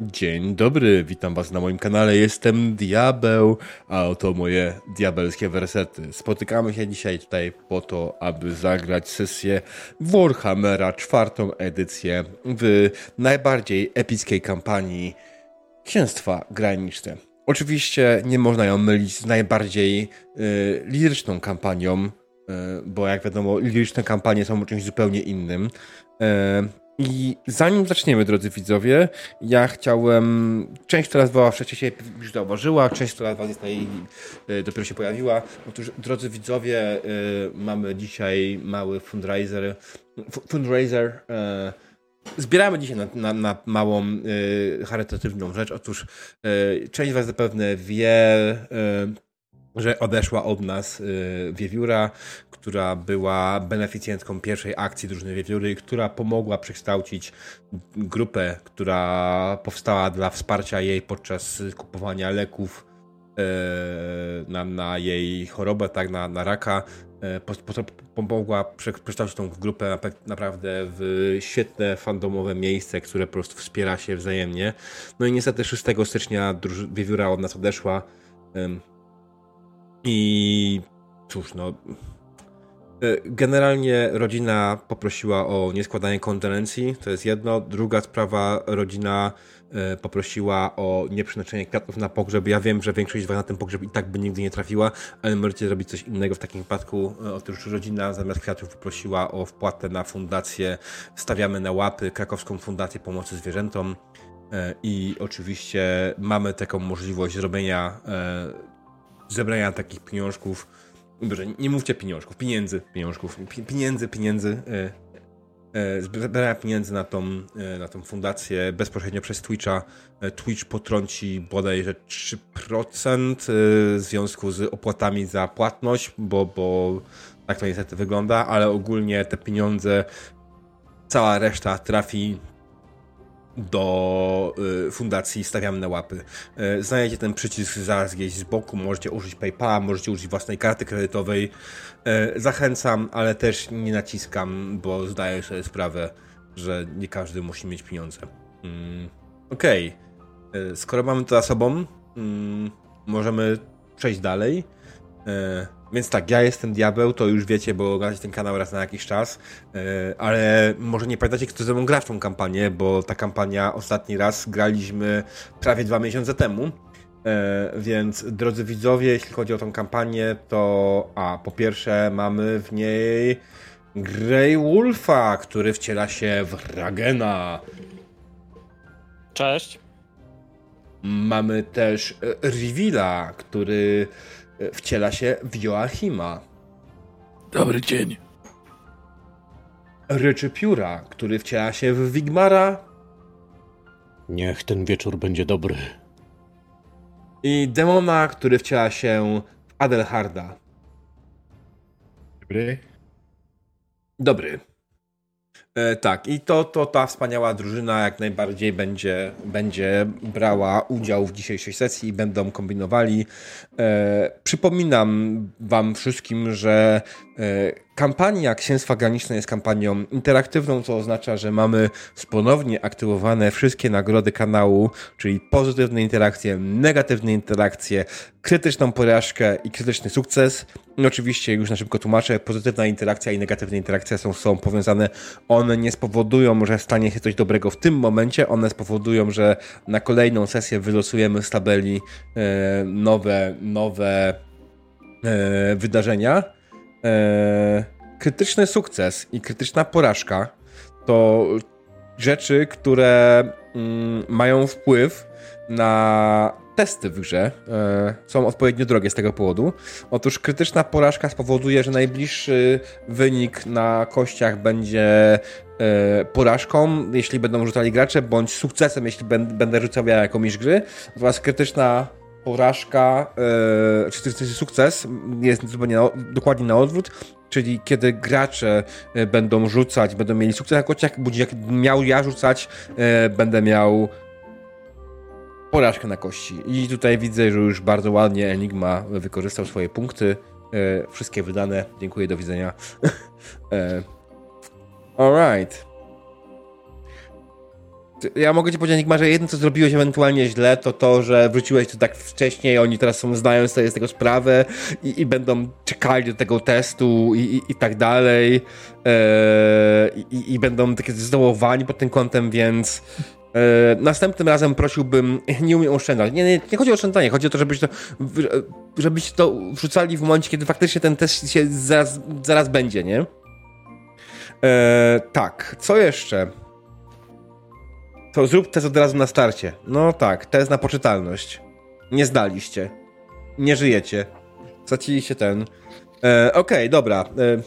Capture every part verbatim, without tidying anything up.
Dzień dobry, witam was na moim kanale, jestem Diabeł, a oto moje diabelskie wersety. Spotykamy się dzisiaj tutaj po to, aby zagrać sesję Warhammera, czwartą edycję w najbardziej epickiej kampanii Księstwa Graniczne. Oczywiście nie można ją mylić z najbardziej y, liryczną kampanią, y, bo jak wiadomo, liryczne kampanie są czymś zupełnie innym. Y, I zanim zaczniemy, drodzy widzowie, ja chciałem... Część, która z was wcześniej się już zauważyła, część, która z was jest na jej, y, dopiero się pojawiła. Otóż, drodzy widzowie, y, mamy dzisiaj mały fundraiser. F- fundraiser. Y, zbieramy dzisiaj na, na, na małą y, charytatywną rzecz. Otóż y, część z was zapewne wie... Y, że odeszła od nas y, Wiewióra, która była beneficjentką pierwszej akcji drużyny Wiewióry, która pomogła przekształcić grupę, która powstała dla wsparcia jej podczas kupowania leków y, na, na jej chorobę, tak, na, na raka. Y, po, po, pomogła przekształcić tą grupę na, naprawdę w świetne fandomowe miejsce, które po prostu wspiera się wzajemnie. No i niestety szóstego stycznia druż- Wiewióra od nas odeszła. Y, I cóż, no. Generalnie rodzina poprosiła o nieskładanie kondolencji, to jest jedno. Druga sprawa, rodzina poprosiła o nieprzynoszenie kwiatów na pogrzeb. Ja wiem, że większość z was na ten pogrzeb i tak by nigdy nie trafiła, ale możecie zrobić coś innego w takim wypadku. Otóż rodzina zamiast kwiatów poprosiła o wpłatę na fundację Stawiamy na łapy, krakowską fundację pomocy zwierzętom. I oczywiście mamy taką możliwość zrobienia zebrania takich pieniążków, Boże, nie mówcie pieniążków, pieniędzy, pieniążków, pieniędzy, pieniędzy, e, e, zebrania pieniędzy na tą, e, na tą fundację bezpośrednio przez Twitcha. E, Twitch potrąci bodajże trzy procent e, w związku z opłatami za płatność, bo, bo tak to niestety wygląda, ale ogólnie te pieniądze, cała reszta trafi do y, fundacji Stawiamy na łapy. Y, znajdziecie ten przycisk zaraz gdzieś z boku, możecie użyć PayPala, możecie użyć własnej karty kredytowej. Y, zachęcam, ale też nie naciskam, bo zdaję sobie sprawę, że nie każdy musi mieć pieniądze. Y, Okej. Okay. Y, skoro mamy to za sobą, y, możemy przejść dalej. Y, Więc tak, ja jestem Diabeł, to już wiecie, bo oglądacie ten kanał raz na jakiś czas, yy, ale może nie pamiętacie, kto ze mną gra w tą kampanię, bo ta kampania ostatni raz graliśmy prawie dwa miesiące temu, yy, więc drodzy widzowie, jeśli chodzi o tą kampanię, to a, po pierwsze mamy w niej Grey Wolfa, który wciela się w Ragena. Cześć. Mamy też Rivila, który wciela się w Joachima. Dobry dzień. Ryczypióra, który wciela się w Wigmara. Niech ten wieczór będzie dobry. I Demona, który wciela się w Adelharda. Dobry. Dobry. E, tak, i to, to ta wspaniała drużyna jak najbardziej będzie, będzie brała udział w dzisiejszej sesji i będą kombinowali. E, przypominam wam wszystkim, że e, kampania Księstwa Graniczne jest kampanią interaktywną, co oznacza, że mamy ponownie aktywowane wszystkie nagrody kanału, czyli pozytywne interakcje, negatywne interakcje, krytyczną porażkę i krytyczny sukces. I oczywiście już na szybko tłumaczę, pozytywna interakcja i negatywna interakcja są z sobą powiązane. One nie spowodują, że stanie się coś dobrego w tym momencie, one spowodują, że na kolejną sesję wylosujemy z tabeli e, nowe, nowe e, wydarzenia. E, krytyczny sukces i krytyczna porażka to rzeczy, które mm, mają wpływ na testy w grze. E, są odpowiednio drogie z tego powodu. Otóż krytyczna porażka spowoduje, że najbliższy wynik na kościach będzie e, porażką, jeśli będą rzucali gracze, bądź sukcesem, jeśli ben, będę rzucał ja jako mistrz gry. Natomiast krytyczna porażka, e, czy krytyczny sukces jest zupełnie na, dokładnie na odwrót, czyli kiedy gracze będą rzucać, będą mieli sukces na kościach, bądź jak miał ja rzucać, e, będę miał porażkę na kości. I tutaj widzę, że już bardzo ładnie Enigma wykorzystał swoje punkty. E, wszystkie wydane. Dziękuję, do widzenia. e, Alright. Ja mogę ci powiedzieć, Enigma, że jedno, co zrobiłeś ewentualnie źle, to to, że wróciłeś tu tak wcześniej, oni teraz są, zdają sobie z tego sprawę i, i będą czekali do tego testu i, i, i tak dalej eee, i, i będą takie zdołowani pod tym kątem, więc eee, następnym razem prosiłbym, nie umiem oszczędzać. Nie, nie, nie chodzi o oszczędzanie, chodzi o to, żebyś to, żebyś to wrzucali w momencie, kiedy faktycznie ten test się zaraz, zaraz będzie, nie? Eee, tak, co jeszcze? To zrób test od razu na starcie. No tak, test na poczytalność. Nie zdaliście. Nie żyjecie. Straciliście ten. E, Okej, okay, dobra. E, e,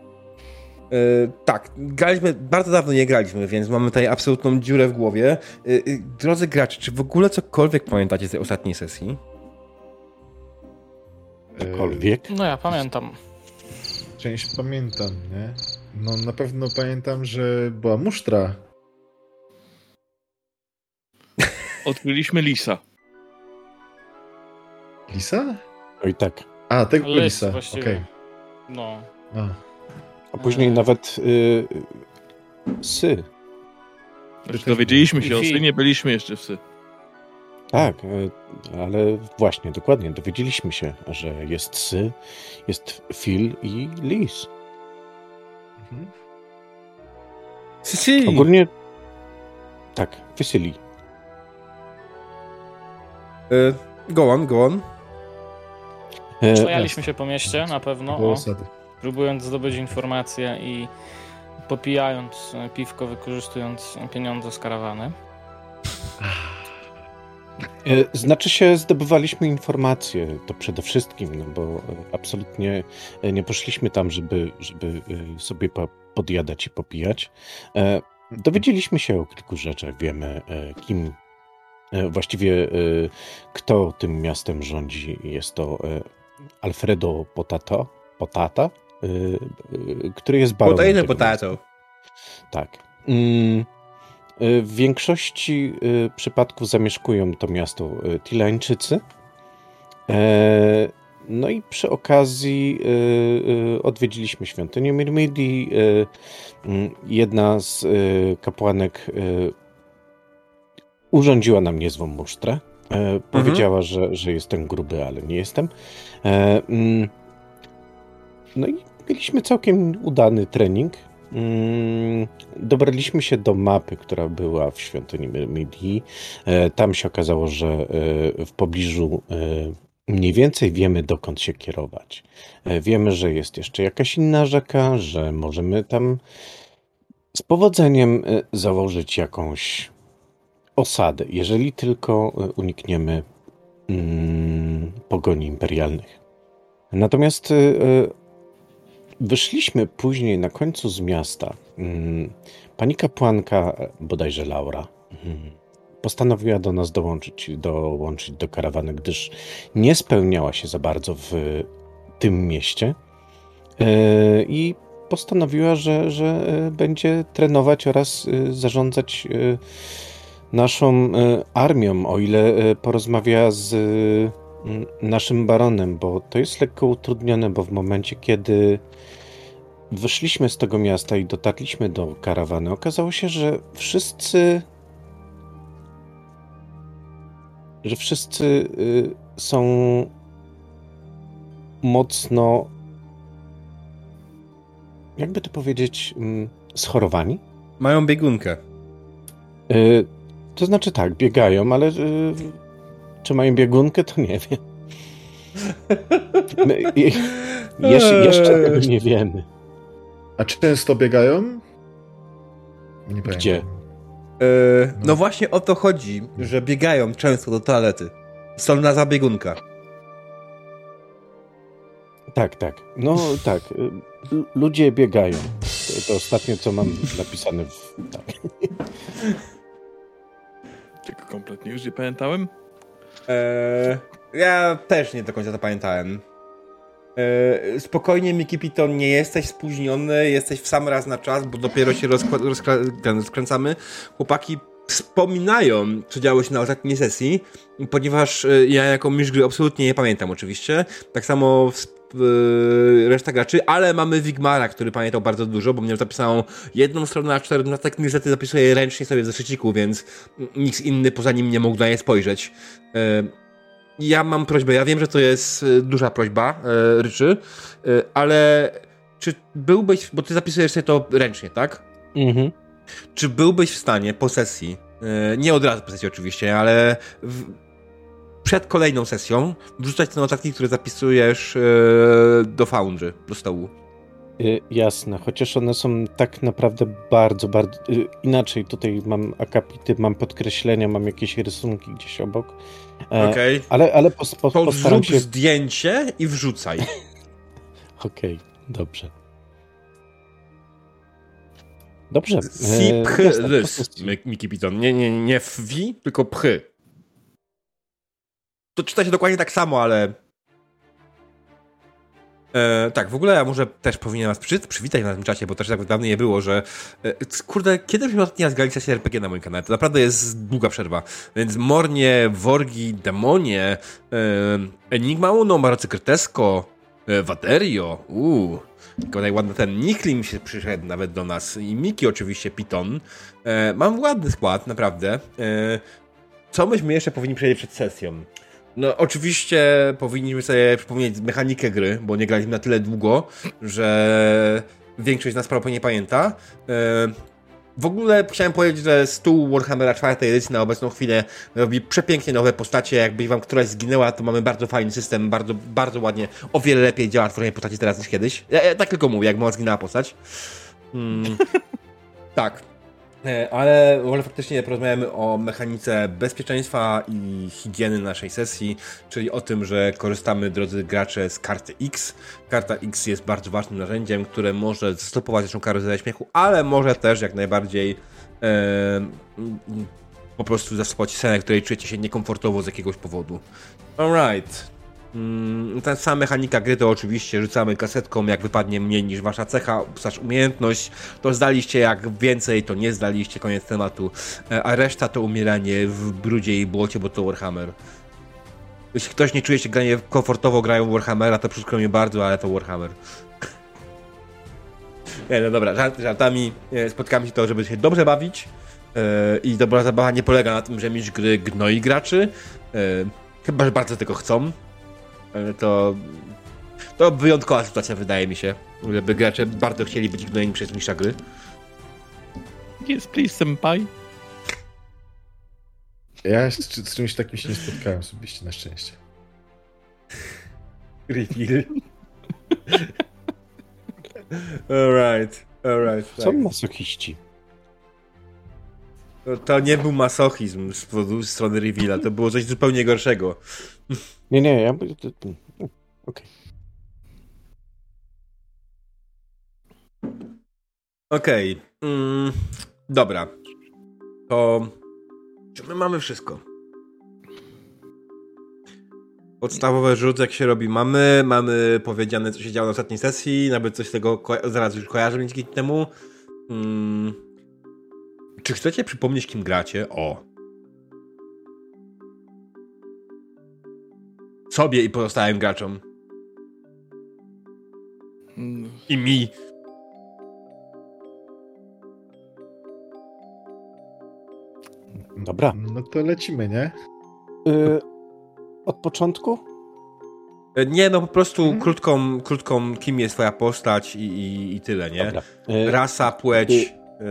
tak, graliśmy, bardzo dawno nie graliśmy, więc mamy tutaj absolutną dziurę w głowie. E, e, drodzy gracze, czy w ogóle cokolwiek pamiętacie z tej ostatniej sesji? Cokolwiek? No ja pamiętam. Część pamiętam, nie? No na pewno pamiętam, że była musztra. Odkryliśmy lisa. Lisa? Oj tak. A, tego Lys lisa, właściwie. okej. No. A. A później nawet y, psy. Już dowiedzieliśmy się I o fi. synie, byliśmy jeszcze w sy. Tak, y, ale właśnie, dokładnie, dowiedzieliśmy się, że jest psy, jest Phil i lis. Mhm. Si. Ogólnie tak, Wysyli. E, go on, go on. E, Przejaliśmy się po mieście, na pewno, Było o, osady. próbując zdobyć informacje i popijając piwko, wykorzystując pieniądze z karawany. E, Znaczy się, zdobywaliśmy informacje, to przede wszystkim, no bo e, absolutnie e, nie poszliśmy tam, żeby, żeby e, sobie po- podjadać i popijać. E, Dowiedzieliśmy się o kilku rzeczach, wiemy e, kim, e, właściwie e, kto tym miastem rządzi. Jest to e, Alfredo Potata, Potata, e, e, który jest baronem Potato, tego miasta. potato. Tak. Mm, y, W większości y, przypadków zamieszkują to miasto y, Tilańczycy. E, No i przy okazji y, y, odwiedziliśmy świątynię Mirmidi. Y, mm, Jedna z y, kapłanek y, urządziła nam niezłą musztrę. E, Powiedziała, że, że jestem gruby, ale nie jestem. E, mm, No i mieliśmy całkiem udany trening. Mm, Dobraliśmy się do mapy, która była w świątyni Mirmidi. E, Tam się okazało, że e, w pobliżu e, mniej więcej wiemy, dokąd się kierować. E, Wiemy, że jest jeszcze jakaś inna rzeka, że możemy tam z powodzeniem e, założyć jakąś osadę, jeżeli tylko e, unikniemy mm, pogoni imperialnych. Natomiast e, wyszliśmy później na końcu z miasta. Mm, Pani kapłanka, bodajże Laura, mm, postanowiła do nas dołączyć, dołączyć do karawany, gdyż nie spełniała się za bardzo w tym mieście. E, I postanowiła, że, że e, będzie trenować oraz e, zarządzać e, naszą e, armią, o ile e, porozmawia z e, m, naszym baronem, bo to jest lekko utrudnione, bo w momencie, kiedy wyszliśmy z tego miasta i dotarliśmy do karawany, okazało się, że wszyscy że wszyscy y, są mocno, jakby to powiedzieć, mm, schorowani. Mają biegunkę. Y, to znaczy tak, biegają, ale y, czy mają biegunkę, to nie wiem. My, i, jeszcze, jeszcze tego nie wiemy. A czy często biegają? Nie Gdzie? pamiętam. E, no właśnie o to chodzi, że biegają często do toalety. Solna zabiegunka. Tak, tak. No tak. L- ludzie biegają. To, to ostatnie, co mam napisane w... Tak. Tylko kompletnie już nie pamiętałem. E, ja też nie do końca to pamiętałem. E, spokojnie, Miki Piton, nie jesteś spóźniony, jesteś w sam raz na czas, bo dopiero się rozkła- rozkra- ten, rozkręcamy. Chłopaki wspominają, co działo się na ostatniej sesji, ponieważ e, ja jako mistrz gry absolutnie nie pamiętam oczywiście. Tak samo yy, reszta graczy, ale mamy Wigmara, który pamiętał bardzo dużo, bo miał zapisaną jedną stronę a cztery notatek, niestety zapisuje ręcznie sobie w zeszyciku, więc nikt inny poza nim nie mógł na nie spojrzeć. Yy, ja mam prośbę, ja wiem, że to jest duża prośba, yy, Ryczy, yy, ale czy byłbyś, bo ty zapisujesz sobie to ręcznie, tak? Mhm. Czy byłbyś w stanie po sesji, yy, nie od razu po sesji oczywiście, ale w, przed kolejną sesją wrzucać te notatki, które zapisujesz yy, do Foundry, do stołu? Y, jasne, chociaż one są tak naprawdę bardzo, bardzo y, inaczej. Tutaj mam akapity, mam podkreślenia, mam jakieś rysunki gdzieś obok. E, Okej. okay. Ale, ale pos, pos, To postaram zrób się... zdjęcie i wrzucaj. Okej, okay, dobrze. Dobrze. Si, e, pchy, jasne, rys, Miki Piton. Nie, nie, nie wwi, tylko pchy. To czyta się dokładnie tak samo, ale... E, tak, w ogóle ja może też powinienem was przy, przywitać na tym czacie, bo też tak dawno nie było, że e, kurde, kiedy byśmy ostatni raz grali sesję er pe gie na moim kanale? To naprawdę jest długa przerwa. Więc Mornie, Worgi, Demonie, e, Enigma Uno, Marocykrytesko, e, Waterio, uuu, tylko najładny ten Niklim się przyszedł nawet do nas i Miki oczywiście, Piton. E, mam ładny skład, naprawdę. E, co myśmy jeszcze powinni przejść przed sesją? No oczywiście powinniśmy sobie przypomnieć mechanikę gry, bo nie graliśmy na tyle długo, że większość z nas prawie nie pamięta. W ogóle chciałem powiedzieć, że stół Warhammera czwartej edycji na obecną chwilę robi przepięknie nowe postacie. Jakby wam któraś zginęła, to mamy bardzo fajny system, bardzo, bardzo ładnie, o wiele lepiej działa tworzenie postaci teraz niż kiedyś. Ja, ja tak tylko mówię, jak mała zginęła postać. Hmm. Tak. Ale może faktycznie porozmawiamy o mechanice bezpieczeństwa i higieny naszej sesji, czyli o tym, że korzystamy, drodzy gracze, z karty X. Karta X jest bardzo ważnym narzędziem, które może zastopować naszą karę ze śmiechu, ale może też jak najbardziej e, po prostu zastopować scenę, w której czujecie się niekomfortowo z jakiegoś powodu. Alright. Ta sama mechanika gry to oczywiście rzucamy kasetką, jak wypadnie mniej niż wasza cecha, slash umiejętność, to zdaliście, jak więcej, to nie zdaliście, koniec tematu, a reszta to umieranie w brudzie i błocie, bo to Warhammer. Jeśli ktoś nie czuje się granie komfortowo grają Warhammera, to przykro mi bardzo, ale to Warhammer. Nie, no dobra, żart, żartami, spotkamy się to, żeby się dobrze bawić i dobra zabawa nie polega na tym, że mieć gry gnoi graczy, chyba, że bardzo tego chcą. To, to wyjątkowa sytuacja, wydaje mi się, żeby gracze bardzo chcieli być gnojeni przez mistrza gry. Yes, please, senpai. Ja z, z czymś takim się nie spotkałem osobiście, na szczęście. Reveal. Alright, alright. Są Tak. masochiści. To, to nie był masochizm z, z strony Reveala, to było coś zupełnie gorszego. Nie, nie, ja... Okej. Okay. Okej. Okay. Mm, dobra. To... Czy my mamy wszystko? Podstawowe rzut, jak się robi, mamy. Mamy powiedziane, co się działo na ostatniej sesji. Nawet coś z tego ko- zaraz już kojarzę dzięki temu. Mm. Czy chcecie przypomnieć, kim gracie? O. Sobie i pozostałym graczom. I mi. Dobra. No to lecimy, nie? Y, od początku? Nie, no po prostu Mhm. krótką, krótką, kim jest twoja postać i, i, i tyle, nie? Dobra. Y, Rasa, płeć, y, yy,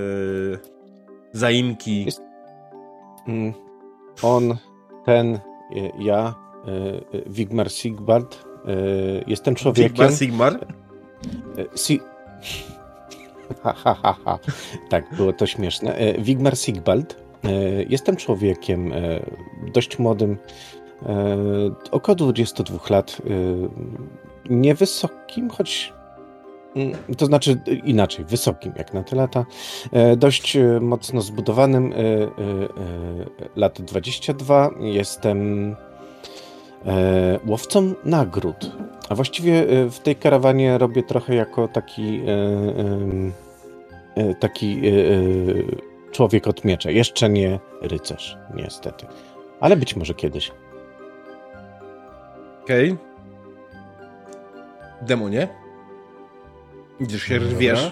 zaimki. Jest- mm, on, ten, y, ja, y, y, Wigmar Sigvald. Y, jestem człowiekiem... Sigmar, Sigmar? Y, si... ha, ha, ha, ha. Tak, było to śmieszne. Y, Wigmar Sigvald. Y, jestem człowiekiem y, dość młodym, y, około dwudziestu dwóch lat. Y, niewysokim, choć... y, To znaczy y, inaczej, wysokim jak na te lata. Y, dość y, mocno zbudowanym. Y, y, y, lat dwadzieścia dwa. Jestem y, łowcą nagród. A właściwie y, w tej karawanie robię trochę jako taki y, y, y, taki y, y, człowiek od miecza. Jeszcze nie rycerz, niestety. Ale być może kiedyś. Okej. Okay. Demonie? Idziesz się rwiesz.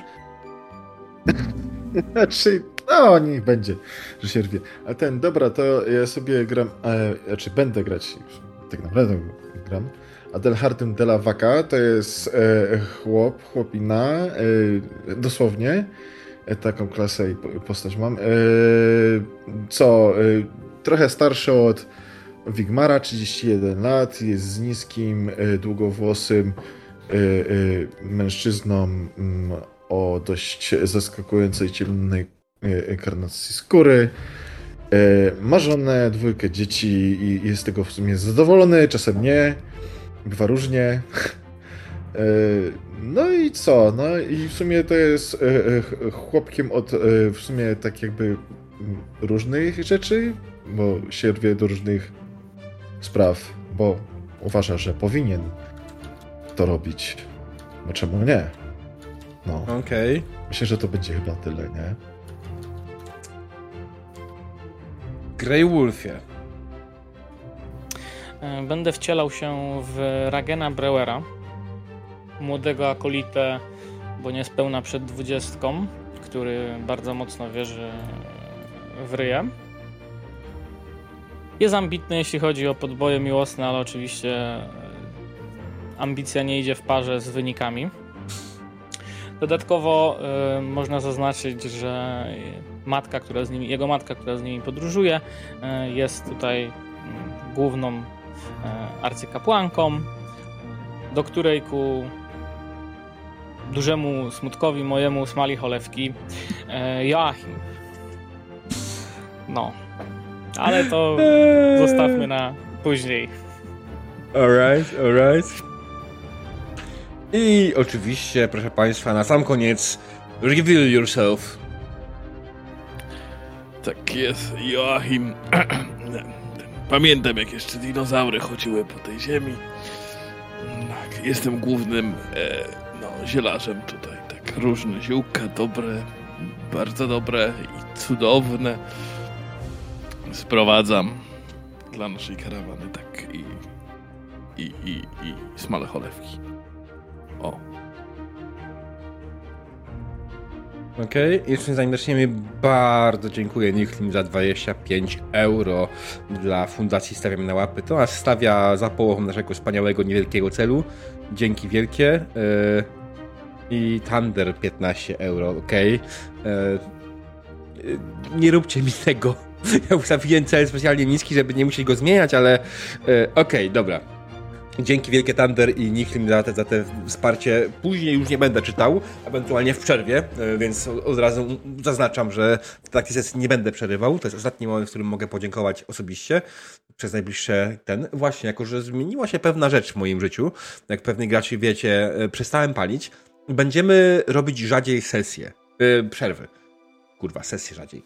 Znaczy, no niech będzie, że się rwie. A ten, dobra, to ja sobie gram, e, znaczy będę grać, tak naprawdę gram. Adelhardem de la Vaca to jest e, chłop, chłopina, e, dosłownie, e, taką klasę i postać mam. E, co, e, trochę starszy od Wigmara, trzydzieści jeden lat, jest z niskim, e, długowłosym e, e, mężczyzną m, o dość zaskakującej ciemnej e, karnacji skóry. E, ma żonę, dwójkę dzieci i jest z tego w sumie zadowolony, czasem nie. Bywa różnie. No i co? No i w sumie to jest chłopkiem od w sumie tak jakby różnych rzeczy, bo się rwie do różnych spraw, bo uważa, że powinien to robić. No czemu nie? No. Okej. Okay. Myślę, że to będzie chyba tyle, nie? Grey Wolfie. Będę wcielał się w Ragena Breuera, młodego akolitę, bo niespełna przed dwudziestką, który bardzo mocno wierzy w ryję. Jest ambitny, jeśli chodzi o podboje miłosne, ale oczywiście ambicja nie idzie w parze z wynikami. Dodatkowo y, można zaznaczyć, że matka, która z nimi, jego matka, która z nimi podróżuje, y, jest tutaj y, główną arcykapłanką, do której ku dużemu smutkowi mojemu smali cholewki Joachim. No. Ale to zostawmy na później. Alright, alright. I oczywiście, proszę Państwa, na sam koniec reveal yourself. Tak jest, Joachim. Pamiętam, jak jeszcze dinozaury chodziły po tej ziemi. Tak, jestem głównym e, no, zielarzem tutaj. Tak, różne ziółka, dobre, bardzo dobre i cudowne. Sprowadzam dla naszej karawany, tak, i i, i, i smale cholewki. O. Okej, okay. Jeszcze zanim zaczniemy, bardzo dziękuję Nichlim za dwadzieścia pięć euro dla Fundacji Stawiam na Łapy. To nas stawia za połową naszego wspaniałego, niewielkiego celu. Dzięki wielkie. Yy, I Thunder piętnaście euro, okej. Okay. Yy, yy, nie róbcie mi tego. Ja ustawiłem cel specjalnie niski, żeby nie musieć go zmieniać, ale yy, okej, okay, dobra. Dzięki wielkie Thunder i Nichlim za te, za te wsparcie. Później już nie będę czytał, ewentualnie w przerwie, więc od razu zaznaczam, że w trakcie sesji nie będę przerywał. To jest ostatni moment, w którym mogę podziękować osobiście przez najbliższe ten. Właśnie, jako że zmieniła się pewna rzecz w moim życiu, jak pewnych graczy wiecie, przestałem palić. Będziemy robić rzadziej sesje. Yy, przerwy. Kurwa, sesje rzadziej.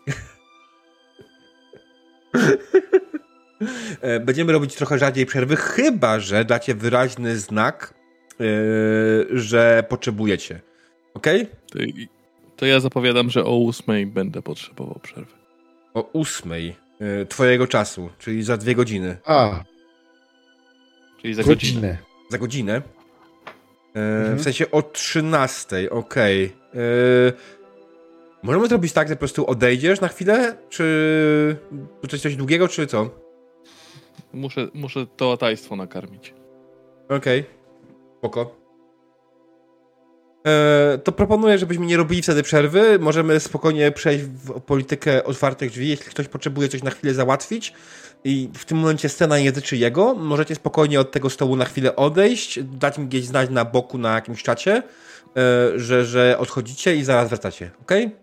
Będziemy robić trochę rzadziej przerwy, chyba że dacie wyraźny znak, yy, że potrzebujecie. Okej? Okay? To, to ja zapowiadam, że o ósmej będę potrzebował przerwy. O ósmej yy, twojego czasu, czyli za dwie godziny. A. Czyli za godzinę. godzinę. Za godzinę? Yy, mhm. W sensie o trzynastej, okej. Okay. Yy, możemy zrobić tak, że po prostu odejdziesz na chwilę? Czy coś, coś długiego, czy co? Muszę, muszę to tajstwo nakarmić. Okej. Okay. Spoko. Eee, to proponuję, żebyśmy nie robili wtedy przerwy. Możemy spokojnie przejść w politykę otwartych drzwi. Jeśli ktoś potrzebuje coś na chwilę załatwić i w tym momencie scena nie dotyczy jego, możecie spokojnie od tego stołu na chwilę odejść, dać mi gdzieś znać na boku na jakimś czacie, eee, że, że odchodzicie i zaraz wracacie. Okej? Okay?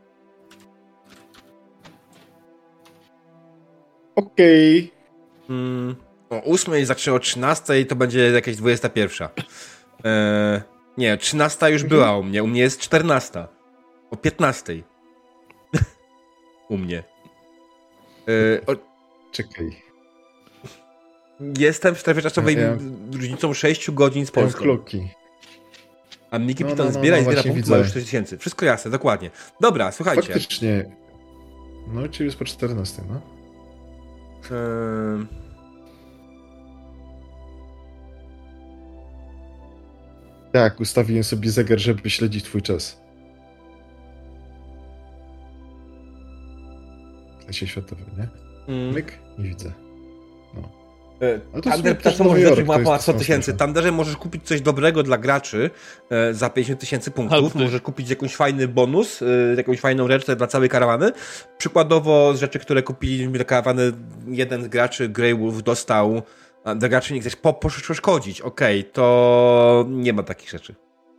Okej. Okay. Mm, o ósmej zacznie o trzynastej, to będzie jakieś dwudziesta pierwsza. Eee, nie, trzynasta już mhm. była u mnie. U mnie jest czternasta. O piętnastej. U mnie. Eee, o... Czekaj. Jestem w strefie czasowej ja, ja... różnicą sześć godzin z Polską. Kloki. A Miki no, Piton no, no, zbiera no, i zbiera punktów, ma już cztery widzę. tysięcy. Wszystko jasne, dokładnie. Dobra, słuchajcie. Faktycznie. No, czyli jest po czternastej, no. Tak, ustawiłem sobie zegar, żeby śledzić twój czas. W sensie światowym, nie? Mm. Myk? Nie widzę. No. E, Thunder pyta, co możesz zrobić, ma ponad sto tysięcy. W Thunderze możesz kupić coś dobrego dla graczy e, za pięćdziesiąt tysięcy punktów. Możesz kupić jakiś fajny bonus, e, jakąś fajną rzecz dla całej karawany. Przykładowo z rzeczy, które kupili dla karawany, jeden z graczy, Grey Wolf, dostał dla graczy nie chcesz po, po, przeszkodzić. Okej, okay, to nie ma takich rzeczy.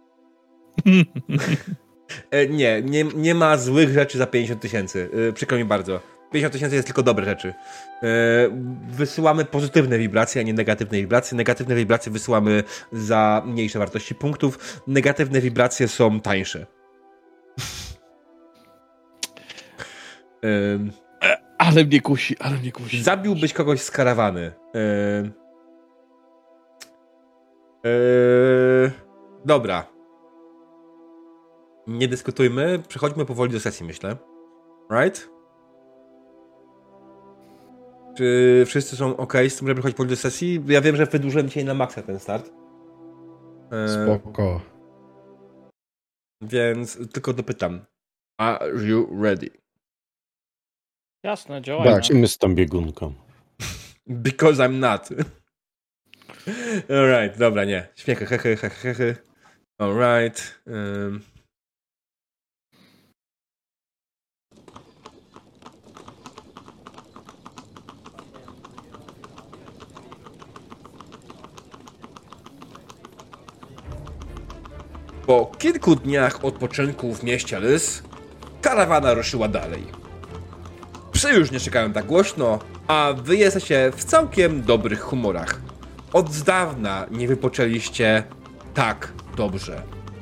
e, nie, nie, nie ma złych rzeczy za pięćdziesiąt tysięcy. E, przykro mi bardzo. pięćdziesiąt tysięcy jest tylko dobre rzeczy. Yy, wysyłamy pozytywne wibracje, a nie negatywne wibracje. Negatywne wibracje wysyłamy za mniejsze wartości punktów. Negatywne wibracje są tańsze. yy, ale mnie kusi, ale mnie kusi. Zabiłbyś kogoś z karawany. Yy, yy, dobra. Nie dyskutujmy. Przechodźmy powoli do sesji, myślę. Right? Czy wszyscy są ok z tym, żeby chodzić powoli do sesji? Ja wiem, że wydłużyłem dzisiaj na maksa ten start. Spoko. Więc tylko dopytam. Are you ready? Jasne, działamy. Tak, lecimy z tą biegunką. Because I'm not. Alright, dobra, nie. Śmiechy, hehe, hehe, hehe. Alright. Um. Po kilku dniach odpoczynku w mieście Lys, karawana ruszyła dalej. Psy już nie czekają tak głośno, a wy jesteście w całkiem dobrych humorach. Od dawna nie wypoczęliście tak dobrze.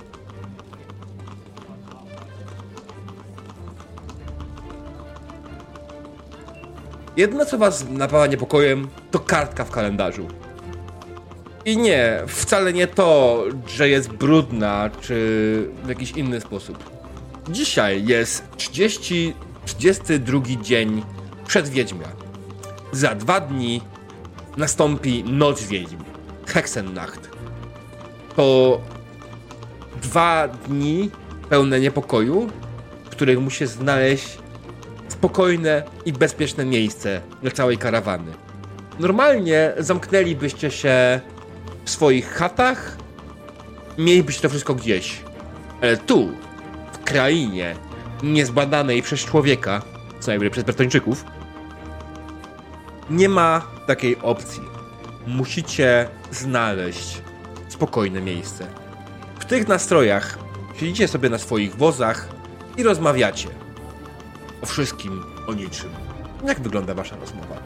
Jedno, co was napawa niepokojem, to kartka w kalendarzu. I nie, wcale nie to, że jest brudna, czy w jakiś inny sposób. Dzisiaj jest trzydziesty, trzydziesty drugi dzień przedwiedźmia. Za dwa dni nastąpi Noc Wiedźm, Hexennacht. To dwa dni pełne niepokoju, w których musi znaleźć spokojne i bezpieczne miejsce dla całej karawany. Normalnie zamknęlibyście się w swoich chatach, mielibyście to wszystko gdzieś. Ale tu, w krainie niezbadanej przez człowieka, co najwyżej przez Bretończyków, nie ma takiej opcji. Musicie znaleźć spokojne miejsce. W tych nastrojach siedzicie sobie na swoich wozach i rozmawiacie. O wszystkim, o niczym. Jak wygląda wasza rozmowa?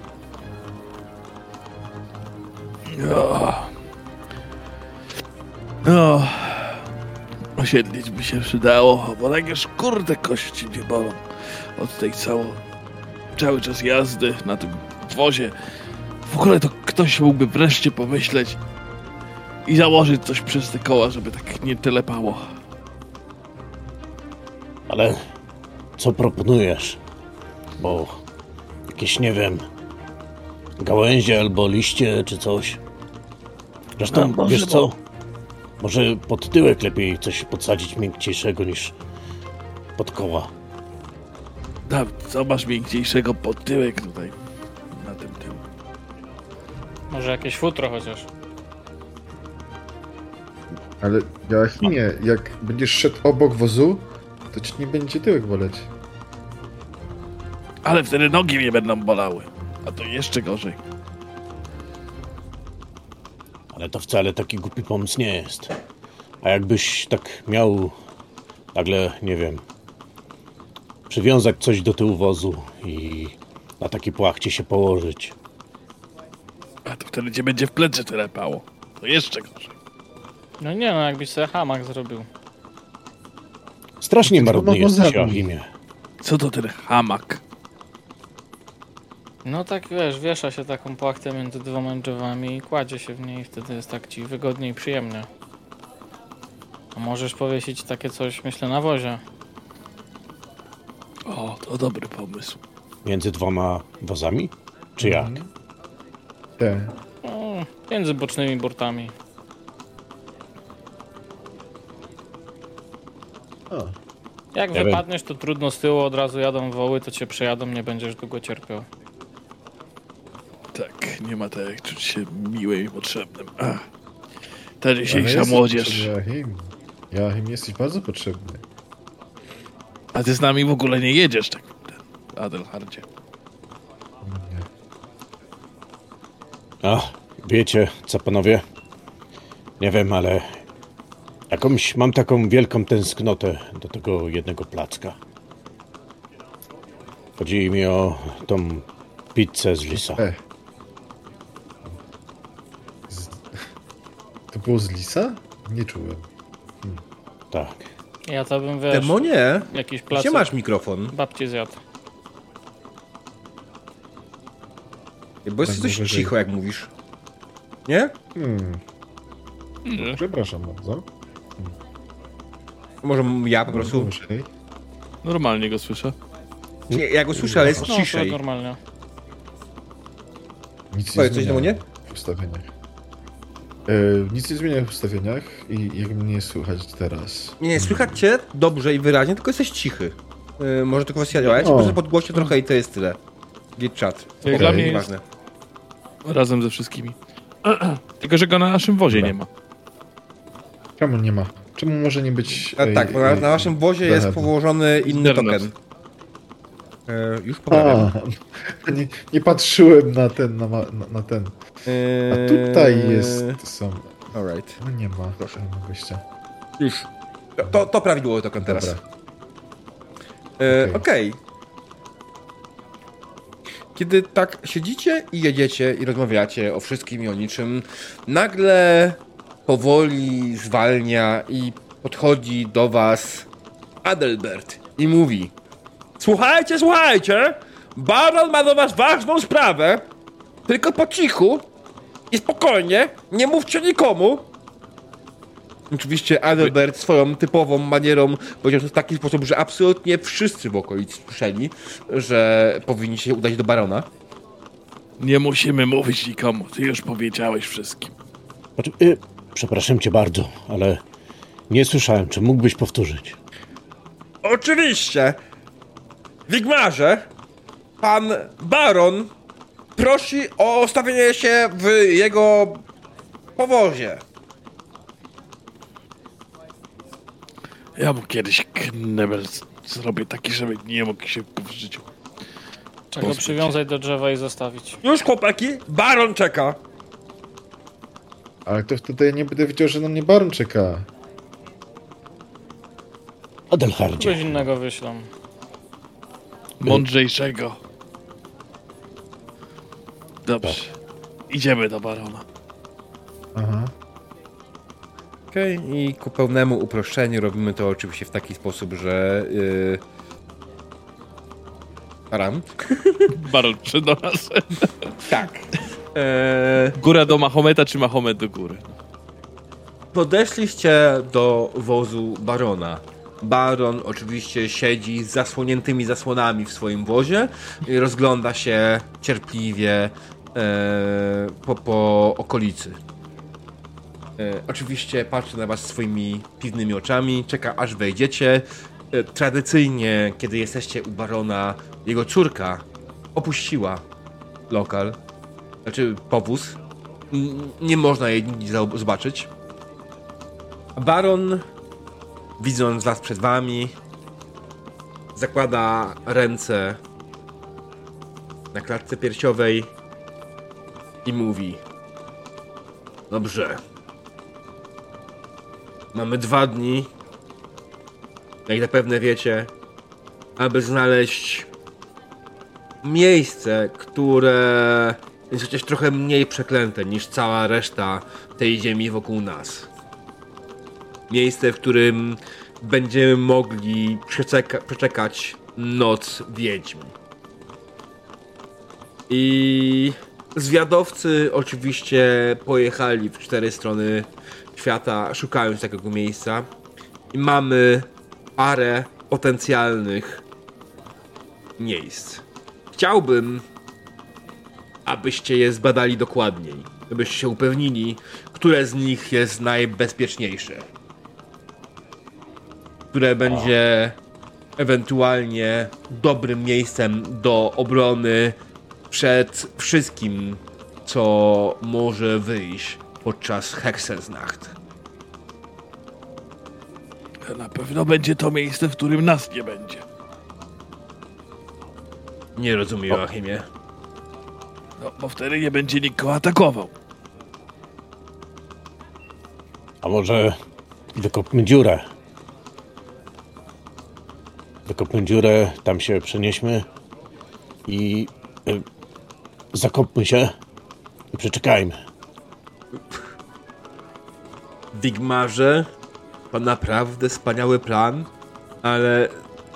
No. No. Osiedlić by się przydało, bo tak już kurde kości mnie bolą od tej cało, cały czas jazdy na tym wozie. W ogóle to ktoś mógłby wreszcie pomyśleć i założyć coś przez te koła, żeby tak nie telepało. Ale co proponujesz? Bo jakieś, nie wiem, gałęzie albo liście czy coś. Zresztą, no, wiesz może, co? Może pod tyłek lepiej coś podsadzić miękciejszego niż pod koła. Da, co masz miękciejszego pod tyłek tutaj, na tym tyłu? Może jakieś futro chociaż. Ale Joachimie, jak będziesz szedł obok wozu, to ci nie będzie tyłek boleć. Ale wtedy nogi mnie będą bolały, a to jeszcze gorzej. Ale to wcale taki głupi pomysł nie jest. A jakbyś tak miał nagle, nie wiem, przywiązać coś do tyłu wozu i na takiej płachcie się położyć. A to wtedy cię będzie w plecy telepało. To jeszcze gorzej. No nie no, jakbyś sobie hamak zrobił. Strasznie To marudny tylko jesteś, wozami. Joachimie. Co to ten hamak? No tak wiesz, wiesza się taką płachtę między dwoma drzewami i kładzie się w niej i wtedy jest tak ci wygodnie i przyjemnie. A możesz powiesić takie coś, myślę, na wozie. O, to dobry pomysł. Między dwoma wozami? Czy jak? Te. No, między bocznymi burtami. A. Jak Ja wypadniesz, to trudno z tyłu, od razu jadą woły, to cię przejadą, nie będziesz długo cierpiał. Tak, nie ma tak jak czuć się miłym i potrzebnym. Ach. Ta dzisiejsza Ale młodzież. jesteś potrzebny, Joachim. Joachim, jesteś bardzo potrzebny. A ty z nami w ogóle nie jedziesz, tak, ten Adelhardzie. Nie. A, wiecie co, panowie? Nie wiem, ale jakąś mam taką wielką tęsknotę do tego jednego placka. Chodzi mi o tą pizzę z lisa. E. Z... To było z lisa? Nie czułem. Tak. Ja to bym, wiesz, Demonie, jakiś gdzie placek masz mikrofon? babci zjadł. Bo jesteś Tak dość wyżej. cicho, jak mówisz. Nie? Hmm. Nie. Przepraszam bardzo. Może ja po prostu... Wyżej. Normalnie go słyszę. Nie, ja go słyszę, ale jest No, ciszej. to normalnie. Nic nie Powiedz coś, zmienia Demonie? w ustawieniach. E, nic nie zmienia w ustawieniach i jak mnie słychać teraz. Nie, nie, słychać cię dobrze i wyraźnie, tylko jesteś cichy. Yy, może tylko kwestia działać, ja cię O. po prostu podgłośnie trochę i to jest tyle. Git chat. Jak dla mnie jest- Nieważne. Razem ze wszystkimi. Tylko, że go na naszym wozie Dobra. nie ma. Czemu nie ma? Czemu może nie być... A ej, tak, bo na, ej, na waszym wozie jest Zahad. położony inny Internet. token. Yy, już poprawiam. A, nie, nie patrzyłem na ten, na, ma- na, na ten. A Yy, tutaj jest, są, Alright. no nie ma, Proszę. nie ma wyjścia. Już. To, to prawidłowy token teraz. Dobra. Yy, Okej. Okej. Kiedy tak siedzicie i jedziecie i rozmawiacie o wszystkim i o niczym, nagle powoli zwalnia i podchodzi do was Adelbert i mówi: Słuchajcie, słuchajcie! Baron ma do was ważną sprawę. Tylko po cichu i spokojnie, nie mówcie nikomu. Oczywiście Adelbert swoją typową manierą powiedział to w taki sposób, że absolutnie wszyscy w okolicy słyszeli, że powinni się udać do barona. Nie musimy mówić nikomu. Ty już powiedziałeś wszystkim. Znaczy, y, przepraszam cię bardzo, ale nie słyszałem. Czy mógłbyś powtórzyć? Oczywiście! Wigmarze, pan baron prosi o stawienie się w jego powozie. Ja mu kiedyś knebel z- zrobię taki, żeby nie mógł się w życiu. Trzeba go Pozbyć. przywiązać do drzewa i zostawić. Już chłopaki, baron czeka. Ale to wtedy ja nie będę wiedział, że na mnie baron czeka. Adelhardzie, Coś innego wyślą. Mądrzejszego. Dobrze. Idziemy do barona. Aha. Okej, okay. I ku pełnemu uproszczeniu robimy to oczywiście w taki sposób, że... Yy... Aram? Baron przyszedł do nas. Tak. Eee, Góra do Mahometa, czy Mahomet do góry? podeszliście do wozu barona. Baron oczywiście siedzi z zasłoniętymi zasłonami w swoim wozie i rozgląda się cierpliwie e, po, po okolicy. E, oczywiście patrzy na was swoimi piwnymi oczami, czeka aż wejdziecie. E, tradycyjnie, kiedy jesteście u barona, jego córka opuściła lokal, znaczy powóz. N- nie można jej nigdzie za- zobaczyć. Baron, widząc was przed wami, zakłada ręce na klatce piersiowej i mówi: Dobrze. Mamy dwa dni, jak zapewne wiecie, aby znaleźć miejsce, które jest chociaż trochę mniej przeklęte niż cała reszta tej ziemi wokół nas. Miejsce, w którym będziemy mogli przeczeka- przeczekać noc wiedźm. I zwiadowcy oczywiście pojechali w cztery strony świata, szukając takiego miejsca. I mamy parę potencjalnych miejsc. Chciałbym, abyście je zbadali dokładniej, żebyście się upewnili, które z nich jest najbezpieczniejsze. które będzie ewentualnie dobrym miejscem do obrony przed wszystkim, co może wyjść podczas Hexensnacht. Na pewno będzie to miejsce, w którym nas nie będzie. Nie rozumiem, Joachimie. No, bo wtedy nie będzie nikogo atakował. A może wykopmy dziurę? Wykopmy dziurę, tam się przenieśmy i y, zakopmy się i przeczekajmy. Wigmarze, to naprawdę wspaniały plan, ale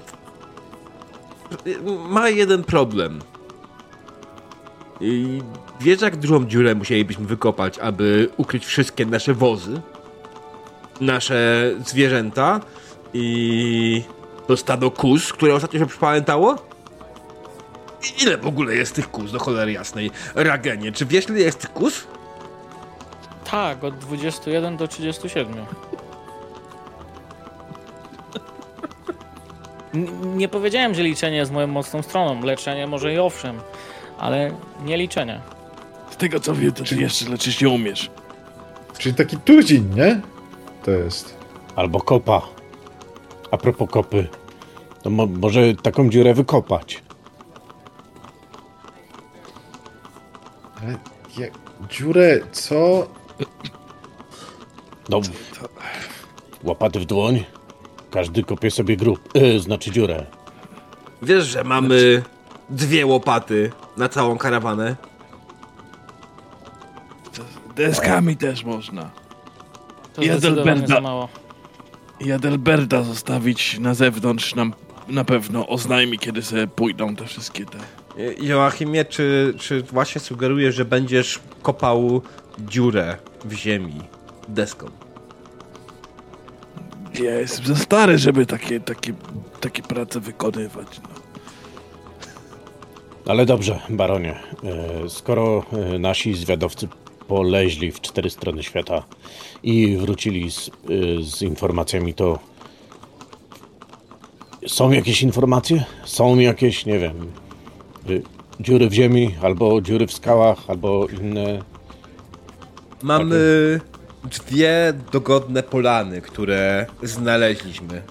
ma jeden problem. I wiesz, jak dużą dziurę musielibyśmy wykopać, aby ukryć wszystkie nasze wozy, nasze zwierzęta i to stado kóz, które ostatnio się przypamiętało? I ile w ogóle jest tych kóz, do cholery jasnej? Ragenie, czy wiesz, ile jest tych kóz? Tak, od dwudziestu jeden do trzydziestu siedmiu. N- nie powiedziałem, że liczenie jest moją mocną stroną. Leczenie może i owszem, ale nie liczenie. Z tego co wiem, to ty jeszcze leczyć nie umiesz. Czyli taki tuzin, nie? To jest. Albo kopa. A propos kopy, to mo- może taką dziurę wykopać. Ale jak... dziurę, co? No, łopaty w dłoń, każdy kopie sobie grób, yy, znaczy dziurę. Wiesz, że mamy dwie łopaty na całą karawanę? Deskami też można. To I zdecydowanie Adelberta. za mało. I Adelberta zostawić na zewnątrz nam na pewno oznajmi, kiedy sobie pójdą te wszystkie te... Joachimie, czy, czy właśnie sugerujesz, że będziesz kopał dziurę w ziemi deską? Ja jestem za stary, żeby takie, takie, takie prace wykonywać. No. Ale dobrze, baronie, e, skoro e, nasi zwiadowcy poleźli w cztery strony świata i wrócili z, e, z informacjami, to są jakieś informacje? Są jakieś, nie wiem, y, dziury w ziemi, albo dziury w skałach, albo inne... Mamy dwie dogodne polany, które znaleźliśmy.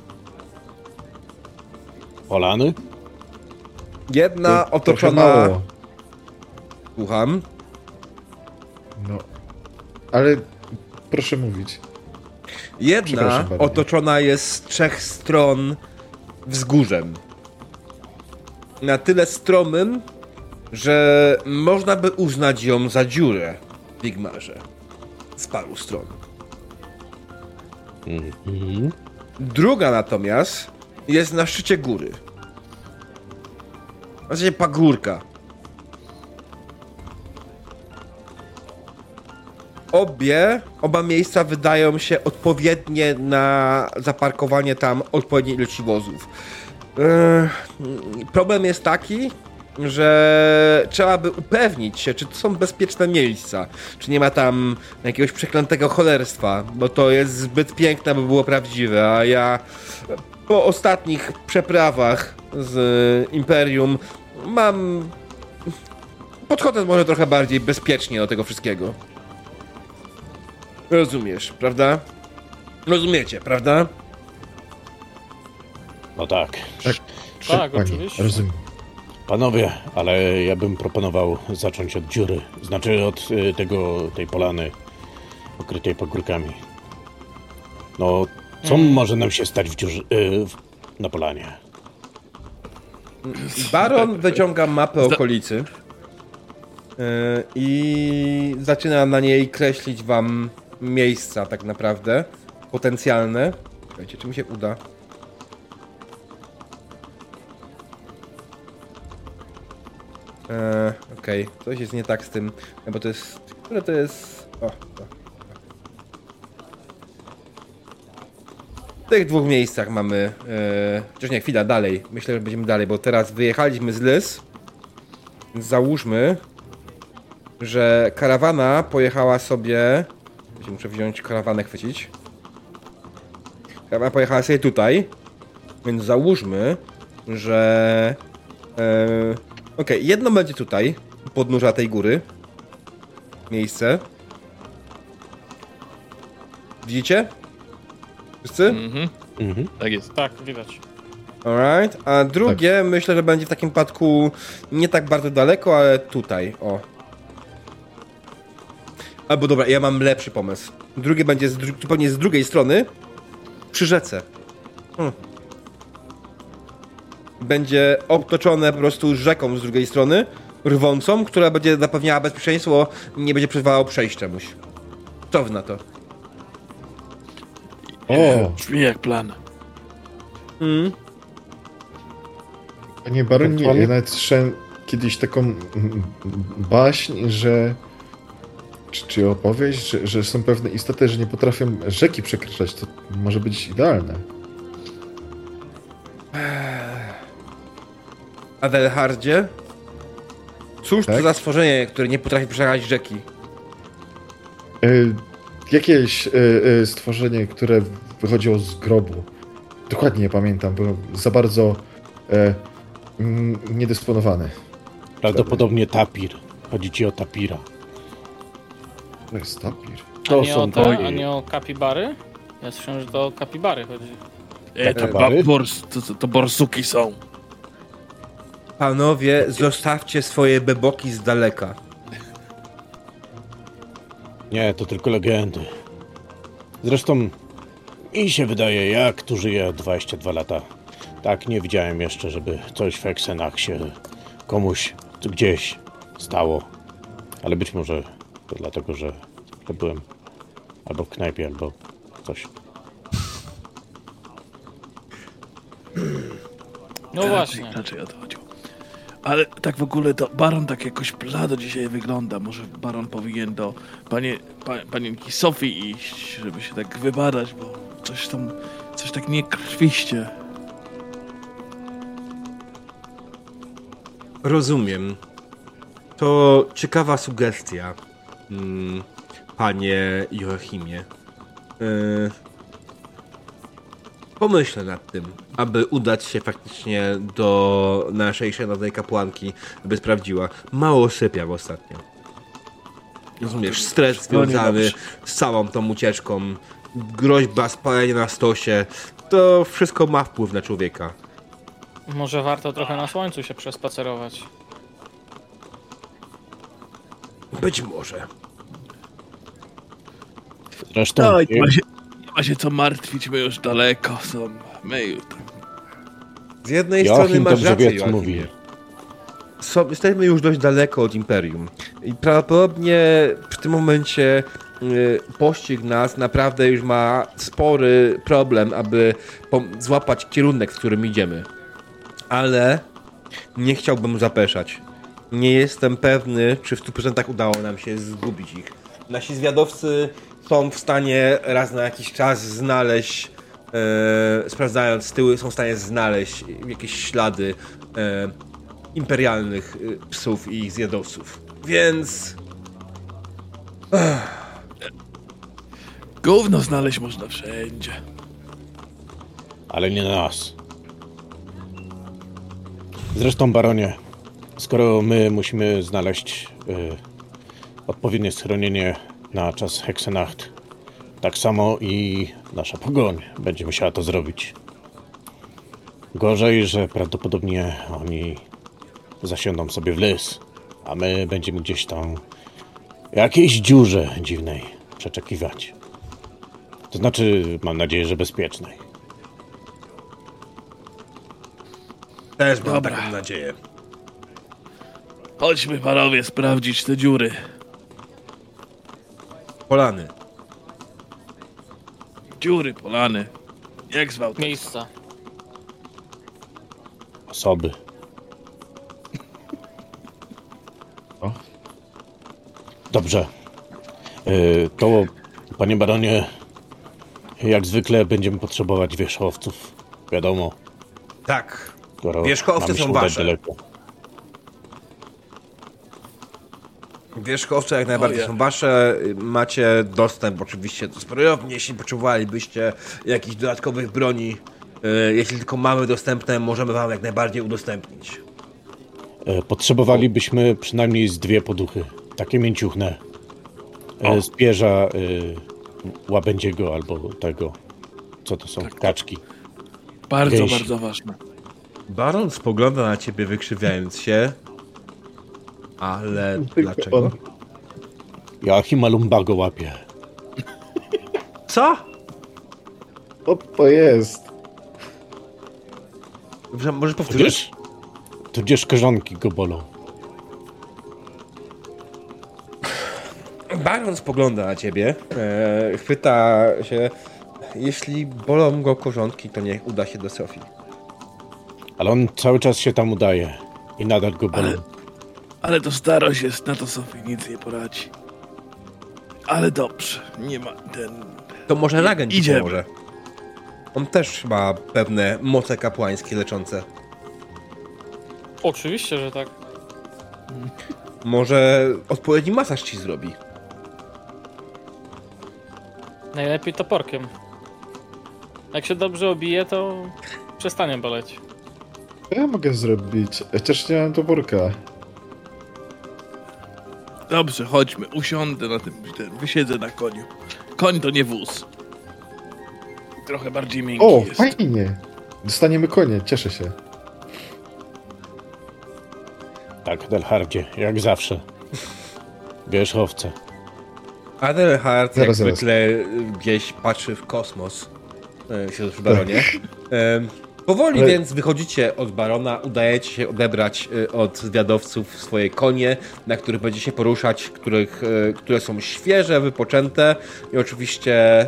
Polany? Jedna To otoczona... trochę mało. Słucham? No. Ale proszę mówić. Jedna Przepraszam bardzo. otoczona jest z trzech stron wzgórzem. Na tyle stromym, że można by uznać ją za dziurę w Wigmarze. Z paru stron. Mhm. Druga natomiast jest na szczycie góry. W zasadzie pagórka. Obie, oba miejsca wydają się odpowiednie na zaparkowanie tam odpowiedniej ilości wozów. Yy, problem jest taki, że trzeba by upewnić się, czy to są bezpieczne miejsca, czy nie ma tam jakiegoś przeklętego cholerstwa, bo to jest zbyt piękne, by było prawdziwe, a ja po ostatnich przeprawach z Imperium mam... podchodzę może trochę bardziej bezpiecznie do tego wszystkiego. Rozumiesz, prawda? Rozumiecie, prawda? No tak. Tak, Tak, pani, oczywiście. rozumiem. Panowie, ale ja bym proponował zacząć od dziury. Znaczy od y, tego, tej polany pokrytej pagórkami. No, co Mm. może nam się stać w dziurze, y, w, na polanie? Baron wyciąga mapę okolicy yy, i zaczyna na niej kreślić wam miejsca tak naprawdę potencjalne. Słuchajcie, czy mi się uda? Eee, Okej, okay. Coś jest nie tak z tym, no bo to jest... Które to jest... O, o. W tych dwóch miejscach mamy... Eee, chociaż nie, chwila, dalej. Myślę, że będziemy dalej, bo teraz wyjechaliśmy z Lys. Więc załóżmy, że karawana pojechała sobie... Muszę wziąć karawanę, chwycić. Karawana pojechała sobie tutaj. Więc załóżmy, że... E, Okej, okay, jedno będzie tutaj, u podnóża tej góry. Miejsce. Widzicie? Wszyscy? Mhm. Mhm. Tak jest. Tak, widać. Alright, a drugie tak. myślę, że będzie w takim przypadku nie tak bardzo daleko, ale tutaj, o. Albo dobra, ja mam lepszy pomysł. Drugie będzie z, dru- zupełnie z drugiej strony, przy rzece. Hmm. Będzie otoczone po prostu rzeką z drugiej strony, rwącą, która będzie zapewniała bezpieczeństwo, nie będzie przyzwalała przejść czemuś. Co wy na to? O, brzmi jak plan. Mm. Panie baronie, ja nawet słyszałem kiedyś taką baśń, że czy, czy opowieść, że, że są pewne istoty, że nie potrafią rzeki przekraczać. To może być idealne. Adelhardzie? Cóż tak? to za stworzenie, które nie potrafi przekraczać rzeki? Y, jakieś y, y, stworzenie, które wychodziło z grobu. Dokładnie nie pamiętam, bo za bardzo y, niedysponowany. Prawdopodobnie tapir. Chodzi ci o tapira. To jest tapir. A nie, o te, a nie o kapibary? Ja słyszałem, że to o kapibary chodzi. E, to, ba- bors, to, to, to borsuki są. Panowie, zostawcie swoje beboki z daleka. Nie, to tylko legendy. Zresztą mi się wydaje, jak tu żyję dwadzieścia dwa lata. Tak, nie widziałem jeszcze, żeby coś w Heksenach się komuś tu gdzieś stało. Ale być może to dlatego, że, że byłem albo w knajpie, albo coś. No właśnie. Raczej, raczej o to chodziło. Ale tak w ogóle to Baron tak jakoś blado dzisiaj wygląda. Może Baron powinien do panie, pa, panienki Sofii iść, żeby się tak wybadać, bo coś tam, coś tak niekrwiście. Rozumiem. To ciekawa sugestia, mm, panie Joachimie. Yy, pomyślę nad tym, aby udać się faktycznie do naszej szanownej kapłanki, aby sprawdziła. Mało sypiam ostatnio. Rozumiesz, stres związany z całą tą ucieczką, groźba spalenia na stosie, to wszystko ma wpływ na człowieka. Może warto trochę na słońcu się przespacerować. Być może. Zresztą... No, nie, ma się, nie ma się co martwić, my już daleko są. My już tam. Z jednej Joachim strony masz dobrze rację, wie, co Joachimie. mówi. So, jesteśmy już dość daleko od Imperium. I prawdopodobnie w tym momencie y, pościg nas naprawdę już ma spory problem, aby pom- złapać kierunek, w którym idziemy. Ale nie chciałbym zapeszać. Nie jestem pewny, czy w stu procentach udało nam się zgubić ich. Nasi zwiadowcy są w stanie raz na jakiś czas znaleźć, e, sprawdzając z tyłu, są w stanie znaleźć jakieś ślady e, imperialnych e, psów i ich zwiadowców. Więc... Ech. Gówno znaleźć można wszędzie. Ale nie nas. Zresztą, baronie, skoro my musimy znaleźć y, odpowiednie schronienie na czas Heksenacht, tak samo i nasza pogoń będzie musiała to zrobić. Gorzej, że prawdopodobnie oni zasiądą sobie w les, a my będziemy gdzieś tam w jakiejś dziurze dziwnej przeczekiwać. To znaczy, mam nadzieję, że bezpiecznej. Też mam Dobra. taką nadzieję. Chodźmy, panowie, sprawdzić te dziury. Polany. Dziury, polany. Jak zwał to? Miejsca. Osoby. O. Dobrze. Yy, to, panie baronie, jak zwykle będziemy potrzebować wierzchowców. Wiadomo. Tak. skoro Wierzchowcy mamy się są udać wasze. daleko. Wierzchowce jak najbardziej Oje. są wasze. Macie dostęp oczywiście do zbrojowni, jeśli potrzebowalibyście jakichś dodatkowych broni. E, jeśli tylko mamy dostępne, możemy wam jak najbardziej udostępnić. E, potrzebowalibyśmy przynajmniej z dwie poduchy. Takie mięciuchne. E, Zbierza e, łabędziego albo tego. Co to są? Kaczki. Bardzo, Gęsi. bardzo ważne. Baron spogląda na ciebie wykrzywiając się. Ale dlaczego? on. Joachim Lumbago łapie. Co? Co to jest? Że- Możesz powtórzyć? Tudzież, tudzież korzonki go bolą. Baron spogląda na ciebie, e, chwyta się. Jeśli bolą go korzonki, to niech uda się do Sofii. Ale on cały czas się tam udaje. I nadal go bolą. Ale, ale to starość jest, na to Sofii nic nie poradzi. Ale dobrze, nie ma ten... To może Ragen ci Idziemy. pomoże. On też ma pewne moce kapłańskie leczące. Oczywiście, że tak. Może odpowiedni masaż ci zrobi. Najlepiej toporkiem. Jak się dobrze obije, to przestanie boleć. Co ja mogę zrobić? Chociaż nie mam toporka. Dobrze, chodźmy, usiądę na tym, ten, wysiedzę na koniu. Koń to nie wóz. Trochę bardziej miękki O, jest. fajnie! Dostaniemy konie, cieszę się. Tak, Delhardzie, jak zawsze. Wierzchowce. Adelhard jak Zaraz, zaraz. zwykle gdzieś patrzy w kosmos. E, się przy baronie. E, powoli Ale- więc wychodzicie od barona, udajecie się odebrać e, od zwiadowców swoje konie, na których będziecie się poruszać, których, e, które są świeże, wypoczęte i oczywiście e,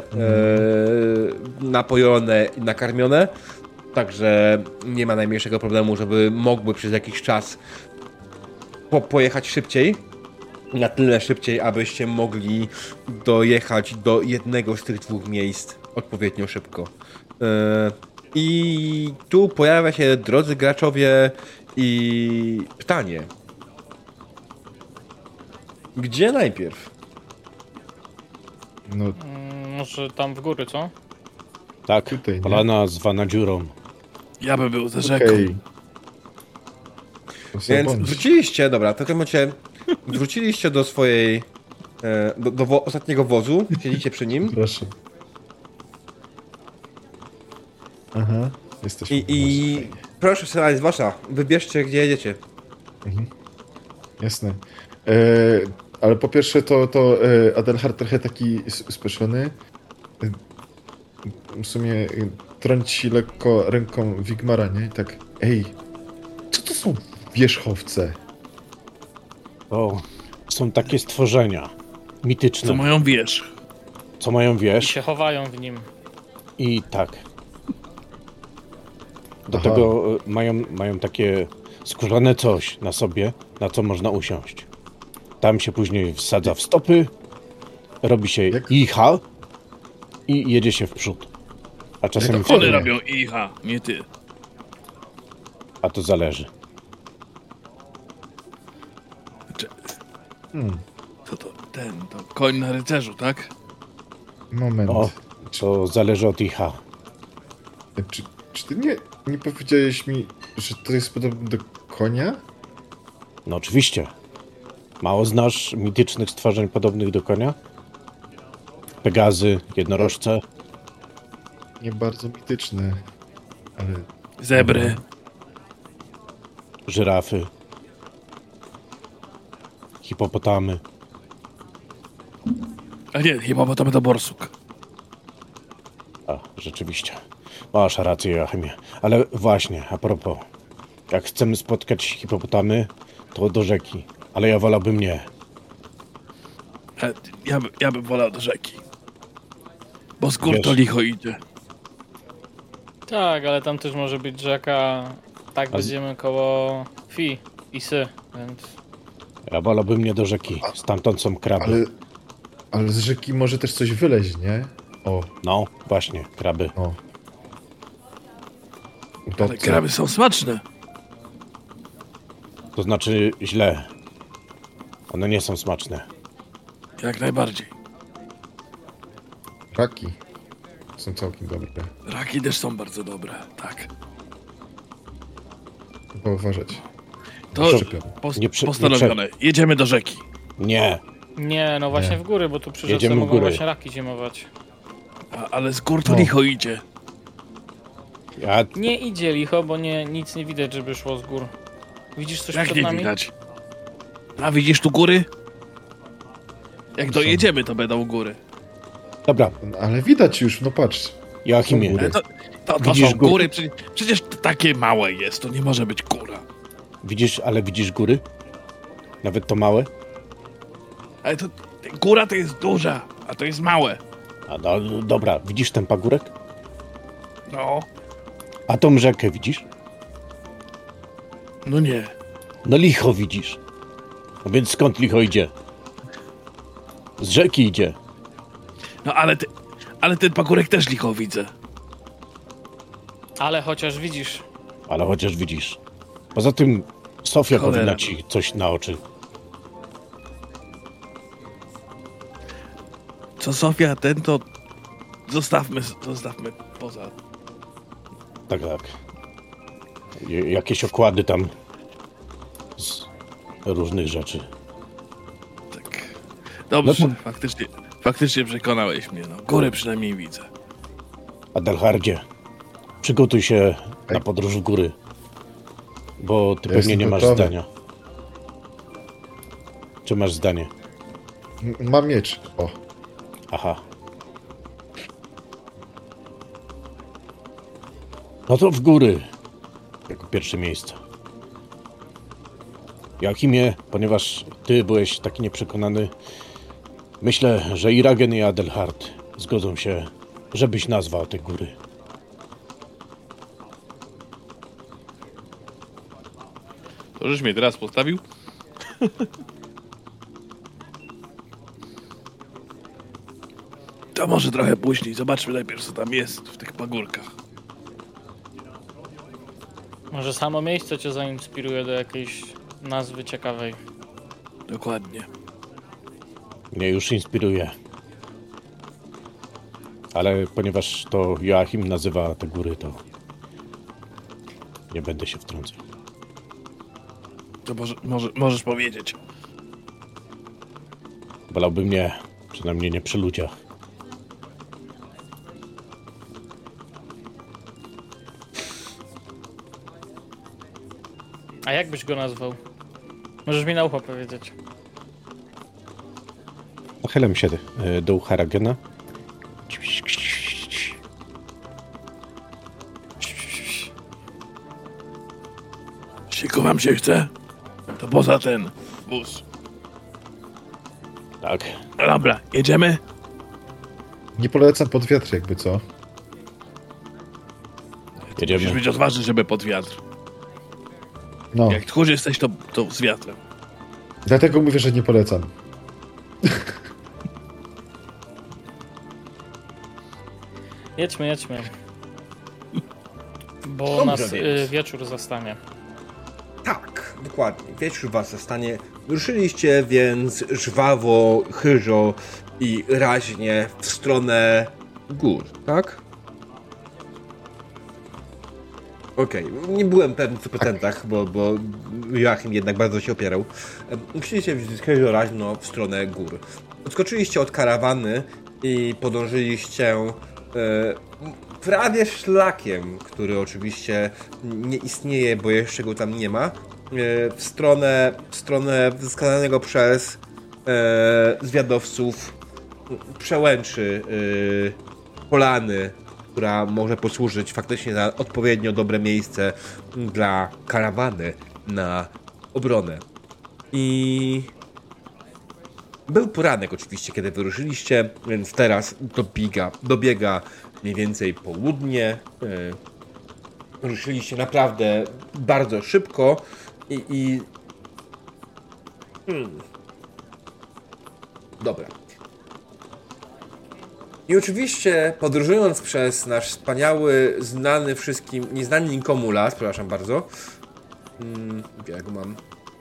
napojone i nakarmione. Także nie ma najmniejszego problemu, żeby mogły przez jakiś czas po, pojechać szybciej. Na tyle szybciej, abyście mogli dojechać do jednego z tych dwóch miejsc odpowiednio szybko. Yy, I tu pojawia się, drodzy graczowie, i pytanie. Gdzie najpierw? No Mm, może tam w góry, co? Tak, Tutaj, nie? polana zwana dziurą. Ja bym był za rzeką. okej. Okay. Więc wróciliście, dobra, w takim momencie wróciliście do swojej, e, do, do wo- ostatniego wozu, siedzicie przy nim. Proszę. Aha, jesteśmy. I, i Fajnie. proszę, sala jest wasza. Wybierzcie, gdzie jedziecie. Jasne. E, ale po pierwsze to, to e, Adelhard trochę taki s- spieszony. E, w sumie e, trąci lekko ręką Wigmara, nie? I tak, ej, co to są wierzchowce? O, są takie stworzenia mityczne, Co mają wierzch. co mają I wierzch się chowają w nim. i tak. Do Aha. tego e, mają, mają takie skórzane coś na sobie, na co można usiąść. Tam się później wsadza w stopy, robi się Jak- icha i jedzie się w przód. A czasem Jak w One Fajnie. robią icha, nie ty. a to zależy. Cze- Hmm, Co to? Ten, to koń na rycerzu, tak? moment. O, to zależy od icha. E, Czy, czy ty nie, nie powiedziałeś mi, że to jest podobne do konia? No oczywiście. Mało znasz mitycznych stworzeń podobnych do konia? Pegazy, jednorożce. Nie bardzo mityczne, ale Zebry. Żyrafy, hipopotamy. A nie, chyba bo to będą borsuk. A, rzeczywiście. Masz rację, Joachimie. Ale właśnie, a propos. Jak chcemy spotkać hipopotamy, to do rzeki. Ale ja wolałbym nie. E, Ja, by, ja bym wolał do rzeki. Bo z gór Wiesz- to licho idzie. Tak, ale tam też może być rzeka. Tak, z- będziemy koło Fi i Sy, więc... Ja wolałbym nie do rzeki. Stamtąd są kraby. Ale, ale z rzeki może też coś wyleźć, nie? O, No, właśnie, kraby. o. To Ale co? kraby są smaczne. To znaczy źle. One nie są smaczne. Jak najbardziej. Raki. są całkiem dobre. Raki też są bardzo dobre, tak. Trzeba uważać. To Szczepione. pos- Nie prze- postanowione. Jedziemy do rzeki. Nie. Nie, no właśnie Nie. w góry, bo tu przy rzece Jedziemy w mogą góry. właśnie raki zimować. A, ale z gór to No. licho idzie. Ja... Nie idzie licho, bo nie, nic nie widać, żeby szło z gór. Widzisz coś Jak przed nie nami? widać? A widzisz tu góry? Jak dojedziemy, to będą góry. Dobra, Ale widać już, no patrz. Joachimie. Są góry. Ale to, to, to Widzisz są góry? góry, przecież, przecież to takie małe jest, to nie może być góra. Widzisz, ale widzisz góry? Nawet to małe? Ale to góra to jest duża, a to jest małe. A no, dobra, widzisz ten pagórek? No, A tą rzekę widzisz? no nie. No licho widzisz. No więc skąd licho idzie? Z rzeki idzie. No ale, ty, ale ten pagórek też licho widzę. Ale chociaż widzisz. Ale chociaż widzisz. Poza tym Sofia Cholera. powinna ci coś na oczy. Co Sofia, ten to zostawmy, zostawmy poza. Tak, tak. J- jakieś okłady tam z różnych rzeczy. Tak. Dobrze, No faktycznie, faktycznie przekonałeś mnie. No. Góry przynajmniej widzę. Adelhardzie, przygotuj się na Tak. podróż w góry. Bo ty Ja pewnie jestem nie masz gotowy. zdania. Czy masz zdanie? M- Mam miecz. O. Aha. No to w góry. Jako pierwsze miejsce. Joachimie, ponieważ ty byłeś taki nieprzekonany, myślę, że i Ragen i Adelhard zgodzą się, żebyś nazwał te góry. To żeś mnie teraz postawił? To może trochę później. Zobaczmy najpierw, co tam jest w tych pagórkach. Może samo miejsce cię zainspiruje do jakiejś nazwy ciekawej. Dokładnie. Mnie już inspiruje. Ale ponieważ to Joachim nazywa te góry, to nie będę się wtrącał. To może, może, możesz powiedzieć. Wolałbym nie, przynajmniej nie przy ludziach. A jak byś go nazwał? Możesz mi na ucho powiedzieć. Nachylam się e, do ucha Ragena. Siku wam się chce? To poza ten wóz. Tak. No dobra, jedziemy? Nie polecam pod wiatr jakby co. Musisz Jedziemy. być odważny, żeby pod wiatr. No, Jak tchórz jesteś, to, to z wiatrem. dlatego mówię, że nie polecam. Jedźmy, jedźmy. Bo Dobrze nas więc. y, wieczór zastanie. Tak, dokładnie. Wieczór was zastanie. Ruszyliście więc żwawo, chyżo i raźnie w stronę gór, tak? Okej, nie byłem pewny w stu procentach, bo, bo Joachim jednak bardzo się opierał. Ruszyliście chyżo raźno w stronę gór. Odskoczyliście od karawany i podążyliście e, prawie szlakiem, który oczywiście nie istnieje, bo jeszcze go tam nie ma, e, w stronę, w stronę wskazanego przez e, zwiadowców przełęczy e, polany, która może posłużyć faktycznie za odpowiednio dobre miejsce dla karawany na obronę. I był poranek oczywiście, kiedy wyruszyliście, więc teraz dobiega, dobiega mniej więcej południe. Yy, ruszyliście naprawdę bardzo szybko i... i... Hmm. Dobra. I oczywiście podróżując przez nasz wspaniały, znany wszystkim, nieznany nikomu las, przepraszam bardzo. Hmm, jak go mam?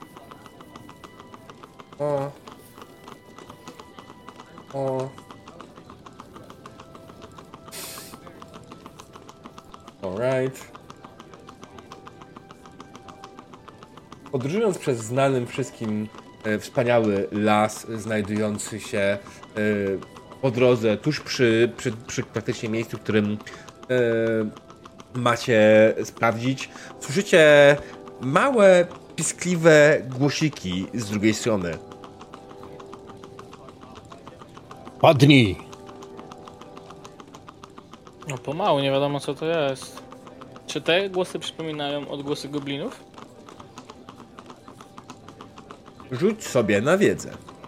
O... O. Alright. Podróżując przez znany wszystkim e, wspaniały las, znajdujący się e, po drodze tuż przy, przy, przy praktycznie miejscu, w którym e, macie sprawdzić, słyszycie małe, piskliwe głosiki z drugiej strony. Padnij! No pomału, nie wiadomo co to jest. Czy te głosy przypominają odgłosy goblinów? Rzuć sobie na wiedzę.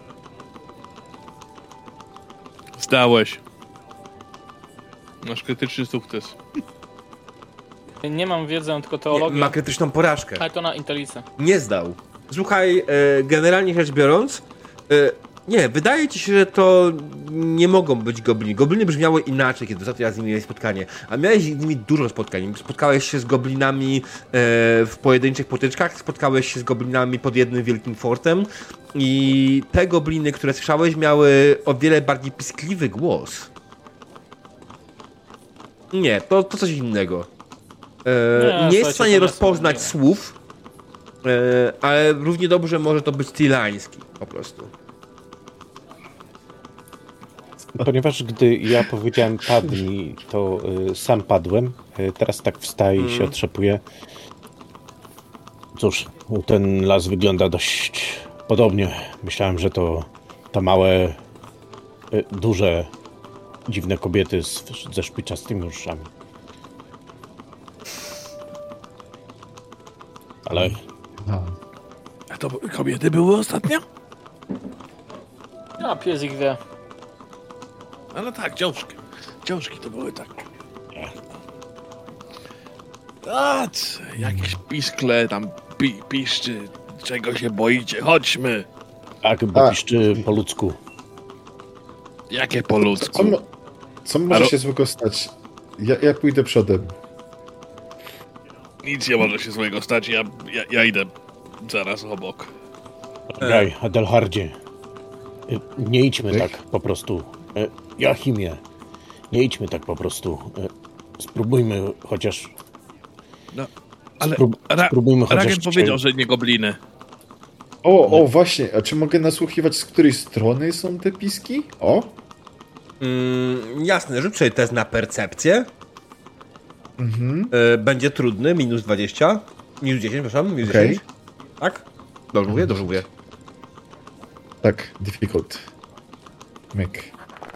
Zdałeś. Masz krytyczny sukces. Nie mam wiedzy, mam tylko Nie, teologię. ma krytyczną porażkę. Ale to na inteligencję. Nie zdał. Słuchaj, e, generalnie rzecz biorąc, e, nie, wydaje ci się, że to nie mogą być gobliny. Gobliny brzmiały inaczej, kiedy ostatni raz z nimi miałeś spotkanie. A miałeś z nimi dużo spotkań. Spotkałeś się z goblinami e, w pojedynczych potyczkach, spotkałeś się z goblinami pod jednym wielkim fortem i te gobliny, które słyszałeś, miały o wiele bardziej piskliwy głos. Nie, to, to coś innego. E, Nie, nie jest w stanie to nie rozpoznać są- słów, e, ale równie dobrze może to być trilański po prostu. Ponieważ gdy ja powiedziałem padnij, to y, sam padłem. Y, teraz tak wstaję i się otrzepuję. Cóż, ten las wygląda dość podobnie. Myślałem, że to te małe, y, duże, dziwne kobiety z, ze szpiczastymi uszami. Ale A, A to kobiety były ostatnio? A pies ich wie. A no tak, dziążki. Dziążki to były tak. A, c- jakieś piskle tam pi, piszczy. Czego się boicie? Chodźmy. tak, bo A. piszczy po ludzku. Jakie po co, ludzku? mo- co może Halo? się złego stać? Ja, ja pójdę przodem. Nic nie może się złego stać. Ja, ja, ja idę zaraz obok. Graj, Adelhardzie. Y, Nie idźmy Ech. tak po prostu. Y, Joachimie, nie idźmy tak po prostu. Y, Spróbujmy chociaż. No, ale Sprób- Ra- spróbujmy chociaż. Ragen dzisiaj- powiedział, że nie gobliny. O, o, właśnie, a czy mogę nasłuchiwać, z której strony są te piski? O, Mm, jasne, rzuć sobie test na percepcję. mhm. E, będzie trudny, minus dwadzieścia. Minus dziesięć, przepraszam, minus Okej. dziesięć. Tak? Dobrze mówię, dobrze mówię. Tak, difficult. Myk.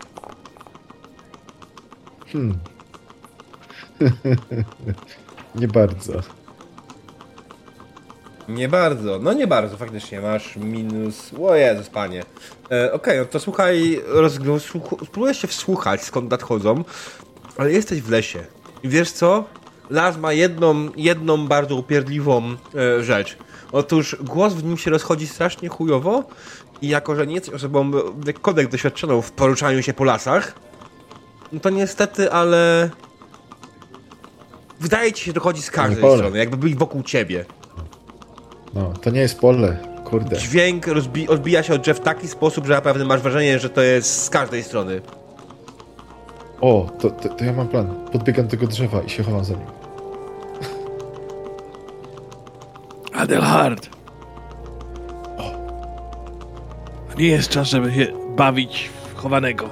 Hmm. Nie bardzo. Nie bardzo, no nie bardzo, faktycznie masz minus. O Jezus, panie. E, Okej, no to słuchaj, rozgl- słuch- spróbujesz się wsłuchać, skąd nadchodzą, ale jesteś w lesie. I wiesz co? Las ma jedną, jedną bardzo upierdliwą e, rzecz. Otóż głos w nim się rozchodzi strasznie chujowo i jako, że nie jesteś osobą jakkolwiek doświadczoną w poruszaniu się po lasach, no to niestety, ale wydaje ci się, że dochodzi z każdej pole. strony, jakby byli wokół ciebie. No, to nie jest pole, kurde. Dźwięk rozbi- odbija się od drzew w taki sposób, że naprawdę masz wrażenie, że to jest z każdej strony. O, to, to, to ja mam plan. Podbiegam do tego drzewa i się chowam za nim. Adelhard. Nie jest czas, żeby się bawić w chowanego.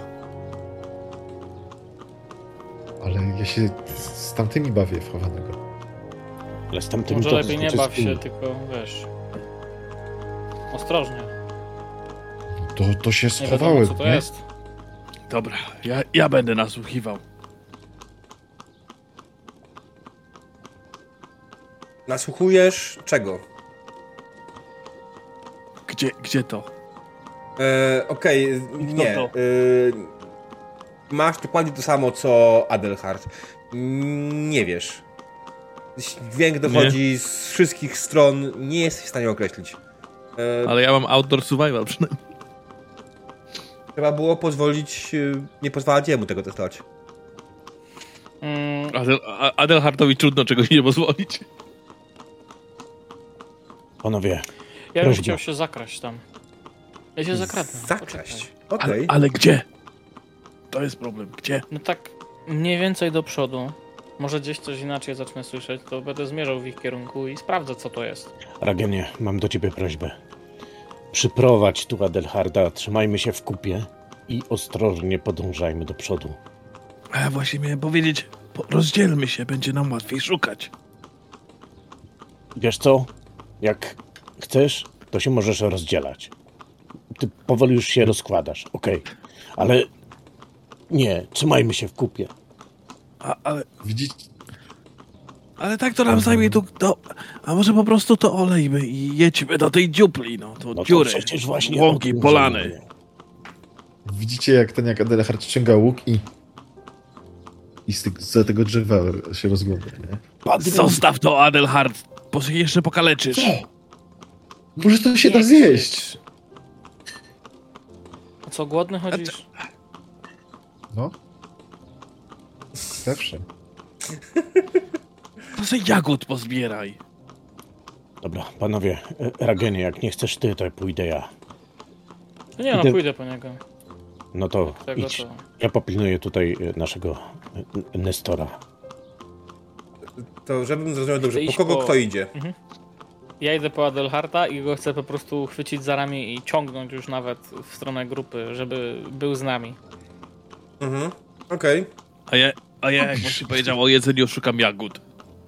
Ale ja się z tamtymi bawię w chowanego. Ale z tamtym Może to lepiej nie znaczy baw z tymi. się, tylko wiesz. Ostrożnie. To, to się Nie wiadomo schowałem, co to nie? jest. Dobra, ja, ja będę nasłuchiwał. Nasłuchujesz czego? Gdzie, gdzie to? E, Okej, nie. to? E, masz dokładnie to samo, co Adelhard. Mm, Nie wiesz. Dźwięk dochodzi z wszystkich stron, nie jesteś w stanie określić. E, Ale ja mam outdoor survival przynajmniej. Trzeba było pozwolić, e, nie pozwalać jemu tego testować. Mm, Adel, A- Adelhardowi trudno czegoś nie pozwolić. Panowie, ja bym Prośba. chciał się zakraść tam. Ja się zakradnę. Zakraść. poczekaj. Okej. Ale, ale gdzie? To jest problem. Gdzie? No tak mniej więcej do przodu. Może gdzieś coś inaczej zacznę słyszeć, to będę zmierzał w ich kierunku i sprawdzę, co to jest. Ragenie, mam do ciebie prośbę. Przyprowadź tu Adelharda, trzymajmy się w kupie i ostrożnie podążajmy do przodu. A ja właśnie miałem powiedzieć, rozdzielmy się, będzie nam łatwiej szukać. Wiesz co? Jak chcesz, to się możesz rozdzielać. Ty powoli już się rozkładasz, okej. Okay. Ale nie, trzymajmy się w kupie. A, ale... Widzicie? Ale tak to nam zajmie tu... To, a może po prostu to olejmy i jedźmy do tej dziupli, no. To No to dziury, przecież właśnie łąki, o tym polany. mówię. Widzicie, jak ten, jak Adelhard ściąga łuk i... I z, te, z tego drzewa się rozgląda, nie? Padł. Zostaw to, Adelhard, bo się jeszcze pokaleczysz. Co? Może to się da zjeść? A co, głodny chodzisz? No. Zawsze. To sobie jagód pozbieraj. Dobra, panowie, e, Ragenie, jak nie chcesz ty, to pójdę ja. No nie, no Idę- pójdę po niego. No to Tego idź. to... Ja popilnuję tutaj e, naszego e, Nestora. To żebym zrozumiał dobrze, Chcę po iść kogo po- kto idzie? Ja idę po Adelharta i go chcę po prostu chwycić za ramię i ciągnąć już nawet w stronę grupy, żeby był z nami. Mhm, okej. A ja, a ja jak właśnie powiedział o jedzeniu, szukam jagód.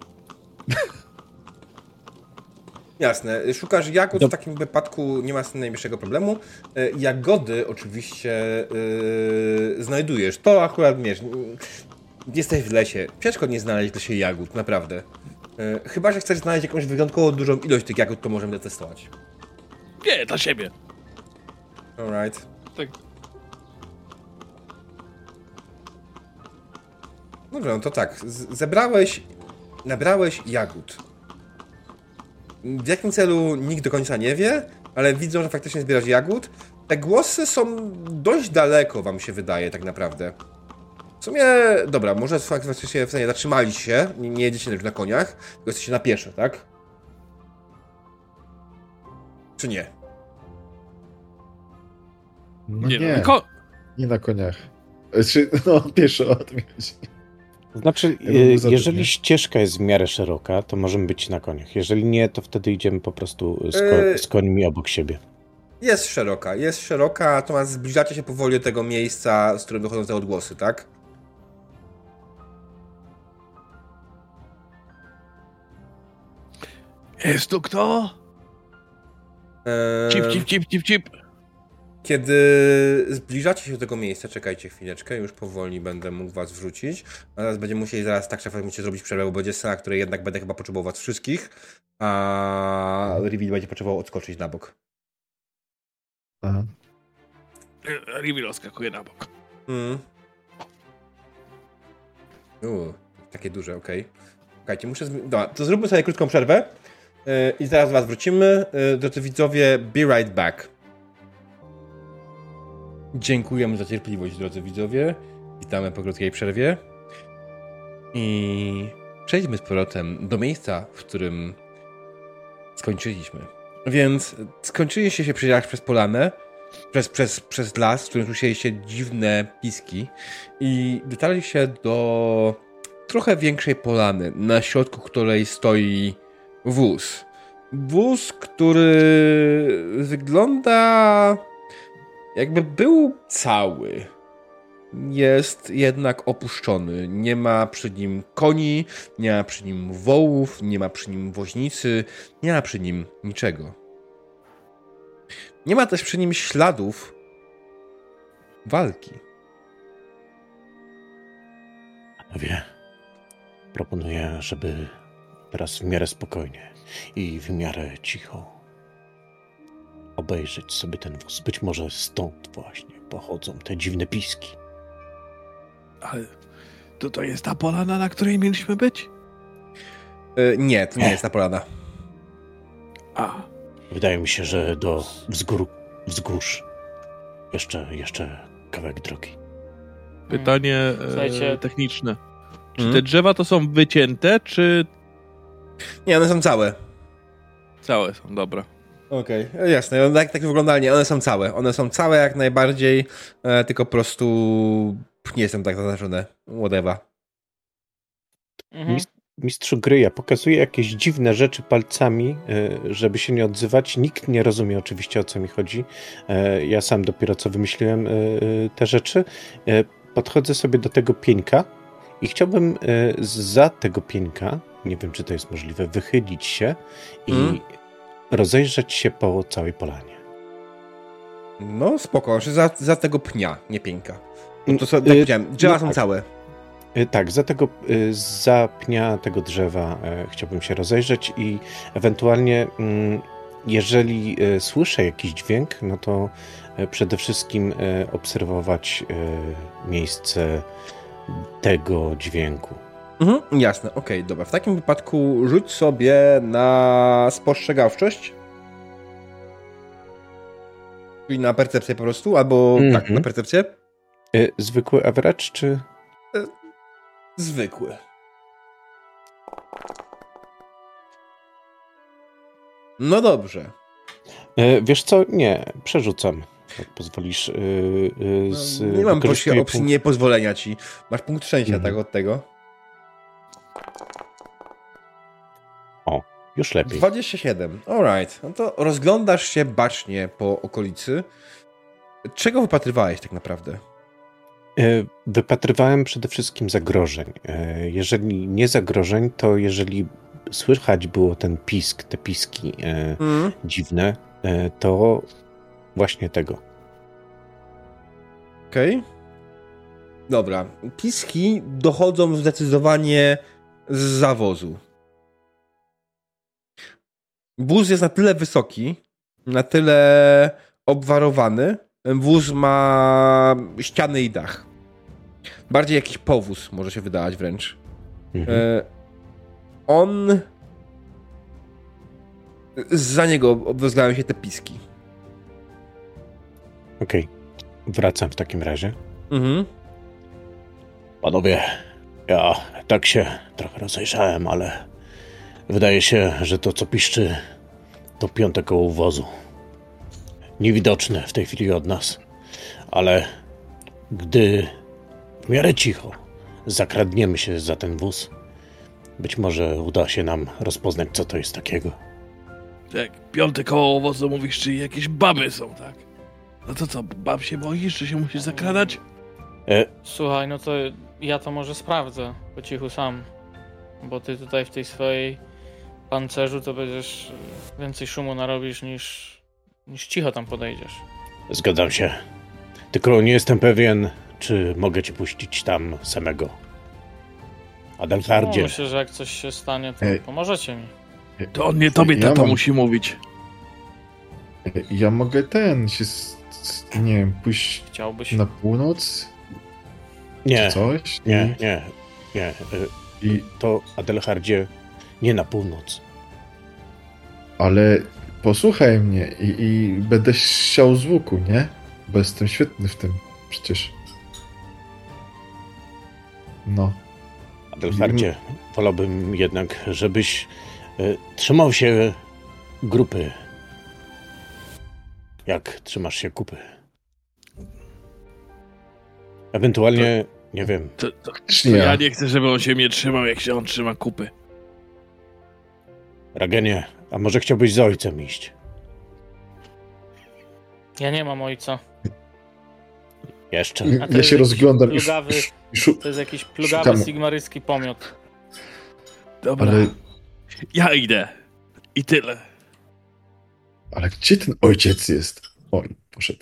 Jasne. Szukasz jagód, Dob- w takim wypadku nie ma z tym najmniejszego problemu. E, Jagody oczywiście yy, znajdujesz. To akurat, wiesz, mm, jesteś w lesie. Ciężko nie znaleźć w lesie jagód, naprawdę. E, Chyba, że chcesz znaleźć jakąś wyjątkowo dużą ilość tych jagód, to możemy testować. Nie, dla siebie. Alright. Tak. Dobrze, no to tak. Z- Zebrałeś, nabrałeś jagód. W jakim celu nikt do końca nie wie, ale widzą, że faktycznie zbierasz jagód. Te głosy są dość daleko, wam się wydaje, tak naprawdę. W sumie, dobra, może faktycznie w stanie zatrzymaliście się, nie, nie jedziecie już na koniach, tylko jesteście na pieszo, tak? Czy nie? No Nie, nie, no, ko- nie na koniach. Czy, no, pieszo, o tym chodzi. Znaczy, Ja bym e, za tym, jeżeli nie? ścieżka jest w miarę szeroka, to możemy być na koniach. Jeżeli nie, to wtedy idziemy po prostu z, ko- Yy. z końmi obok siebie. Jest szeroka, jest szeroka, natomiast zbliżacie się powoli do tego miejsca, z którego wychodzą te odgłosy, tak? Jest tu kto? Eee, Cip, cip, cip, cip, cip. Kiedy zbliżacie się do tego miejsca, czekajcie chwileczkę, już powoli będę mógł was wrzucić. A teraz będziemy musieli zaraz tak szefem musicie zrobić przerwę, bo będzie scena, której jednak będę chyba potrzebował was wszystkich, a Reveal będzie potrzebował odskoczyć na bok. Aha. Rivi rozskakuje na bok. Mm. Uuu, takie duże, okej. Okay. Czekajcie, muszę... Zmi- Dobra, to zróbmy sobie krótką przerwę yy, i zaraz was wrócimy. Yy, drodzy widzowie, be right back. Dziękujemy za cierpliwość, drodzy widzowie. Witamy po krótkiej przerwie. I przejdźmy z powrotem do miejsca, w którym skończyliśmy. Więc skończyliście się przejechać przez polanę, przez, przez, przez las, w którym słyszeliście dziwne piski i dotarliście do trochę większej polany, na środku której stoi wóz. Wóz, który wygląda jakby był cały. Jest jednak opuszczony. Nie ma przy nim koni, nie ma przy nim wołów, nie ma przy nim woźnicy, nie ma przy nim niczego. Nie ma też przy nim śladów walki. Wie, proponuję, żeby teraz w miarę spokojnie i w miarę cicho obejrzeć sobie ten wóz. Być może stąd właśnie pochodzą te dziwne piski. Ale to, to jest ta polana, na której mieliśmy być? Yy, nie, to nie jest ta polana. A, Wydaje mi się, że do wzgór, wzgórz jeszcze, jeszcze kawałek drogi. pytanie e, Słuchajcie. techniczne. Czy Hmm? te drzewa to są wycięte, czy Nie, one są całe. całe są? Dobra. Okej, okay. Jasne, tak, tak wygląda, nie, one są całe. One są całe jak najbardziej, e, tylko po prostu nie jestem tak zaznaczone. Whatever. Mhm. Mist- mistrzu gry, ja pokazuję jakieś dziwne rzeczy palcami, e, żeby się nie odzywać. Nikt nie rozumie oczywiście, o co mi chodzi. E, ja sam dopiero co wymyśliłem e, te rzeczy. E, podchodzę sobie do tego pieńka i chciałbym e, za tego pieńka, nie wiem, czy to jest możliwe, wychylić się i Mm. rozejrzeć się po całej polanie. No spoko, że za, za tego pnia, nie pieńka. Bo to są, tak Y, powiedziałem, drzewa no są tak. całe. E, Tak, za tego, e, za pnia tego drzewa e, chciałbym się rozejrzeć i ewentualnie, mm, jeżeli e, słyszę jakiś dźwięk, no to e, przede wszystkim e, obserwować e, miejsce tego dźwięku. Mhm, jasne, okej, dobra. W takim wypadku rzuć sobie na spostrzegawczość. Czyli na percepcję po prostu, albo Mhm. tak, na percepcję. E, Zwykły average, czy... Zwykły. No dobrze. E, Wiesz co? Nie, przerzucam. Jak pozwolisz. e, e, Z, No, nie mam wykorzystuję opcji, opcji punkt- niepozwolenia ci. Masz punkt szczęścia, Mhm. tak, od tego. Już lepiej. dwadzieścia siedem. Alright. No to rozglądasz się bacznie po okolicy. Czego wypatrywałeś tak naprawdę? E, Wypatrywałem przede wszystkim zagrożeń. E, Jeżeli nie zagrożeń, to jeżeli słychać było ten pisk, te piski e, Mm. dziwne, e, to właśnie tego. Okej. Okay. Dobra. Piski dochodzą zdecydowanie z zawozu. Wóz jest na tyle wysoki, na tyle obwarowany. Wóz ma ściany i dach. Bardziej jakiś powóz może się wydawać wręcz. Mhm. E, on... Za niego rozglają się te piski. Okej. Wracam w takim razie. Mhm. Panowie, ja tak się trochę rozejrzałem, ale wydaje się, że to, co piszczy, to piąte koło wozu. Niewidoczne w tej chwili od nas, ale gdy w miarę cicho zakradniemy się za ten wóz, być może uda się nam rozpoznać, co to jest takiego. Tak, piąte koło owocu mówisz, czy jakieś baby są, tak? No to co, bab się boisz, czy się musisz zakradać? E, Słuchaj, no to ja to może sprawdzę po cichu sam. Bo ty tutaj w tej swojej pancerzu to będziesz więcej szumu narobisz niż, niż cicho tam podejdziesz. Zgadzam się. Tylko nie jestem pewien, czy mogę ci puścić tam samego. No, Adelhardzie. myślę, że jak coś się stanie, to Ej. pomożecie mi. To on nie tobie, Ja tato, mam- musi mówić. Ja mogę ten się, s- s- nie wiem, pójść Chciałbyś? na północ? Nie, Czy coś? nie, nie, nie. Y, I, To Adelhardzie nie na północ. ale posłuchaj mnie i, i będę siał z łuku, nie? Bo jestem świetny w tym przecież. No. Adelhardzie, wolałbym jednak, żebyś y, trzymał się grupy. Jak trzymasz się kupy. Ewentualnie, nie wiem, To, to, to Faktycznie ja ja. nie chcę, żeby on się mnie trzymał, jak się on trzyma kupy. Ragenie, a może chciałbyś z ojcem iść? Ja nie mam ojca. Jeszcze. A to Ja jest się jakiś rozglądam i, plugawy, sz- i szu- to jest jakiś plugawy Szukam. sigmaryjski pomiot. Dobra, ale, ja idę. I tyle. ale gdzie ten ojciec jest? Oj, poszedł.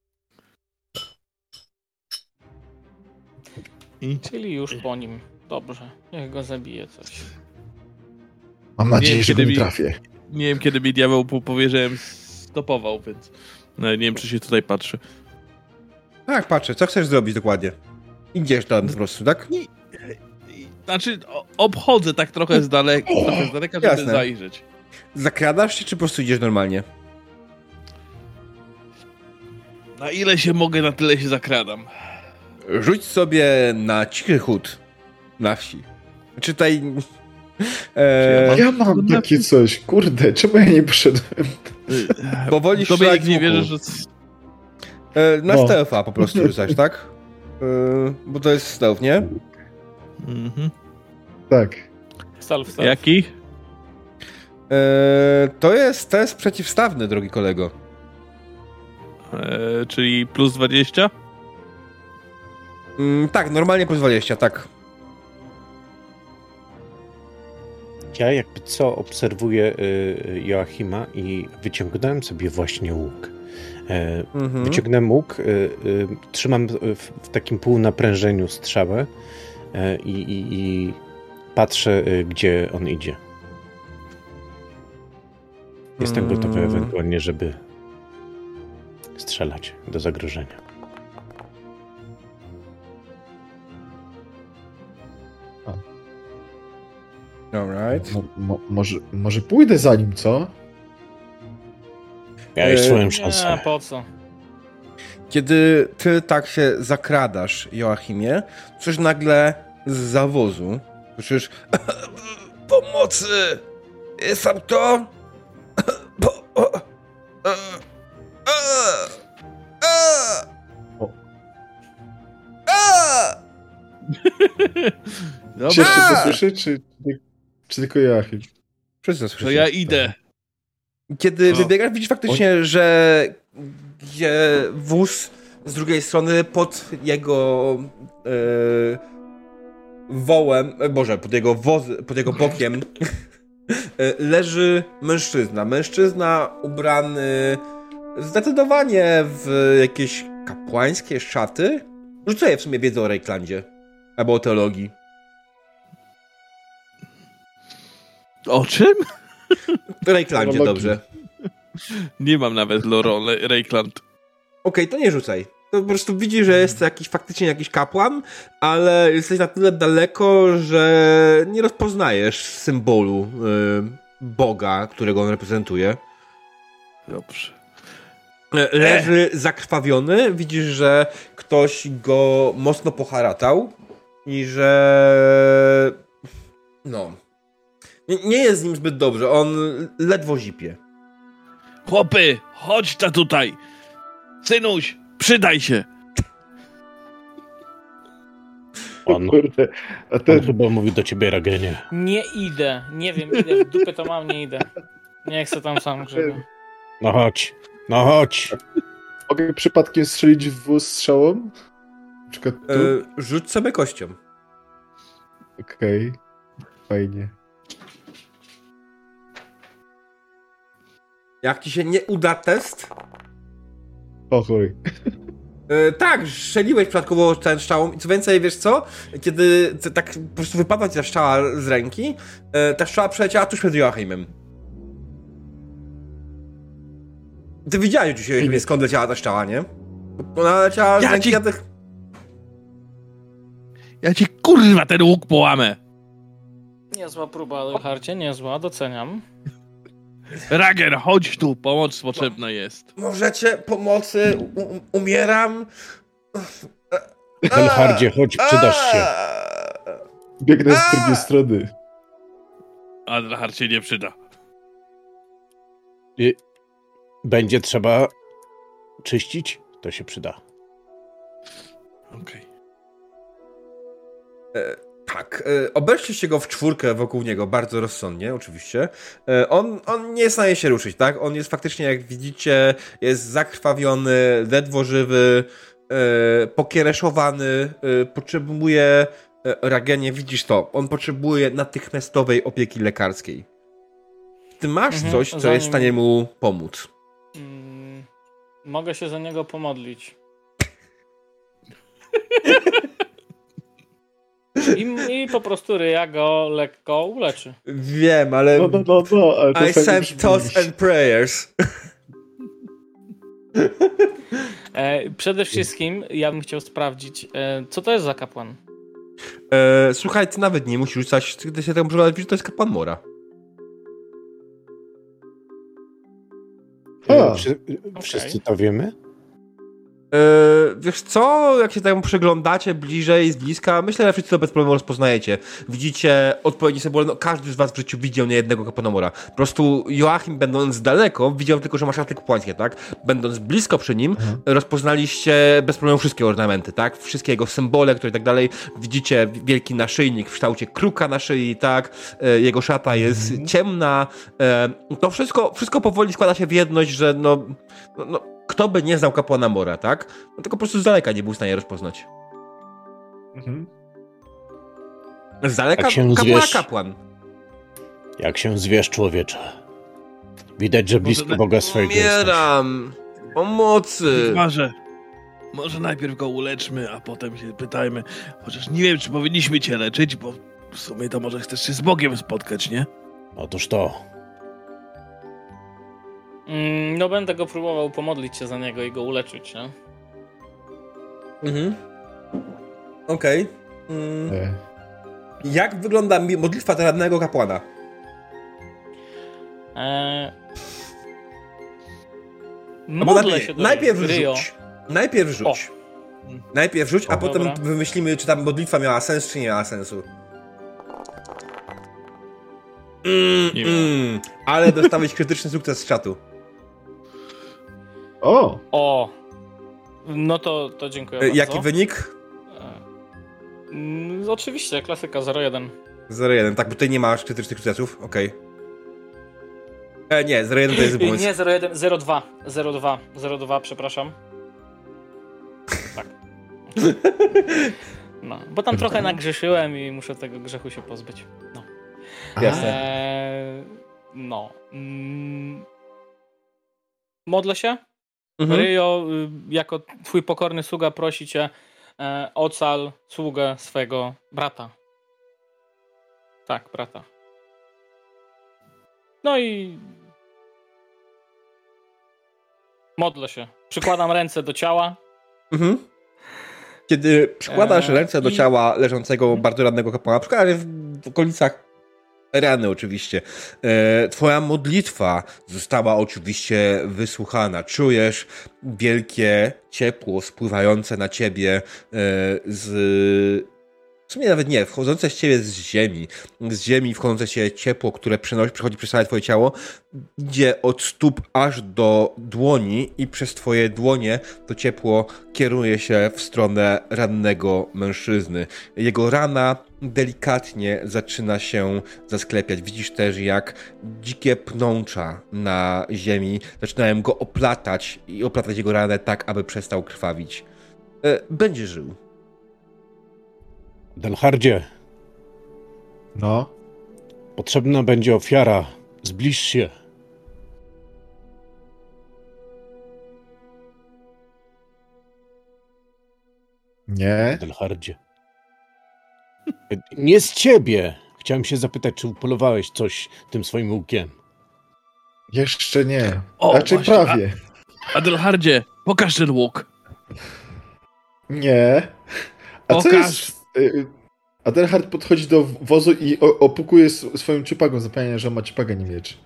Czyli już po nim. Dobrze, niech go zabije coś. Mam nadzieję, Nie, że go kiedy nie mi- trafię. Nie wiem, kiedy mi diabeł po- powie, że stopował, więc... No, nie wiem, czy się tutaj patrzy. Tak, patrzę. Co chcesz zrobić dokładnie? Idziesz tam po prostu, tak? I- Znaczy, o- obchodzę tak trochę z daleka, trochę z daleka, żeby Jasne. zajrzeć. Zakradasz się, czy po prostu idziesz normalnie? Na ile się mogę, na tyle się zakradam. Rzuć sobie na cichy chód na wsi. Czy tutaj... E, Ja mam takie coś, kurde, czemu ja nie poszedłem? Powoli Tobie strzelać nikt nie z łuku. wierzy, że... e, na No. stealtha po prostu rzucać, tak? E, bo to jest stealth, nie? Mhm. Tak. Self, self. Jaki? E, to jest test przeciwstawny, drogi kolego. E, czyli plus dwadzieścia? Mm, tak, normalnie plus dwadzieścia, tak. Ja jakby co obserwuję y, Joachima i wyciągnąłem sobie właśnie łuk. E, Mhm. Wyciągnąłem łuk, y, y, trzymam w, w takim półnaprężeniu strzałę e, i, i, i patrzę, y, gdzie on idzie. Jestem Mm. gotowy ewentualnie, żeby strzelać do zagrożenia. Alright. Mo, mo, może, może pójdę za nim, co? Miałeś E, swoją Nie, szansę. po co? Kiedy ty tak się zakradasz, Joachimie, coś nagle z zawozu słyszysz pomocy! Jest tam to? Po, o, e, e, e, O. e. Dobra, Wszyscy to A! słyszy, czy, czy tylko Joachim? Wszyscy to słyszą. ja idę. Kiedy O. wybiegasz, widzisz faktycznie, że je wóz z drugiej strony pod jego e, wołem, e, Boże, pod jego woz, pod jego bokiem e, leży mężczyzna. Mężczyzna ubrany zdecydowanie w jakieś kapłańskie szaty. Rzucaj w sumie wiedzę o Reiklandzie. Albo o teologii. O czym? W Reiklandzie, Teologii. dobrze. Nie mam nawet Loron Reikland. Okej, to nie rzucaj. To po prostu widzisz, że jest to jakiś faktycznie jakiś kapłan, ale jesteś na tyle daleko, że nie rozpoznajesz symbolu y, Boga, którego on reprezentuje. Dobrze. E, Leży zakrwawiony, widzisz, że ktoś go mocno poharatał i że no nie, nie jest z nim zbyt dobrze, on ledwo zipie. Chłopy, chodź ta tutaj. Synuś, przydaj się. On, Kurde, a on ten... chyba mówił do ciebie, Ragenie. Nie idę. Nie wiem, idę w dupę to mam, nie idę. Nie chcę tam sam grzebię. No chodź, no chodź. Mogę przypadkiem strzelić w wóz strzałą? Na przykład tu? E, rzuć sobie kością. Okej. Fajnie. Jak ci się nie uda test, O chuj. E, tak, strzeliłeś przypadkowo ten strzałą i co więcej, wiesz co? Kiedy t- tak po prostu wypadła ci ta strzała z ręki, e, ta strzała przeleciała tuż przed Joachimem. Ty widziałeś dzisiaj, skąd leciała ta strzała, nie? Ona leciała z Ja ręki ci- na tych... Ja ci kurwa ten łuk połamę. Niezła próba, ale harcie, niezła, doceniam. Rager, chodź tu, pomoc potrzebna jest. Możecie pomocy, u- u- umieram. Elhardzie, chodź, przydasz się. Biegnę z A! drugiej strony. A Drachar się nie przyda. I będzie trzeba czyścić? To się przyda. Okej. Tak, e, obeszliście go w czwórkę wokół niego, bardzo rozsądnie, oczywiście. E, on, on nie jest w stanie się ruszyć, tak? On jest faktycznie, jak widzicie, jest zakrwawiony, ledwo żywy, e, pokiereszowany, e, potrzebuje e, Ragenie, widzisz to, on potrzebuje natychmiastowej opieki lekarskiej. Ty masz Mhm, coś, co zanim- jest w stanie mu pomóc. Mm, mogę się za niego pomodlić. I, I po prostu ryja go lekko uleczy. Wiem, ale No, no, no, no, ale to I fajnie sent brzmi. thoughts and prayers. E, przede wszystkim ja bym chciał sprawdzić, e, co to jest za kapłan? E, słuchaj, ty nawet nie musisz rzucać, ty się tego przyglądać, że to jest kapłan Mora. A. Wszy- Wszyscy to wiemy? Yy, wiesz co, jak się temu przyglądacie bliżej, z bliska, myślę, że wszyscy to bez problemu rozpoznajecie. Widzicie odpowiednie symbole, no każdy z was w życiu widział nie jednego kapłanomora. Po prostu Joachim, będąc daleko, widział tylko, że ma szatę kapłańskie, tak? Będąc blisko przy nim, mhm. rozpoznaliście bez problemu wszystkie ornamenty, tak? Wszystkie jego symbole, które i tak dalej. Widzicie wielki naszyjnik w kształcie kruka na szyi, tak? Yy, jego szata jest mhm. ciemna. Yy, to wszystko, wszystko powoli składa się w jedność, że no... no, no kto by nie znał kapłana Mora, tak? No tylko po prostu z daleka nie był w stanie rozpoznać. Mhm. Z daleka kapłan, zwierz, kapłan. Jak się zwiesz, człowiecze? Widać, że blisko na... Boga swojego Umieram! Pomocy! Może, może najpierw go uleczmy, a potem się pytajmy. Chociaż nie wiem, czy powinniśmy cię leczyć, bo w sumie to może chcesz się z Bogiem spotkać, nie? Otóż to. No będę go próbował pomodlić się za niego i go uleczyć, nie? Mhm. Okej. Okay. Mm. Jak wygląda modlitwa rannego kapłana? Eee... Modlę najpierw, się do najpierw rzuć. Najpierw rzuć. O. Najpierw rzuć, a o, potem dobra. wymyślimy, czy ta modlitwa miała sens, czy nie miała sensu. Mm, mm. Ale dostałeś krytyczny sukces z czatu. O! O! No to, to dziękuję bardzo. Jaki wynik? E, oczywiście, klasyka zero jeden. zero jeden, tak, bo tutaj nie masz krytycznych sukcesów, okej. Okay. E, nie, zero jeden to jest błąd. Nie, zero jeden, zero dwa, zero dwa, zero dwa, przepraszam. Tak. No, bo tam trochę nagrzeszyłem i muszę tego grzechu się pozbyć. No. Jasne. E, no. Mm, modlę się. Mhm. Ryjo, jako twój pokorny sługa prosi cię, e, ocal sługę swego brata. Tak, brata. No i modlę się. Przykładam ręce do ciała. Mhm. Kiedy przykładasz e, ręce do i... ciała leżącego bardzo rannego kapłana, przykładasz w okolicach rany oczywiście. E, twoja modlitwa została oczywiście wysłuchana. Czujesz wielkie ciepło spływające na ciebie e, z... W sumie nawet nie, wchodzące z ciebie z ziemi. Z ziemi wchodzące się ciepło, które przenosi, przechodzi przez całe twoje ciało, idzie od stóp aż do dłoni i przez twoje dłonie to ciepło kieruje się w stronę rannego mężczyzny. Jego rana delikatnie zaczyna się zasklepiać. Widzisz też, jak dzikie pnącza na ziemi zaczynają go oplatać i oplatać jego ranę tak, aby przestał krwawić. Będzie żył. Adelhardzie. No? Potrzebna będzie ofiara. Zbliż się. Nie? Adelhardzie. Nie z ciebie. Chciałem się zapytać, czy upolowałeś coś tym swoim łukiem. Jeszcze nie. O, znaczy właśnie, prawie. Adelhardzie, pokaż ten łuk. Nie. A pokaż. Co jest... Adelhard podchodzi do wozu i opukuje swoją ciupagą, zapewniając, że ma ciupagę, nie miecz.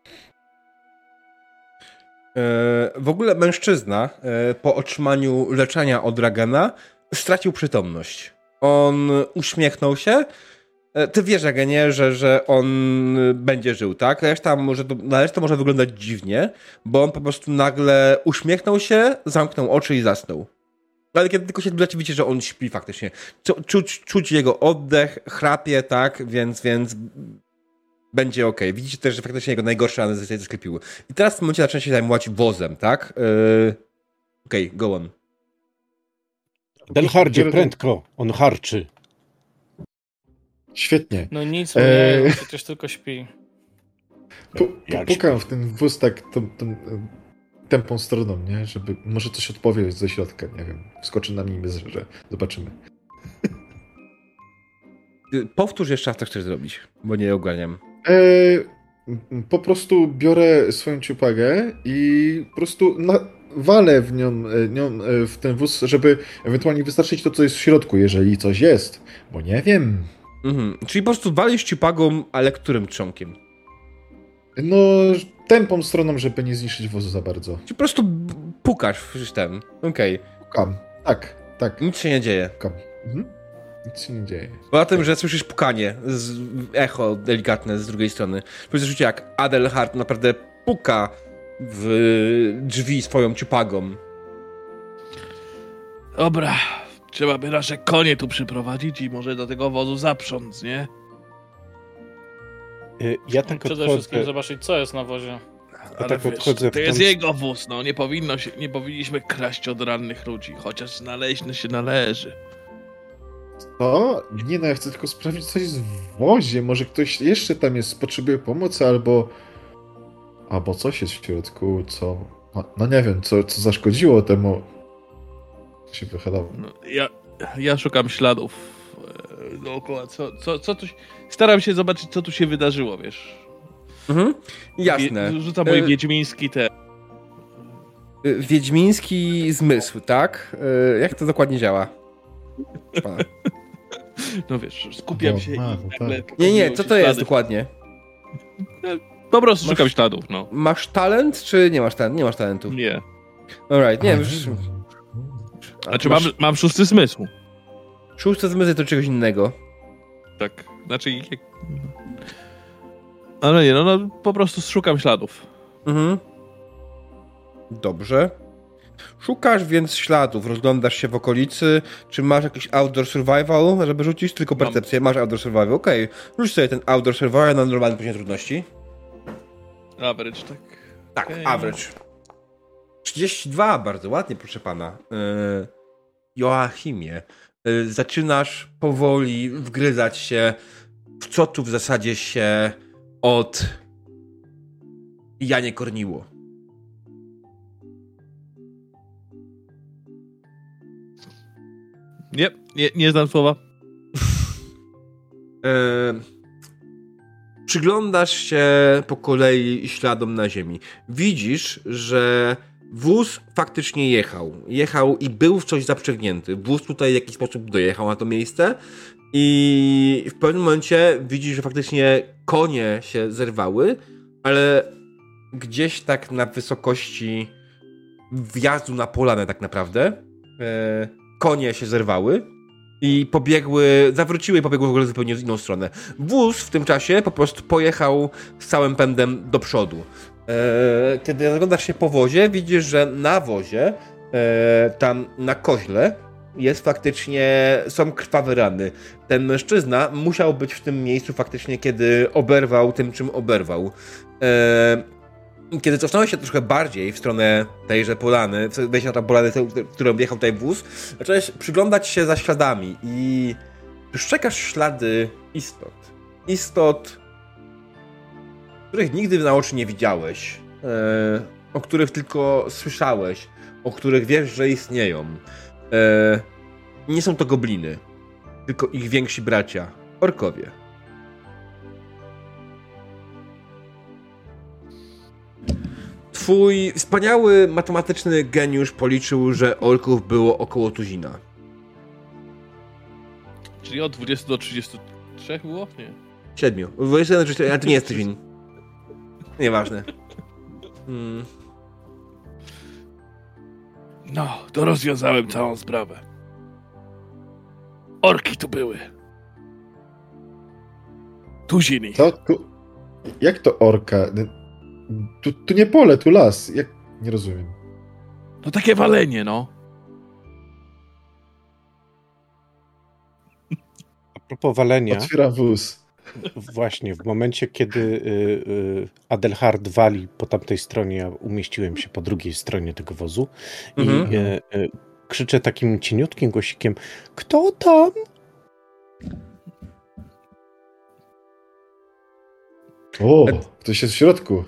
W ogóle mężczyzna po otrzymaniu leczenia od Ragana stracił przytomność. On uśmiechnął się. Ty wiesz, Raganie, że, że on będzie żył, tak? Reszta może, na resztę może wyglądać dziwnie, bo on po prostu nagle uśmiechnął się, zamknął oczy i zasnął. Ale kiedy tylko się zbliżacie, widzicie, że on śpi faktycznie. Czuć, czuć jego oddech, chrapie, tak? Więc, więc będzie okej. Okay. Widzicie też, że faktycznie jego najgorsze rany zostały zasklepiły. I teraz w tym momencie zaczyna się zajmować wozem, tak? Yy... Okej, okay, go on. Adelhardzie, prędko, on harczy. Świetnie. No nic, eee... nie, przecież tylko śpi. P- pukam w ten wóz tak tą, tą, tępą stroną, nie? Żeby może coś odpowie ze środka, nie wiem. Wskoczy na nim, że zobaczymy. Powtórz jeszcze raz, co chcesz zrobić, bo nie ogarniam. Eee, po prostu biorę swoją ciupagę i po prostu na, walę w nią, nią, w ten wóz, żeby ewentualnie wystarczyć to, co jest w środku, jeżeli coś jest, bo nie wiem. Mhm. Czyli po prostu walisz ciupagą, ale którym trzonkiem? No, tępą stroną, żeby nie zniszczyć wozu za bardzo. Czyli po prostu pukasz w ten, okej. Okay. Pukam. Tak, tak. Nic się nie dzieje. Pukam. Mhm. Nic się nie dzieje. Poza tym, że słyszysz pukanie, z, echo delikatne z drugiej strony. Słyszysz, jak Adelhard naprawdę puka w drzwi swoją ciupagą. Dobra, trzeba by nasze konie tu przyprowadzić i może do tego wozu zaprząc, nie? Y, Ja tak Przede odchodzę, wszystkim zobaczyć, co jest na wozie. Ale tak wiesz, odchodzę w to jest tą- jego wóz, no nie powinno się, nie powinniśmy kraść od rannych ludzi, chociaż znaleźć się należy. To? Nie no, ja chcę tylko sprawdzić, co jest w wozie. Może ktoś jeszcze tam jest, potrzebuje pomocy, albo... Albo coś jest w środku, co... No, no nie wiem, co, co zaszkodziło temu... się wychadało. No, ja, ja szukam śladów e, dookoła, co, co, co tu się... Staram się zobaczyć, co tu się wydarzyło, wiesz. Mhm. Jasne. Wie, rzucam mój Y- wiedźmiński te... Y, Wiedźmiński zmysł, tak? Y, Jak to dokładnie działa? Pana. No wiesz, skupiam No, się no, i tak. nagle... Nie, pokazują nie, się co to jest ślady. dokładnie? Po prostu Masz- szukam śladów, no. Masz talent, czy nie masz talentu? Nie masz talentu. Nie. Alright, nie, A, już... Znaczy mam, mam szósty zmysł. Szósty zmysł to czegoś innego. Tak, znaczy... jak- Ale nie, no, no po prostu szukam śladów. Mhm. Dobrze. Szukasz więc śladów, rozglądasz się w okolicy. Czy masz jakiś outdoor survival, żeby rzucić? Tylko Mam. percepcję. Masz outdoor survival, okej. Rzuć sobie ten outdoor survival na normalnym poziomie trudności. Average, tak. Tak, Okej. average. trzydzieści dwa, bardzo ładnie, proszę pana. Yy, Joachimie, yy, zaczynasz powoli wgryzać się w co tu w zasadzie się od Janie korniło. Nie, nie, nie znam słowa. Yy, przyglądasz się po kolei śladom na ziemi. Widzisz, że wóz faktycznie jechał. Jechał i był w coś zaprzęgnięty. Wóz tutaj w jakiś sposób dojechał na to miejsce i w pewnym momencie widzisz, że faktycznie konie się zerwały, ale gdzieś tak na wysokości wjazdu na polanę tak naprawdę yy, konie się zerwały i pobiegły, zawróciły i pobiegły w ogóle zupełnie w inną stronę. Wóz w tym czasie po prostu pojechał z całym pędem do przodu. Eee, kiedy rozglądasz się po wozie, widzisz, że na wozie, eee, tam na koźle, jest faktycznie, są krwawe rany. Ten mężczyzna musiał być w tym miejscu faktycznie, kiedy oberwał tym, czym oberwał. Eee, Kiedy cofnąłeś się troszkę bardziej w stronę tejże polany, wejść na tę polanę, w którą wjechał tutaj wóz, zacząłeś przyglądać się za śladami i dostrzegasz ślady istot. Istot, których nigdy na oczy nie widziałeś, e, o których tylko słyszałeś, o których wiesz, że istnieją. E, nie są to gobliny, tylko ich więksi bracia, orkowie. Twój wspaniały matematyczny geniusz policzył, że orków było około tuzina. Czyli od dwudziestu do trzydziestu trzech było? Nie. Siedmiu. dwadzieścia jeden, ale to nie jest tuzin. Nieważne. Hmm. No, to rozwiązałem całą sprawę. Orki tu były. Tuziny. Co? Tu... Jak to orka? Tu, tu nie pole, tu las. Jak... Nie rozumiem. No takie walenie, no. A propos walenia, Otwiera wóz. właśnie w momencie, kiedy y, y, Adelhard wali po tamtej stronie, ja umieściłem się po drugiej stronie tego wozu Mhm. i y, y, krzyczę takim cieniutkim głosikiem: kto tam? O, ktoś jest w środku.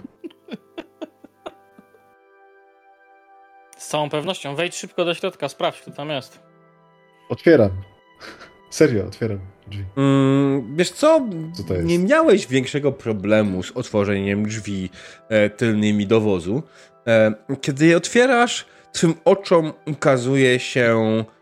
Z całą pewnością. Wejdź szybko do środka, sprawdź, kto tam jest. Otwieram. Serio, otwieram drzwi. Mm, wiesz co? Co to jest? Nie miałeś większego problemu z otworzeniem drzwi e, tylnymi do wozu. E, kiedy je otwierasz, twym oczom ukazuje się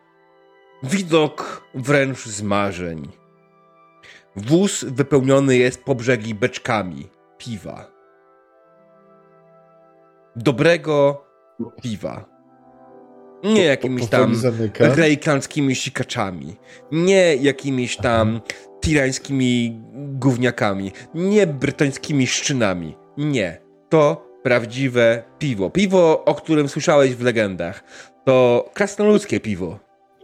widok wręcz z marzeń. Wóz wypełniony jest po brzegi beczkami piwa. Dobrego piwa. Nie jakimiś tam zamyka. rejkanskimi sikaczami. Nie jakimiś tam tirańskimi gówniakami. Nie brytońskimi szczynami. Nie. To prawdziwe piwo. Piwo, o którym słyszałeś w legendach. To krasnoludzkie piwo.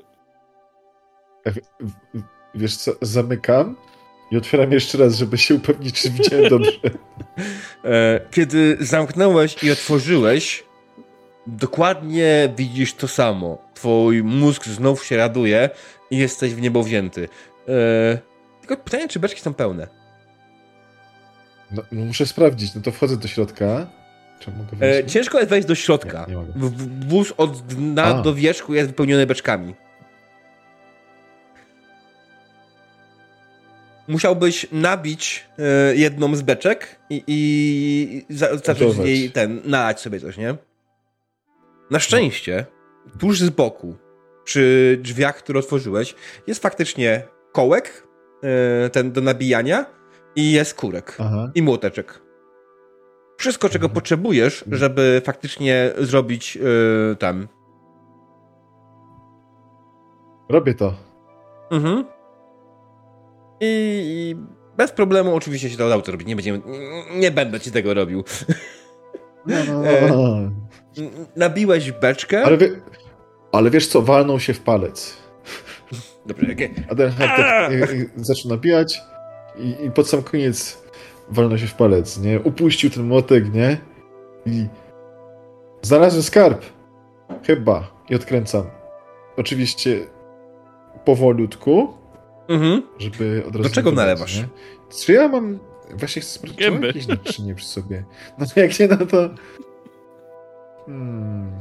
Wiesz co, zamykam i otwieram jeszcze raz, żeby się upewnić, czy widziałem dobrze. Kiedy zamknąłeś i otworzyłeś, dokładnie widzisz to samo. Twój mózg znów się raduje i jesteś w niebo wzięty. Tylko pytanie, czy beczki są pełne? No, no muszę sprawdzić, no to wchodzę do środka. Czy mogę e, ciężko jest wejść do środka. Nie, nie mogę. W, wóz od dna A. do wierzchu jest wypełniony beczkami. Musiałbyś nabić e, jedną z beczek i, i za, zacząć z niej ten, nalać sobie coś, nie? Na szczęście, tuż z boku, przy drzwiach, które otworzyłeś, jest faktycznie kołek, e, ten do nabijania i jest kurek. Aha. I młoteczek. Wszystko, czego potrzebujesz, żeby faktycznie zrobić yy, tam. Robię to. Mhm. I, I bez problemu oczywiście się to udało to robić. Nie będziemy, nie, nie będę ci tego robił. No, no, e, no. Nabiłeś beczkę. Ale, wie, ale wiesz co, walnął się w palec. Dobrze, jakie? Adelhard tak, zaczął nabijać i, i pod sam koniec walnął się w palec, nie? Upuścił ten młotek, nie? I znalazłem skarb. Chyba. I odkręcam. Oczywiście powolutku, Mhm. żeby od razu... Do czego nie nalewasz? Nie? Czy ja mam... Właśnie chcę sprawdzić, czy mam jakieś naczynie przy sobie. No jak nie, no to... Hmm...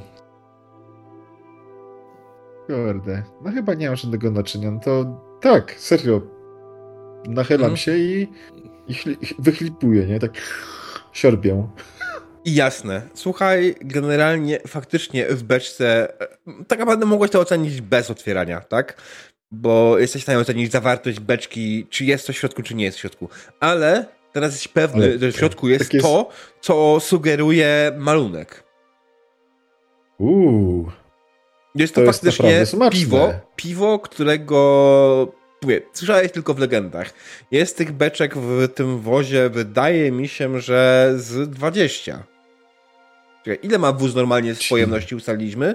Kurde. No chyba nie mam żadnego naczynia. No to tak, serio. Nachylam Mhm. się i, i chli, wychlipuję, nie? Tak siorbię. I jasne. Słuchaj, generalnie faktycznie w beczce tak naprawdę mogłeś to ocenić bez otwierania, tak? Bo jesteś w stanie ocenić zawartość beczki, czy jest to w środku, czy nie jest w środku. Ale teraz jesteś pewny, Ale że w środku jest, tak jest to, co sugeruje malunek. Uuu. Jest to, To jest faktycznie naprawdę smaczne. piwo, piwo, którego mówię, słyszałeś tylko w legendach. Jest tych beczek w tym wozie, wydaje mi się, że z dwadzieścia. Czekaj, ile ma wóz normalnie z pojemności ustaliliśmy?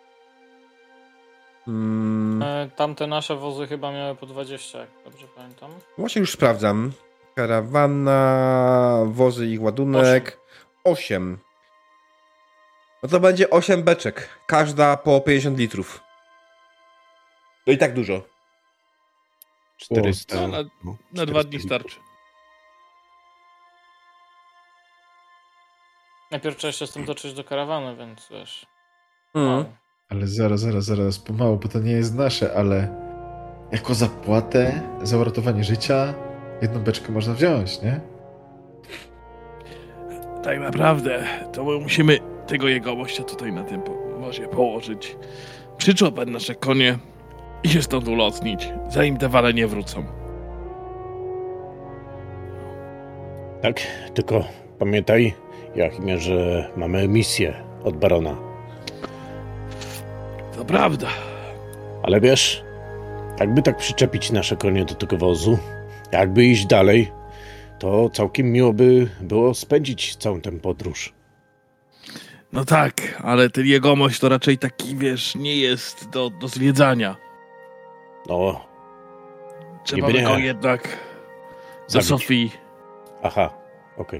Hmm, E, Tamte nasze wozy chyba miały po dwadzieścia, jak dobrze pamiętam. właśnie już sprawdzam. Karawana, wozy ich ładunek. osiem. No to będzie osiem beczek. Każda po pięćdziesiąt litrów. To i tak dużo. czterysta. No, na, no, na dwa dni starczy. Najpierw trzeba się z tym dotrzeć do karawany, więc wiesz. Mhm. mało. Ale zaraz, zaraz, zaraz, pomału, bo to nie jest nasze, ale jako zapłatę za uratowanie życia jedną beczkę można wziąć, nie? Tak naprawdę, to my musimy tego jegomościa tutaj na tym wozie położyć, przyczopać nasze konie i się stąd ulotnić, zanim te wale nie wrócą. Tak, tylko pamiętaj, Joachimie, że mamy misję od barona. To prawda. Ale wiesz, jakby tak przyczepić nasze konie do tego wozu, jakby iść dalej, to całkiem miło by było spędzić całą tę podróż. No tak, ale ten jegomość to raczej taki, wiesz, nie jest do, do zwiedzania. No, Trzeba niby by nie. go jednak do Zabić. Sofii. aha, okej.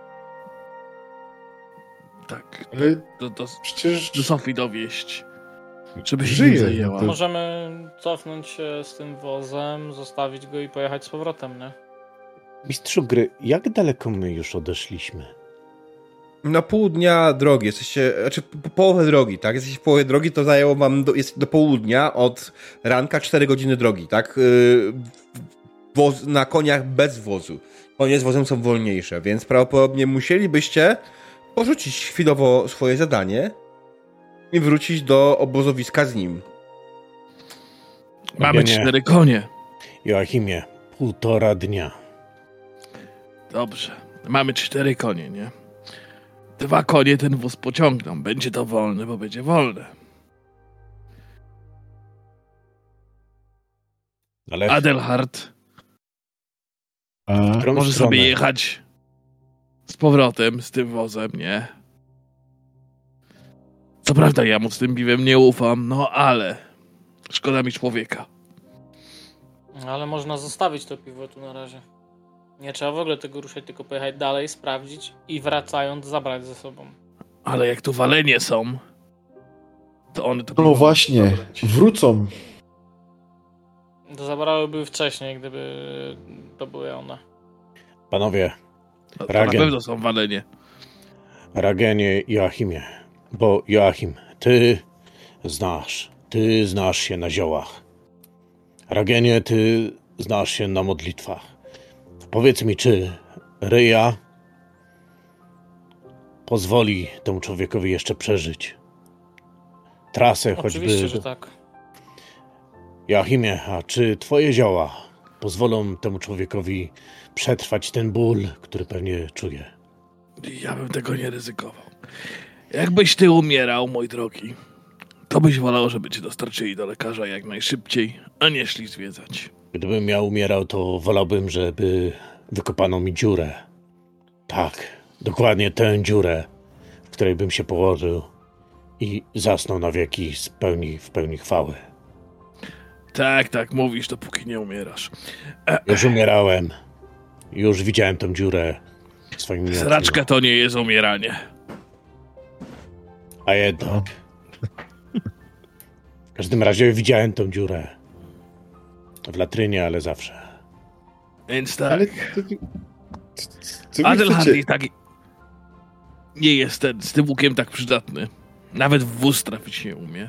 Tak, Ale do, do, przecież do Sofii dowieść. Żeby się Żyje, nim zajęła. to- Możemy cofnąć się z tym wozem, zostawić go i pojechać z powrotem, nie? Mistrzu gry, jak daleko my już odeszliśmy? Na pół dnia drogi, jesteście, znaczy po połowę drogi, tak? Jesteście w połowie drogi, to zajęło wam, do, jest do południa od ranka cztery godziny drogi, tak? Yy, woz, na koniach bez wozu. Konie z wozem są wolniejsze, więc prawdopodobnie musielibyście porzucić chwilowo swoje zadanie i wrócić do obozowiska z nim. Mamy Nie, nie. cztery konie. Joachimie, półtora dnia. Dobrze, mamy cztery konie, nie? Dwa konie ten wóz pociągną. Będzie to wolne, bo będzie wolne. Ale Adelhard A, może stronę? sobie jechać z powrotem z tym wozem, nie? Co prawda ja mu z tym piwem nie ufam, no ale szkoda mi człowieka. Ale można zostawić to piwo tu na razie. Nie trzeba w ogóle tego ruszać, tylko pojechać dalej, sprawdzić i wracając zabrać ze sobą. Ale jak tu walenie są, to one to no piwo właśnie, mogą zabrać. wrócą. To zabrałyby wcześniej, gdyby to były one. Panowie, To, to na Ragen. pewno są walenie. Ragenie, Joachimie, bo Joachim, ty znasz, ty znasz się na ziołach. Ragenie, ty znasz się na modlitwach. Powiedz mi, czy ryja pozwoli temu człowiekowi jeszcze przeżyć trasę choćby... Oczywiście, że tak. Joachimie, a czy twoje zioła pozwolą temu człowiekowi przetrwać ten ból, który pewnie czuje? Ja bym tego nie ryzykował. Jakbyś ty umierał, mój drogi, to byś wolał, żeby cię dostarczyli do lekarza jak najszybciej, a nie szli zwiedzać. Gdybym ja umierał, to wolałbym, żeby wykopano mi dziurę. Tak, dokładnie tę dziurę, w której bym się położył i zasnął na wieki z pełni, w pełni chwały. Tak, tak, mówisz, dopóki nie umierasz. Już umierałem. Już widziałem tę dziurę swoimi oczami. Sraczka to nie jest umieranie. A jednak. W każdym razie widziałem tę dziurę. W latrynie, ale zawsze. Więc tak. Ale to, co, co wy Adelhard chcecie? i tak nie jest ten z tym łukiem tak przydatny. Nawet w wóz trafić nie umie.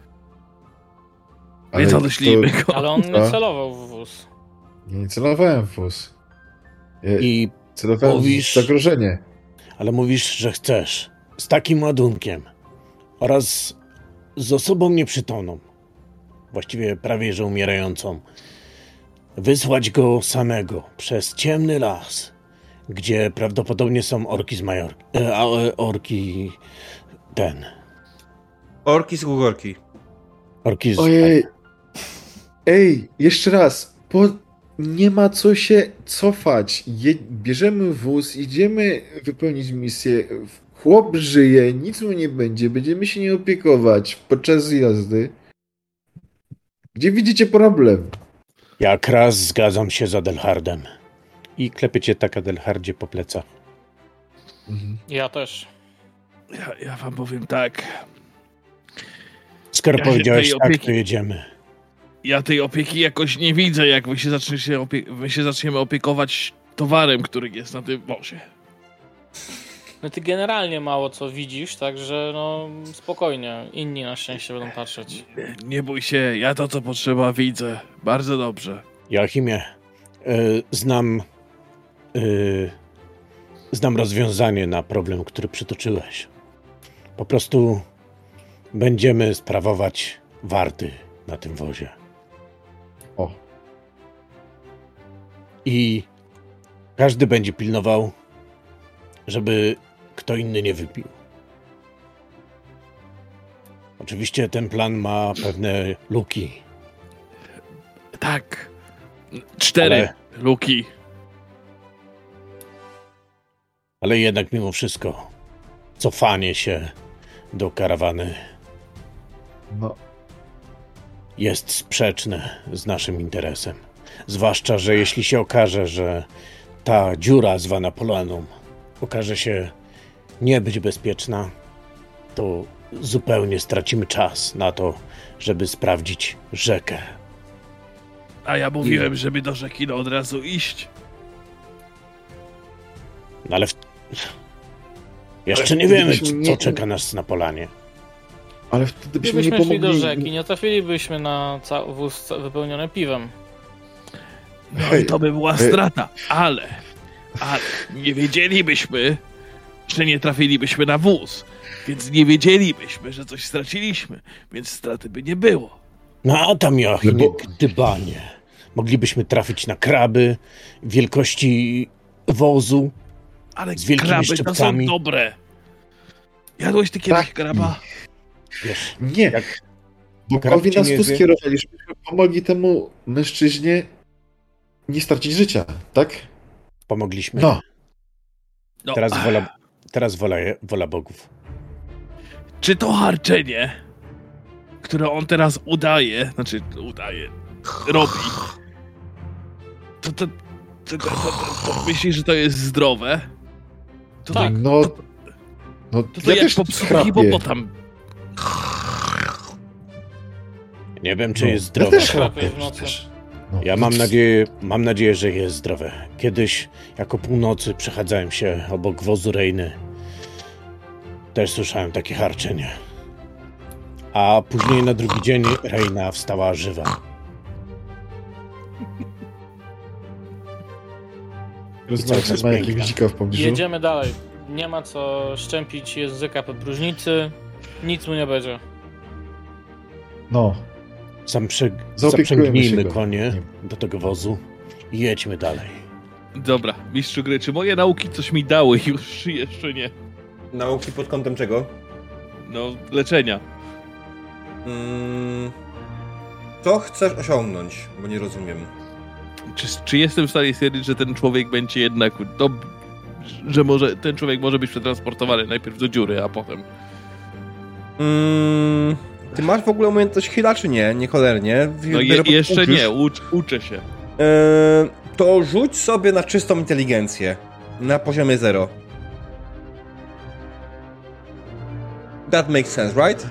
Więc Ale odeślijmy to- go. Ale on nie A? celował w wóz. Nie celowałem w wóz. Ja I celowałem mówisz- w zagrożenie. Ale mówisz, że chcesz z takim ładunkiem oraz z osobą nieprzytomną, właściwie prawie że umierającą, wysłać go samego przez ciemny las, gdzie prawdopodobnie są orki z Majorki. E, a, e, orki... ten... Orki z Gugorki. Orki z... Ojej. Ej, jeszcze raz. Bo nie ma co się cofać. Je, bierzemy wóz, idziemy wypełnić misję. Chłop żyje, nic mu nie będzie. Będziemy się nie opiekować podczas jazdy. Gdzie widzicie problem? Jak raz zgadzam się z Adelhardem. I klepie cię tak, Adelhardzie, po plecach. Ja też. Ja, ja wam powiem tak. Skoro Ja się powiedziałeś tej tak, opieki- to jedziemy. Ja tej opieki jakoś nie widzę, jak wy się, zaczniecie opie- my się zaczniemy opiekować towarem, który jest na tym wozie. No ty generalnie mało co widzisz, także no spokojnie. Inni na szczęście będą patrzeć. Nie, nie bój się, ja to co potrzeba widzę. Bardzo dobrze. Joachimie, y, znam... Y, znam rozwiązanie na problem, który przytoczyłeś. Po prostu będziemy sprawować warty na tym wozie. O, I każdy będzie pilnował, żeby kto inny nie wypił. Oczywiście ten plan ma pewne luki, Tak. Cztery Ale- luki. ale jednak mimo wszystko cofanie się do karawany no. jest sprzeczne z naszym interesem. Zwłaszcza, że jeśli się okaże, że ta dziura zwana Polaną okaże się nie być bezpieczna, to zupełnie stracimy czas na to, żeby sprawdzić rzekę. A ja mówiłem, żeby do rzeki no od razu iść. No ale w... jeszcze Ale nie wiemy, gdybyśmy co nie- czeka nas na Polanie. Ale wtedy byśmy nie Gdybyśmy szli pomogli. do rzeki, nie trafilibyśmy na ca- wóz ca- wypełniony piwem. No Hej, i to by była hej. strata, ale, ale nie wiedzielibyśmy, że nie trafilibyśmy na wóz, więc nie wiedzielibyśmy, że coś straciliśmy, więc straty by nie było. No a tam Joachimie, No bo- gdybanie. Moglibyśmy trafić na kraby wielkości wozu. Ale Z wielkimi kraby to są szczypcami. dobre. Jadłeś ty kiedyś Tak. kraba? Wiesz, Nie, jak Bogowie nas tu nie wie- skierowali, żebyśmy pomogli temu mężczyźnie nie stracić życia, tak? Pomogliśmy. No. No, Teraz wola, teraz wola, wola bogów. czy to harczenie, które on teraz udaje, znaczy udaje, robi, to, to, to, to, to, to, to myślisz, że to jest zdrowe? To Tak. To, No, to, no to, to ja jak też popsuł chrapię. hipopotam. Nie wiem, czy No, jest ja zdrowe. też Chrapię chrapię w nocy. przecież. No, Ja no mam to- nadzieję, mam nadzieję, że jest zdrowe. Kiedyś, jako północy, przechadzałem się obok wozu Rejny. Też słyszałem takie harczenie. A później na drugi dzień Rejna wstała żywa. Rozmawiam, Co, to jest ma piękne. jakiegoś dzika w pobliżu. Jedziemy dalej. Nie ma co szczępić języka po próżnicy. Nic mu nie będzie. No, Sam prze... Zaopiekujemy zaprzęgnijmy się go. konie do tego wozu i jedźmy dalej. Dobra, mistrzu gry, czy moje nauki coś mi dały już, czy jeszcze nie? Nauki pod kątem czego? No, leczenia. Mm, co chcesz osiągnąć? Bo nie rozumiem. Czy, czy jestem w stanie stwierdzić, że ten człowiek będzie jednak, no, że może, ten człowiek może być przetransportowany najpierw do dziury, a potem... Mm, ty masz w ogóle umiejętność heala, czy nie? Nie cholernie. No je, jeszcze nie, ucz, uczę się. Eee, to rzuć sobie na czystą inteligencję. Na poziomie zero. That makes sense, right?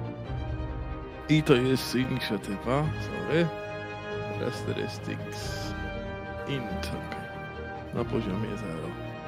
I to jest inicjatywa, sorry. Characteristics. Int, okej. Na poziomie zero.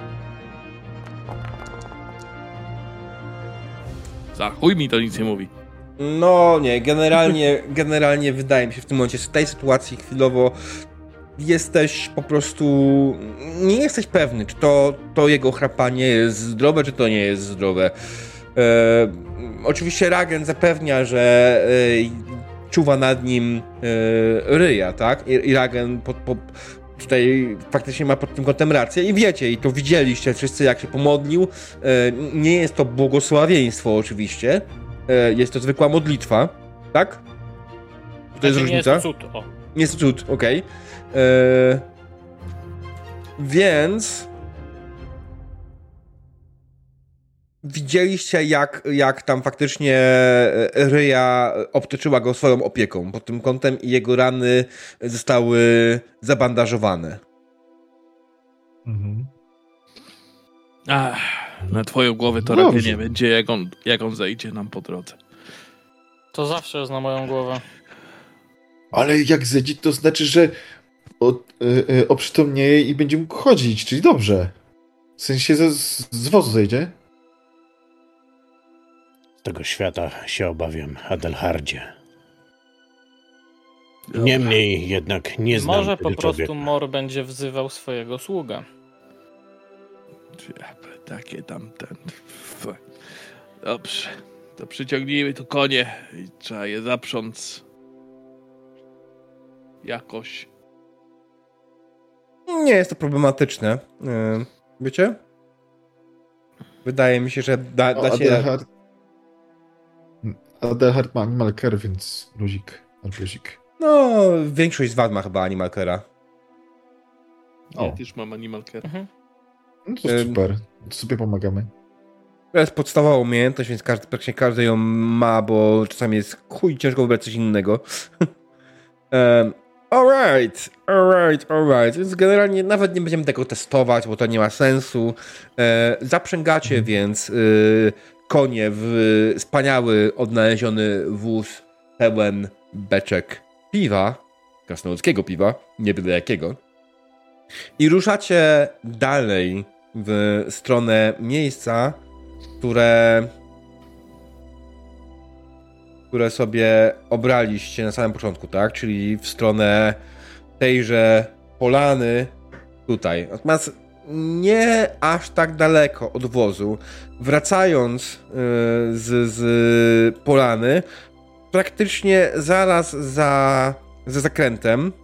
Za chuj mi to nic nie mówi. No nie, generalnie, generalnie wydaje mi się w tym momencie, w tej sytuacji chwilowo jesteś po prostu, nie jesteś pewny, czy to, to jego chrapanie jest zdrowe, czy to nie jest zdrowe. E, oczywiście Ragen zapewnia, że e, czuwa nad nim e, Ryja, tak? I, i Ragen po, po, tutaj faktycznie ma pod tym kątem rację i wiecie, i to widzieliście wszyscy, jak się pomodlił. E, nie jest to błogosławieństwo oczywiście, e, jest to zwykła modlitwa, tak? To jest Znaczy, nie różnica? jest to cud, o. Nie jest to cud, okej. Eee, więc widzieliście, jak, jak tam faktycznie Ryja obtoczyła go swoją opieką pod tym kątem i jego rany zostały zabandażowane. Mhm. Ach, na twoją głowę to Dobrze. raczej nie będzie, jak on, jak on zejdzie nam po drodze. To zawsze jest na moją głowę. Ale jak zejdzie, to znaczy, że od, y, y, oprzytomnieje i będzie mógł chodzić, czyli dobrze. W sensie z, z wozu zejdzie? Z tego świata się obawiam, Adelhardzie. Niemniej jednak nie znam Może tego po prostu człowieka. Mor będzie wzywał swojego sługę. Takie tam ten. Dobrze. To przyciągnijmy tu konie i trzeba je zaprząc. Jakoś. Nie jest to problematyczne. Eee, wiecie? Wydaje mi się, że da, da O, się... Adelhard... Adelhard ma animal care, więc luzik. Albo luzik. No, większość z was ma chyba Animalkera. Ja O. też mam animal care. Mhm. No to Ym. super. To sobie pomagamy. To jest podstawowa umiejętność, więc każdy, praktycznie każdy ją ma, bo czasami jest chuj ciężko wybrać coś innego. um, alright, alright, alright. Więc generalnie nawet nie będziemy tego testować, bo to nie ma sensu. E, zaprzęgacie Mhm. więc y, konie w wspaniały, odnaleziony wóz pełen beczek piwa, krasnoludzkiego piwa, nie byle jakiego. I ruszacie dalej w stronę miejsca, które które sobie obraliście na samym początku, tak? Czyli w stronę tejże polany tutaj. Natomiast nie aż tak daleko od wozu. Wracając yy, z, z polany, praktycznie zaraz za, za zakrętem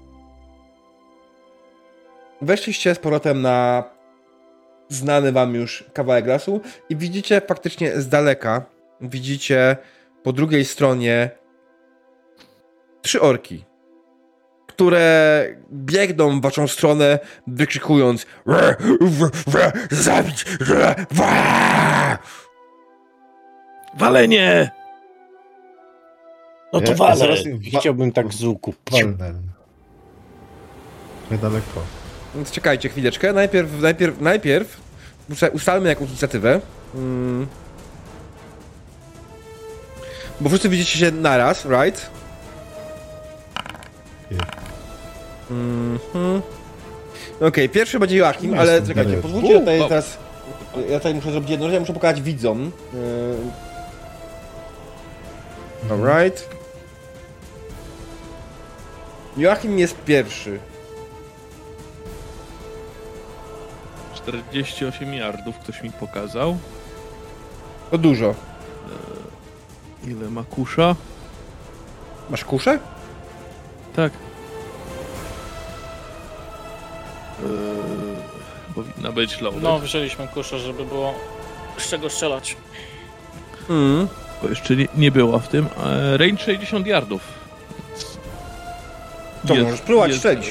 weszliście z powrotem na znany wam już kawałek lasu i widzicie faktycznie z daleka, widzicie po drugiej stronie trzy orki, które biegną w waszą stronę, wykrzykując zabić! Walenie! No to Ja walę. zaraz im wa- Chciałbym tak z łuku. Walnę. Niedaleko. Więc czekajcie chwileczkę. Najpierw, najpierw, najpierw ustalmy jakąś inicjatywę. Hmm. Bo wszyscy widzicie się naraz, right? Nie. Mhm. Okej, okay, pierwszy będzie Joachim, Nie ale jestem czekajcie, dalej. pozwólcie ja tutaj U, teraz... Ja tutaj muszę zrobić jedno rzecz, ja muszę pokazać widzom. Yy... Alright. Joachim jest pierwszy. czterdzieści osiem yardów ktoś mi pokazał. To dużo. Ile ma kusza? Masz kuszę? Tak. Eee, powinna być low. No, wzięliśmy kuszę, żeby było z czego strzelać. Mm. Bo jeszcze nie, nie była w tym. Eee, range sześćdziesiąt yardów. To możesz próbować jest- strzelić. Eee,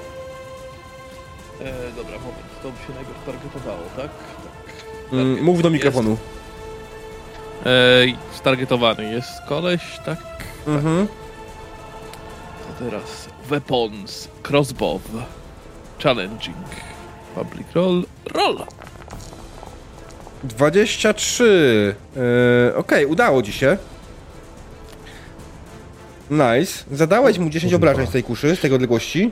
dobra, moment. To by się najpierw targetowało, tak? Mm, mów do mikrofonu. Eee, stargetowany jest koleś, tak? Mhm. To teraz weapons, crossbow, challenging, public roll, roll. dwadzieścia trzy. Yy, Okej, udało ci się. Nice. Zadałeś mu dziesięć obrażeń z tej kuszy, z tej odległości.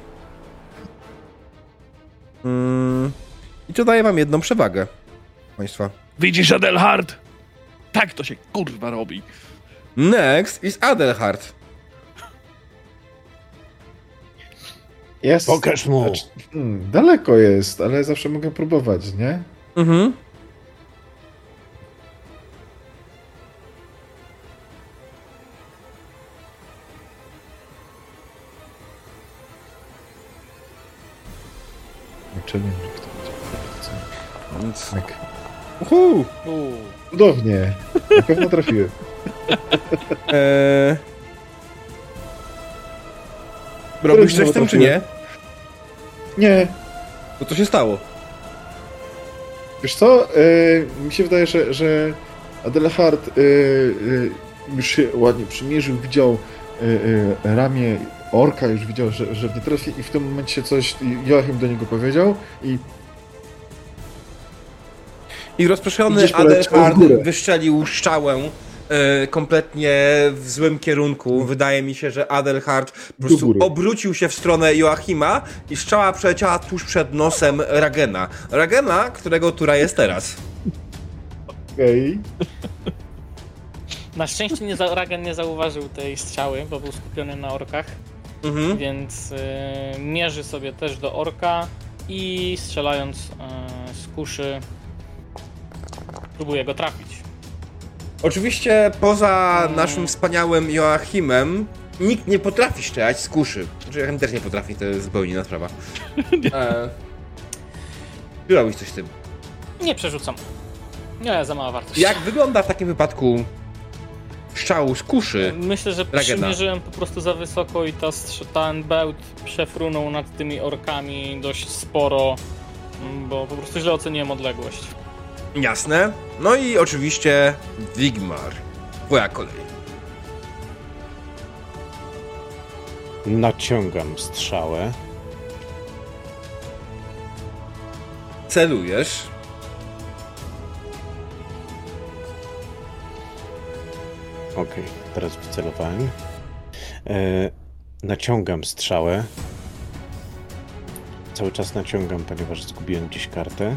Mm. I to daje wam jedną przewagę. Państwa. Widzisz, Adelhard? Tak to się kurwa robi. Next is Adelhard. Jest. Pokaż mu. Znaczy, hmm, daleko jest, ale zawsze mogę próbować, nie? Mhm. Challenge, kto będzie. Nic. Tak. Uhu. Uuu. Cudownie. Na pewno trafiłem. Eee... Robisz coś z tym, czy nie? Nie. No to się stało. Wiesz co? Yy, mi się wydaje, że, że Adelhard yy, yy, już się ładnie przymierzył, widział yy, yy, ramię orka, już widział, że, że nie trafi i w tym momencie coś Joachim do niego powiedział i I rozproszony Idziesz poleciał Adelhard w górę. wystrzelił strzałę e, kompletnie w złym kierunku. Wydaje mi się, że Adelhard po prostu góry. obrócił się w stronę Joachima i strzała przeleciała tuż przed nosem Ragena. Ragena, którego tura jest teraz. okej. Na szczęście nie za, Ragen nie zauważył tej strzały, bo był skupiony na orkach, Mhm. więc y, mierzy sobie też do orka i strzelając y, z kuszy próbuje go trafić. Oczywiście poza naszym wspaniałym Joachimem nikt nie potrafi strzelać z kuszy. Znaczy Joachim też nie potrafi, to jest zupełnie inna sprawa. E, Ty robisz coś z tym. Nie przerzucam. Nie, za mała wartość. Jak wygląda w takim wypadku strzał z kuszy? Myślę, że Ragena. przymierzyłem po prostu za wysoko i ta, strz- ten bełt przefrunął nad tymi orkami dość sporo, mm, bo po prostu źle oceniłem odległość. Jasne. No i oczywiście Wigmar. Twoja kolej. Naciągam strzałę. Celujesz. Okej, teraz wycelowałem. E, naciągam strzałę. Cały czas naciągam, ponieważ zgubiłem gdzieś kartę.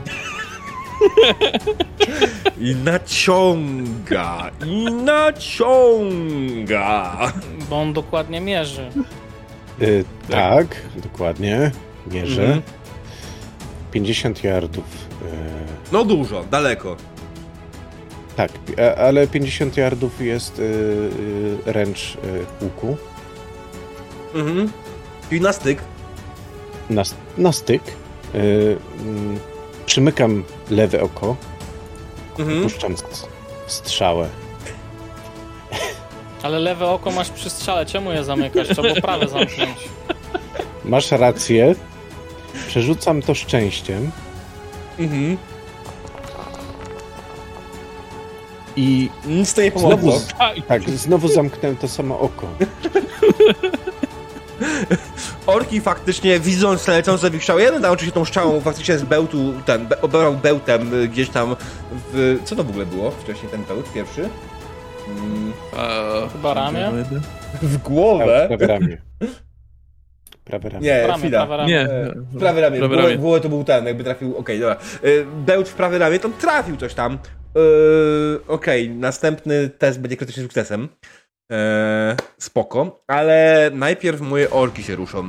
I naciąga. I naciąga. Bo on dokładnie mierzy. E, tak, dokładnie. Mierzę. Mhm. pięćdziesiąt yardów. E, No dużo, daleko. tak, a- ale pięćdziesiąt yardów jest e, e, ręcz e, łuku. Mhm. Czyli na styk. Na, na styk. E, mm, przymykam lewe oko. Mhm. Puszczam s- strzałę. Ale lewe oko masz przy strzale, czemu je zamykasz? Trzeba prawe zamknąć. Masz rację. Przerzucam to szczęściem. Mhm. I nic to nie znowu, pomogło. tak, znowu zamknąłem to samo oko. Orki faktycznie, widząc lecące w ich strzały, jeden nauczył się tą strzałą faktycznie z bełtu, ten, be, obrał bełtem gdzieś tam w... Co to w ogóle było wcześniej, ten bełt pierwszy? Hmm. A, Chyba ramię? W głowę? Prawe ramię. Prawe ramię. Nie, Ramię, chwila. prawe ramię. Nie, E, w prawe ramię. prawe w, głowę, ramię. w głowę to był ten, jakby trafił, okej, dobra. E, bełt w prawe ramię, to trafił coś tam. E, okej, następny test będzie krytycznym sukcesem. E, spoko, ale najpierw moje orki się ruszą.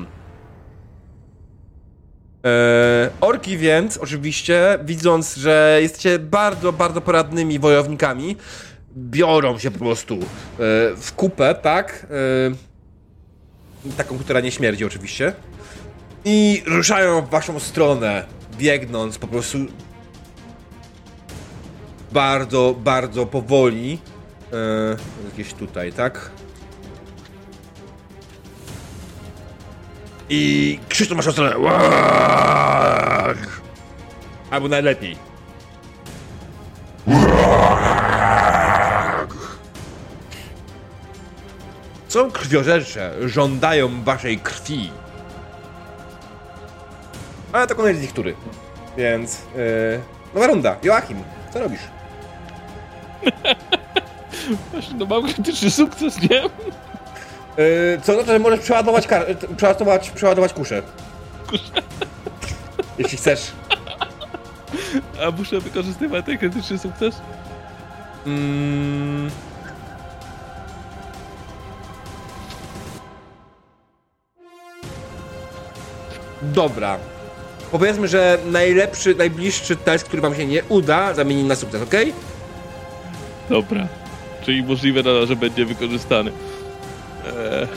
E, orki więc, oczywiście, widząc, że jesteście bardzo, bardzo poradnymi wojownikami, biorą się po prostu e, w kupę, tak? E, taką, która nie śmierdzi oczywiście. I ruszają w waszą stronę, biegnąc po prostu bardzo, bardzo powoli. E, gdzieś tutaj, tak? I krzyczą w waszą stronę. Łaak! Albo najlepiej. Łaak! Są krwiożercze, żądają waszej krwi. Ale to koniec ich tury. Więc... Yy, nowa runda. Joachim, co robisz? no mam krytyczny sukces, nie? Yy, co znaczy, że możesz przeładować, kar- przeładować, przeładować kuszę. Kuszę. Jeśli chcesz. A muszę wykorzystywać ten krytyczny sukces? Mm. Dobra. Powiedzmy, że najlepszy, najbliższy test, który wam się nie uda, zamieni na sukces, ok? Dobra. Czyli możliwe, nadal, że będzie wykorzystany. Eee...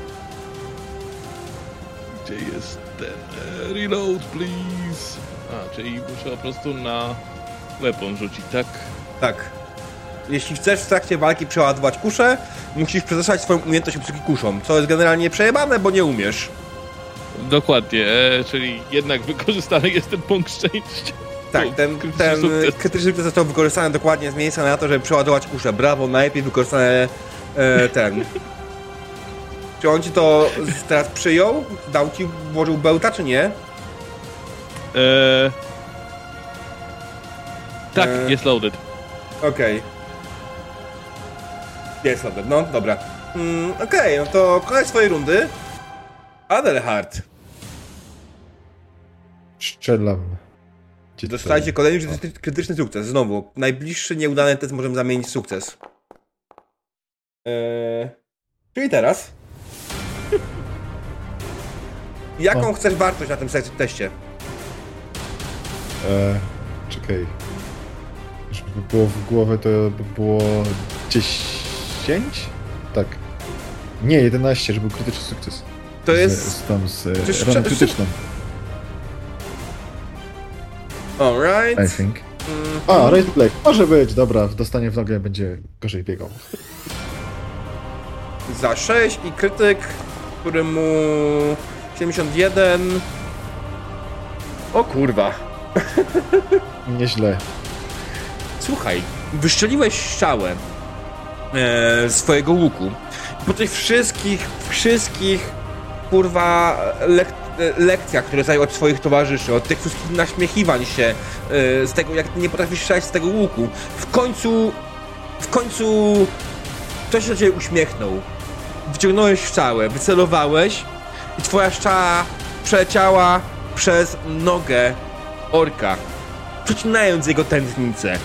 Gdzie jest ten... Eee, reload, please. A, czyli muszę po prostu na weapon rzucić, tak? Tak. Jeśli chcesz w trakcie walki przeładować kuszę, musisz przeznaczać swoją umiejętność obsługi kuszą, co jest generalnie przejebane, bo nie umiesz. Dokładnie, eee, czyli jednak wykorzystany jest ten punkt szczęścia. Tak, ten, ten krytyczny sukces został wykorzystany dokładnie z miejsca na to, żeby przeładować kuszę. Brawo, najlepiej wykorzystane e, ten. Czy on ci to z- teraz przyjął? Dał ci, włożył bełta, czy nie? Eee... Tak, Eee. jest loaded. Okej. Jest dobra, no dobra. Mm, Okej, no to koniec swojej rundy. Adelhard, Strzelam. Gdzie dostajecie tutaj? kolejny kryty- krytyczny sukces. Znowu, najbliższy nieudany test możemy zamienić w sukces. Eee, czyli teraz. Jaką O. chcesz wartość na tym se- teście? E, czekaj. Żeby było w głowę, to by było dziesięć? Tak. Nie, jedenaście, żeby był krytyczny sukces. To Z, jest... z, tam z Przecież- e, raną przecież- krytyczną, Alright. I think. Mm, A, Raise Black. Może być, dobra. Dostanie w nogę, będzie gorzej biegał. za sześć i krytyk, który mu... siedemdziesiąt jeden... O kurwa. Nieźle. Słuchaj, wyszczeliłeś strzałę e, swojego łuku. Po tych wszystkich, wszystkich kurwa lek, lekcjach, które zajął od swoich towarzyszy, od tych wszystkich naśmiechiwań się e, z tego, jak ty nie potrafisz strzelać z tego łuku, w końcu, w końcu ktoś się do ciebie uśmiechnął. Wyciągnąłeś strzałę, wycelowałeś i twoja strzała przeleciała przez nogę orka, przecinając jego tętnicę.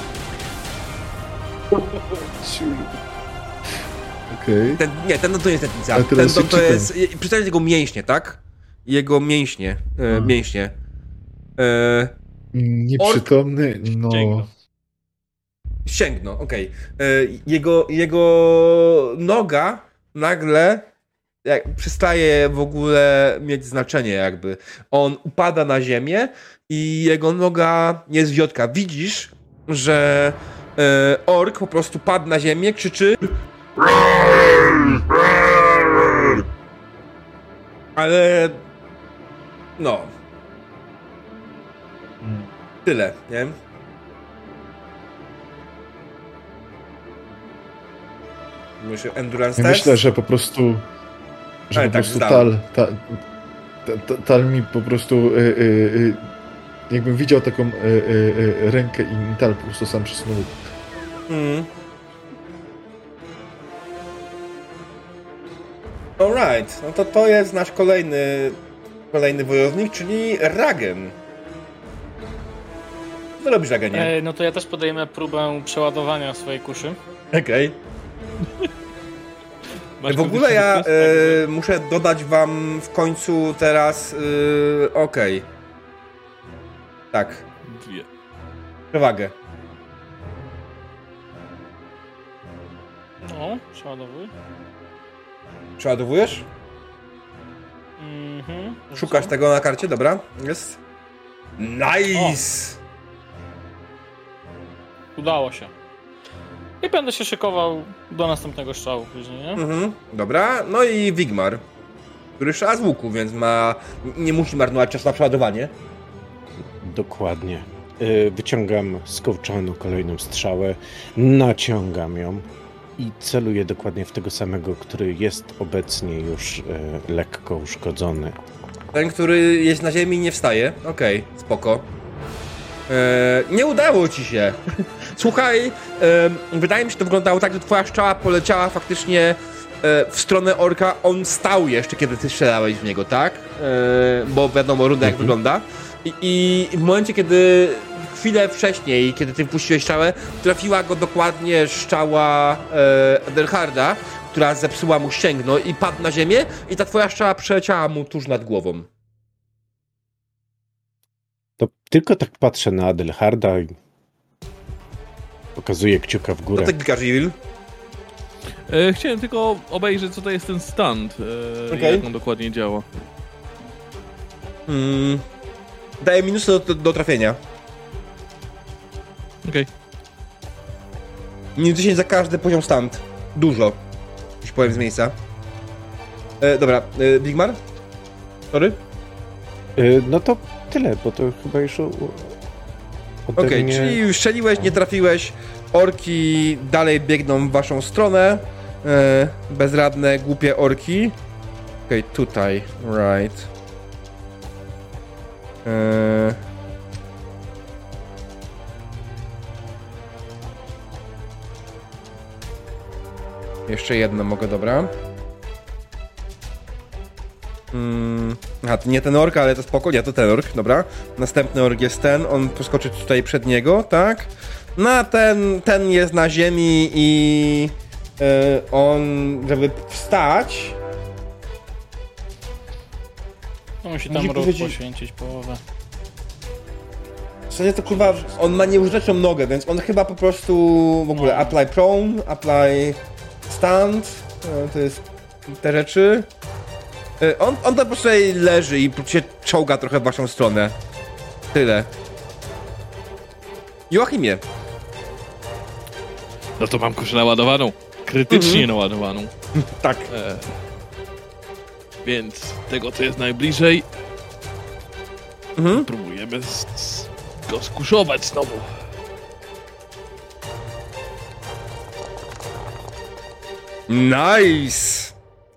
Okej. Ten, nie, ten to nie jest tętnica. A Ten teraz to, się to czytam. jest... Przeczytaj jego mięśnie, tak? Jego mięśnie. E, Hmm. mięśnie. E, Nieprzytomny, no... Ścięgno. ścięgno, okej. E, Jego, jego noga nagle jak, przestaje w ogóle mieć znaczenie jakby. On upada na ziemię i jego noga nie zwiotka. Widzisz, że e, ork po prostu padł na ziemię, krzyczy Ale... No. Tyle, nie? Myślę, endurance Ja test? myślę, że po prostu... Że Ale po tak, prostu zdam. Tal... Ta, ta, ta, tal mi po prostu... Y, y, y, jakbym widział taką y, y, y, rękę i Tal po prostu sam przesunął. Mm. Alright, no to to jest nasz kolejny kolejny wojownik, czyli Ragen. Co robisz, Ragenie? E, no to ja też podejmę próbę przeładowania swojej kuszy. Okej. Masz W ogóle kondycję ja do e, muszę dodać wam w końcu teraz... E, Okej. Tak, Dwie. przewagę. No, przeładowuj. Przeładowujesz? Mhm. Szukasz tego na karcie, dobra. Jest. Nice! Udało się. I będę się szykował do następnego strzału później, nie? Mhm, dobra. No i Wigmar, który strzela z łuku, więc ma... nie musi marnować czasu na przeładowanie. Dokładnie. Y, Wyciągam z kołczanu kolejną strzałę, naciągam ją i celuję dokładnie w tego samego, który jest obecnie już y, lekko uszkodzony. Ten, który jest na ziemi, nie wstaje. Okej, spoko. Eee, nie udało ci się. Słuchaj, e, wydaje mi się, że to wyglądało tak, że twoja strzała poleciała faktycznie e, w stronę orka. On stał jeszcze, kiedy ty strzelałeś w niego, tak? E, bo wiadomo, runda jak Mhm. wygląda. I, I w momencie, kiedy chwilę wcześniej, kiedy ty wpuściłeś strzałę, trafiła go dokładnie strzała e, Adelharda, która zepsuła mu ścięgno i padł na ziemię i ta twoja strzała przeleciała mu tuż nad głową. To tylko tak patrzę na Adelharda i pokazuję kciuka w No górę. to klikasz, Evil. E, chciałem tylko obejrzeć, co to jest ten stand. E, Okej. Jak on dokładnie działa. Hmm. Daję minusy do, do, do trafienia. Okej. Minus dziesięć za każdy poziom stand. Dużo. Już powiem z miejsca. E, dobra, e, Wigmar? Sorry? Y, No to tyle, bo to chyba już u- u- ode Okej, mnie... czyli już strzeliłeś, nie trafiłeś. Orki dalej biegną w waszą stronę. E, bezradne, głupie orki. Okej, tutaj. Right. E... Jeszcze jedno mogę, dobra. Mm, aha, to nie ten ork, ale to spoko, nie, to ten ork, dobra. Następny ork jest ten, on poskoczy tutaj przed niego, tak? No a ten, ten jest na ziemi i e, on, żeby wstać, To musi Musi tam ruch powiedzieć- poświęcić połowę. w sensie to kurwa, on ma nieużyteczną nogę, więc on chyba po prostu w ogóle apply prone, apply stand, e, to jest te rzeczy. E, On, on tam po prostu tutaj leży i się czołga trochę w waszą stronę. Tyle. Joachimie. No to mam kuszę naładowaną. Krytycznie Mhm. naładowaną. Tak. E, więc tego, co jest najbliżej, Mhm. próbujemy z, z, go skuszować znowu. Nice!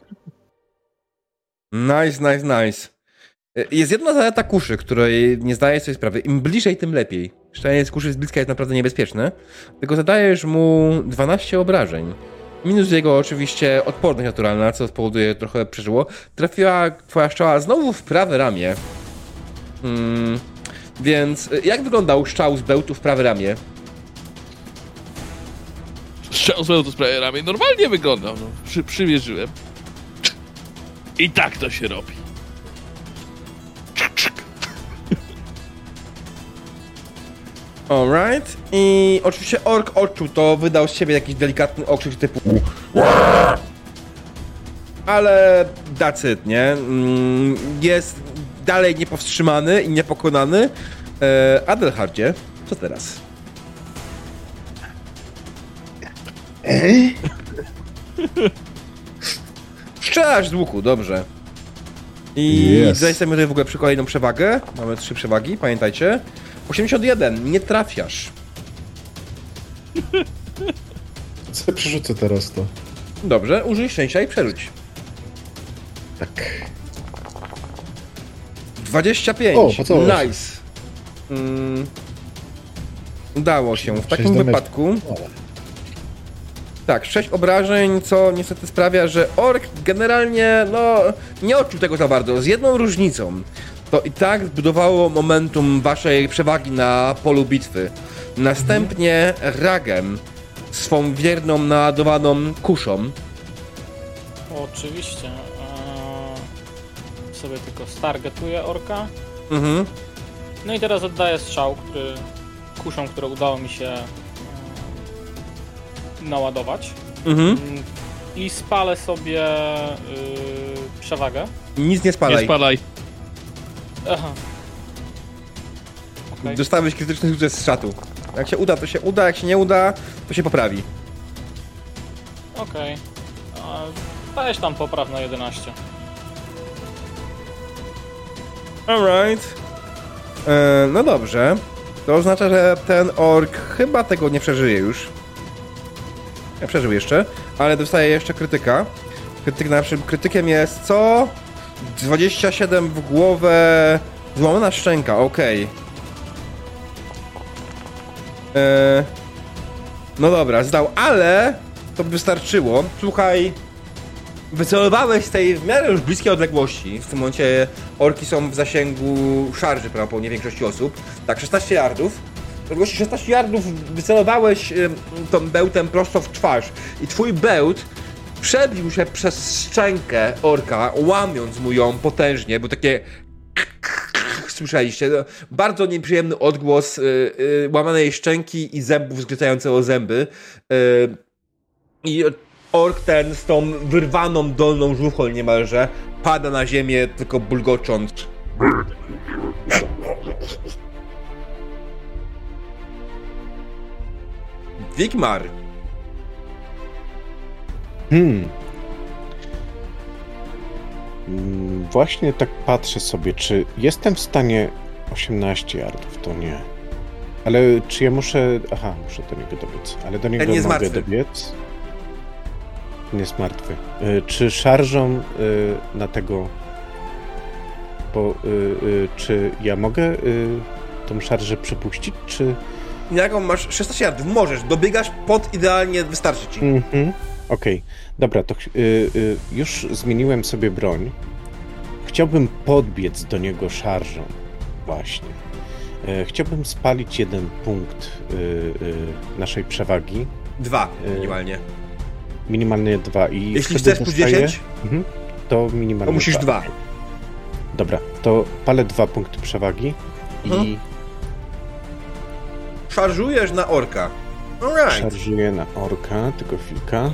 Nice, nice, nice. E, Jest jedna zaleta kuszy, której nie zdaję sobie sprawy. Im bliżej, tym lepiej. Szczelnie z kuszy z bliska jest naprawdę niebezpieczne. Tylko zadajesz mu dwanaście obrażeń. Minus jego oczywiście odporność naturalna, co spowoduje trochę przeżyło. Trafiła twoja strzała znowu w prawe ramię. Mm, więc e, jak wyglądał strzał z bełtu w prawe ramię? Strzał z to sprawie ramię normalnie wyglądał. No. Przy, przymierzyłem. I tak to się robi. Alright. I oczywiście ork odczuł to, wydał z siebie jakiś delikatny okrzyk typu ale that's it, nie? Mm, Jest dalej niepowstrzymany i niepokonany. E, Adelhardzie, co teraz? Strzelasz z łuku, dobrze. I Yes. tutaj sobie tutaj w ogóle przy kolejną przewagę. Mamy trzy przewagi, pamiętajcie. osiemdziesiąt jeden, nie trafiasz. Co przerzucę teraz to? Dobrze, użyj szczęścia i przerzuć. Tak. dwadzieścia pięć, O, pocałować. nice. Mm. Udało się. W sześć takim damage. wypadku... Tak, sześć obrażeń, co niestety sprawia, że ork generalnie, no, nie odczuł tego za bardzo. Z jedną różnicą. To i tak zbudowało momentum waszej przewagi na polu bitwy. Następnie Ragem, swą wierną, naładowaną kuszą. Oczywiście. Eee, sobie tylko stargetuję orka. Mhm. No i teraz oddaję strzał, który kuszą, które udało mi się e, naładować. Mhm. Mm, I spalę sobie y, przewagę. Nic nie spadaj. Nie spadaj. Aha. Okay. Dostałeś krytyczny sukces z czatu. Jak się uda, to się uda, jak się nie uda, to się poprawi. Okej. Okay. Weź tam popraw na jedenaście. Alright. E, no dobrze. To oznacza, że ten ork chyba tego nie przeżyje już. Nie przeżył jeszcze, ale dostaje jeszcze krytyka. Krytyk naszym krytykiem jest co? dwadzieścia siedem w głowę. Złamana szczęka, okej. Okay. E, no dobra, zdał, ale to by wystarczyło. Słuchaj. Wycelowałeś z tej w miarę już bliskiej odległości. W tym momencie orki są w zasięgu szarży prawdopodobnie większości osób. Tak, szesnaście yardów. W odległości szesnaście yardów wycelowałeś y, tą bełtem prosto w twarz. I twój bełt przebił się przez szczękę orka, łamiąc mu ją potężnie, bo takie... Słyszeliście? Bardzo nieprzyjemny odgłos y, y, łamanej szczęki i zębów zgryzającego zęby. Y, I... Ork ten z tą wyrwaną dolną żuchą niemalże pada na ziemię, tylko bulgocząc. Wigmar. Hmm. Mm, Właśnie tak patrzę sobie, czy jestem w stanie... osiemnaście yardów, to nie. Ale czy ja muszę... Aha, muszę do niego dobiec. Ale do niego nie jest mogę martwy. dobiec. Nie jest martwy. Y, czy szarżą y, na tego... Bo y, y, czy ja mogę y, tą szarżę przypuścić, czy... Jaką masz szesnaście yardów? Możesz, dobiegasz pod idealnie, wystarczy ci. Mhm. Okej, okay. Dobra, to y, y, już zmieniłem sobie broń. Chciałbym podbiec do niego szarżą. Właśnie. Y, chciałbym spalić jeden punkt y, y, naszej przewagi. Dwa, minimalnie. Minimalnie dwa. I Jeśli wtedy chcesz plus dostaję- dziesięć, Mhm. To minimalnie to musisz dwa. Dobra, to palę dwa punkty przewagi Mhm. i Szarżujesz na orka. Alright. szarżuję na orka. Tylko chwilka.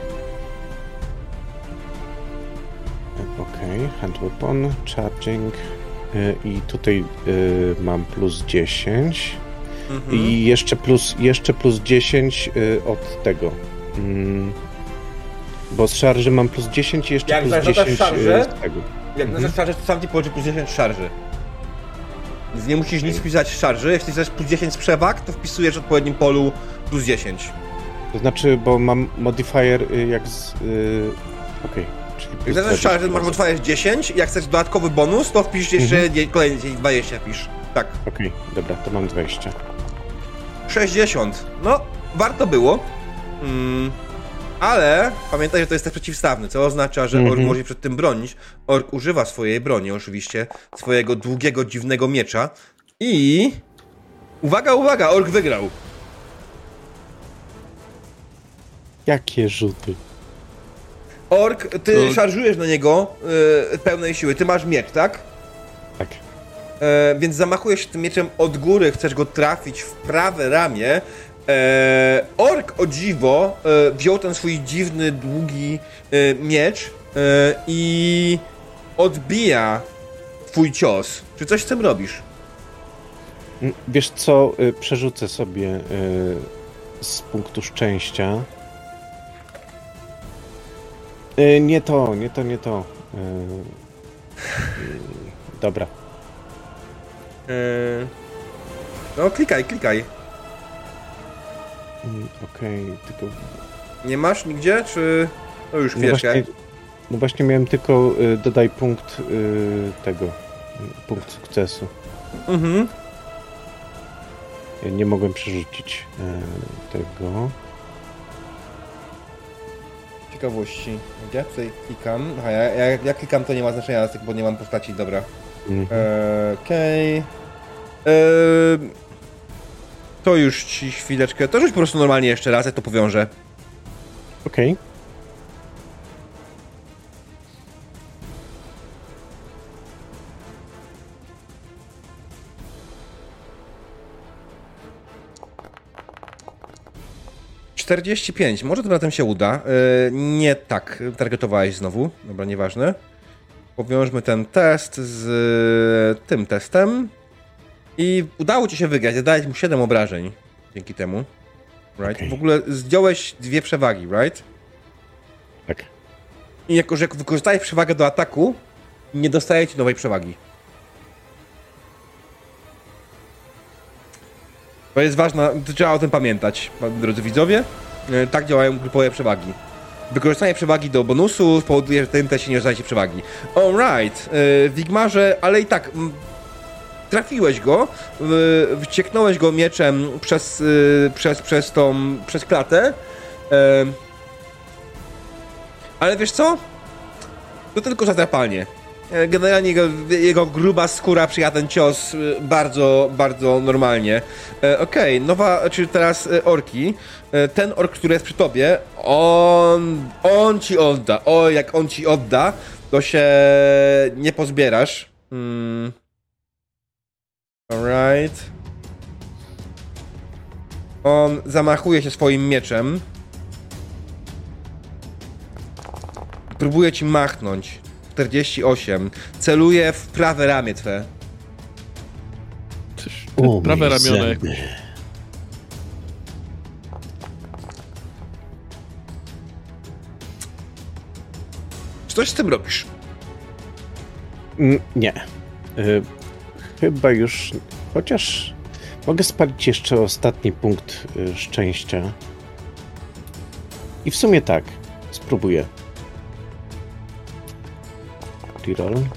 Okej, okay. Hand weapon, charging. Y, I tutaj y, mam plus dziesięć. Mhm. I jeszcze plus, jeszcze plus dziesięć y, od tego. Mm, bo z szarży mam plus dziesięć i jeszcze Jak plus zarzucasz dziesięć szarżę, y, z tego. Jak Mhm. na szarży, to sam ci położy plus dziesięć szarży. Więc nie musisz nic wpisać z szarży. Jeśli chcesz plus dziesięć z przewag, to wpisujesz w odpowiednim polu plus dziesięć. To znaczy, bo mam modifier y, jak z... Y, Okej, czyli Jak plus chcesz dwadzieścia szarży, masz modifier dziesięć. Jak chcesz dodatkowy bonus, to wpisz jeszcze Mhm. nie- kolejny dwadzieścia wpisz. Tak. Okej, dobra, to mam dwadzieścia. sześćdziesiąt. No, warto było. Mm, ale pamiętaj, że to jest też przeciwstawny, co oznacza, że Mhm. ork może się przed tym bronić. Ork używa swojej broni, oczywiście, swojego długiego, dziwnego miecza i... Uwaga, uwaga, ork wygrał. Jakie rzuty. Ork, ty No. szarżujesz na niego yy, pełnej siły. Ty masz miecz, tak? Tak. E, więc zamachujesz się tym mieczem od góry, chcesz go trafić w prawe ramię. E, ork, o dziwo, e, wziął ten swój dziwny, długi e, miecz e, i odbija twój cios. Czy coś z tym robisz? Mm, Wiesz co, y, przerzucę sobie y, z punktu szczęścia. E, nie to, nie to, nie to. E, dobra. E, no, klikaj, klikaj. Mm, Okej, okay, tylko... Nie masz nigdzie, czy... No już chwileczkę. No właśnie, no właśnie miałem tylko y, dodaj punkt y, tego, punkt sukcesu. Mhm. Ja nie mogłem przerzucić y, tego. Ciekawości. Gdzie? Tutaj klikam. Aha, ja, ja, ja klikam, to nie ma znaczenia, bo nie mam postaci, dobra. Mhm. E, Okej. Okay. E, to już ci chwileczkę. To rzuć po prostu normalnie jeszcze raz, jak to powiążę. Okej. Okay. czterdzieści pięć. Może tym razem się uda. Yy, nie tak. Targetowałeś znowu. Dobra, nieważne. Powiążmy ten test z yy, tym testem. I udało ci się wygrać. Zadałeś mu siedem obrażeń. Dzięki temu. Right? Okay. W ogóle zdjąłeś dwie przewagi, right? Tak. I jako, że jak wykorzystałeś przewagę do ataku, nie dostaje ci nowej przewagi. To jest ważne, trzeba o tym pamiętać, drodzy widzowie. Tak działają grupowe przewagi. Wykorzystanie przewagi do bonusu spowoduje, że w tym teście nie dostajecie przewagi. Alright, w Wigmarze, ale i tak trafiłeś go, wcieknąłeś go mieczem przez, przez, przez tą, przez klatę. Ale wiesz co? To tylko zatrapalnie. Generalnie jego, jego gruba skóra przyjęła ten cios bardzo, bardzo normalnie. E, Okej, okay, nowa, czyli teraz orki. E, ten ork, który jest przy tobie, on, on ci odda. O, jak on ci odda, to się nie pozbierasz. Hmm. Alright. On zamachuje się swoim mieczem. Próbuje ci machnąć. czterdzieści osiem. Celuje w prawe ramię twe. Coś, prawe ramione. Czy coś z tym robisz? Mm, nie. Y, chyba już... Chociaż mogę spalić jeszcze ostatni punkt y, szczęścia. I w sumie tak. Spróbuję. Reroll. Eee,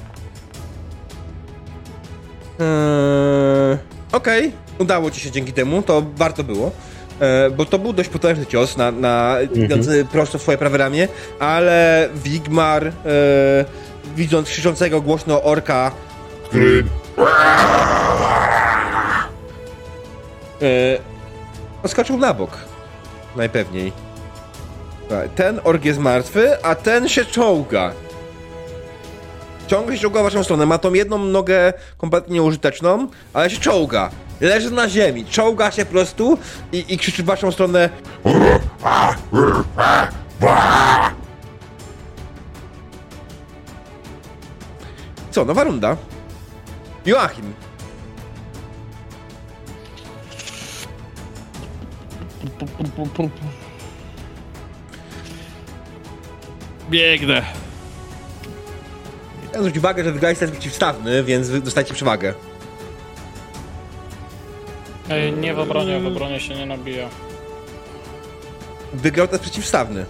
Okej, okay. Udało ci się dzięki temu, to warto było. Eee, bo to był dość potężny cios na, na mm-hmm. prosto w swoje prawe ramię, ale Wigmar, eee, widząc krzyczącego głośno orka, który eee, odskoczył na bok. Najpewniej. Ten ork jest martwy, a ten się czołga. Ciągle się czołga w waszą stronę. Ma tą jedną nogę kompletnie nieużyteczną, ale się czołga. Leży na ziemi, czołga się po prostu i, i krzyczy w waszą stronę. Co, nowa runda? Joachim. Biegnę. Ja zwróć uwagę, że wygrałeś test przeciwstawny, więc wy dostajecie przewagę. Ej, nie w obronie, w obronie się nie nabija. Wygrał test przeciwstawny.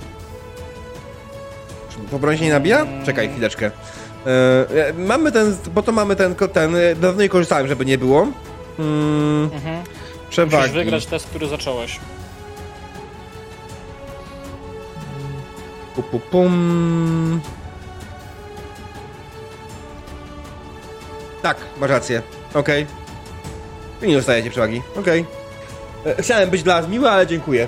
W obronie się nie nabija? Czekaj chwileczkę. Yy, mamy ten, bo to mamy ten, ten, dawno nie korzystałem, żeby nie było. Yy, mhm. Przewagi. Musisz wygrać test, który zacząłeś. Pum, pum, pum. Tak, masz rację. Okej. Okay. Nie dostajecie przewagi. Okej. Okay. Chciałem być dla was miły, ale dziękuję.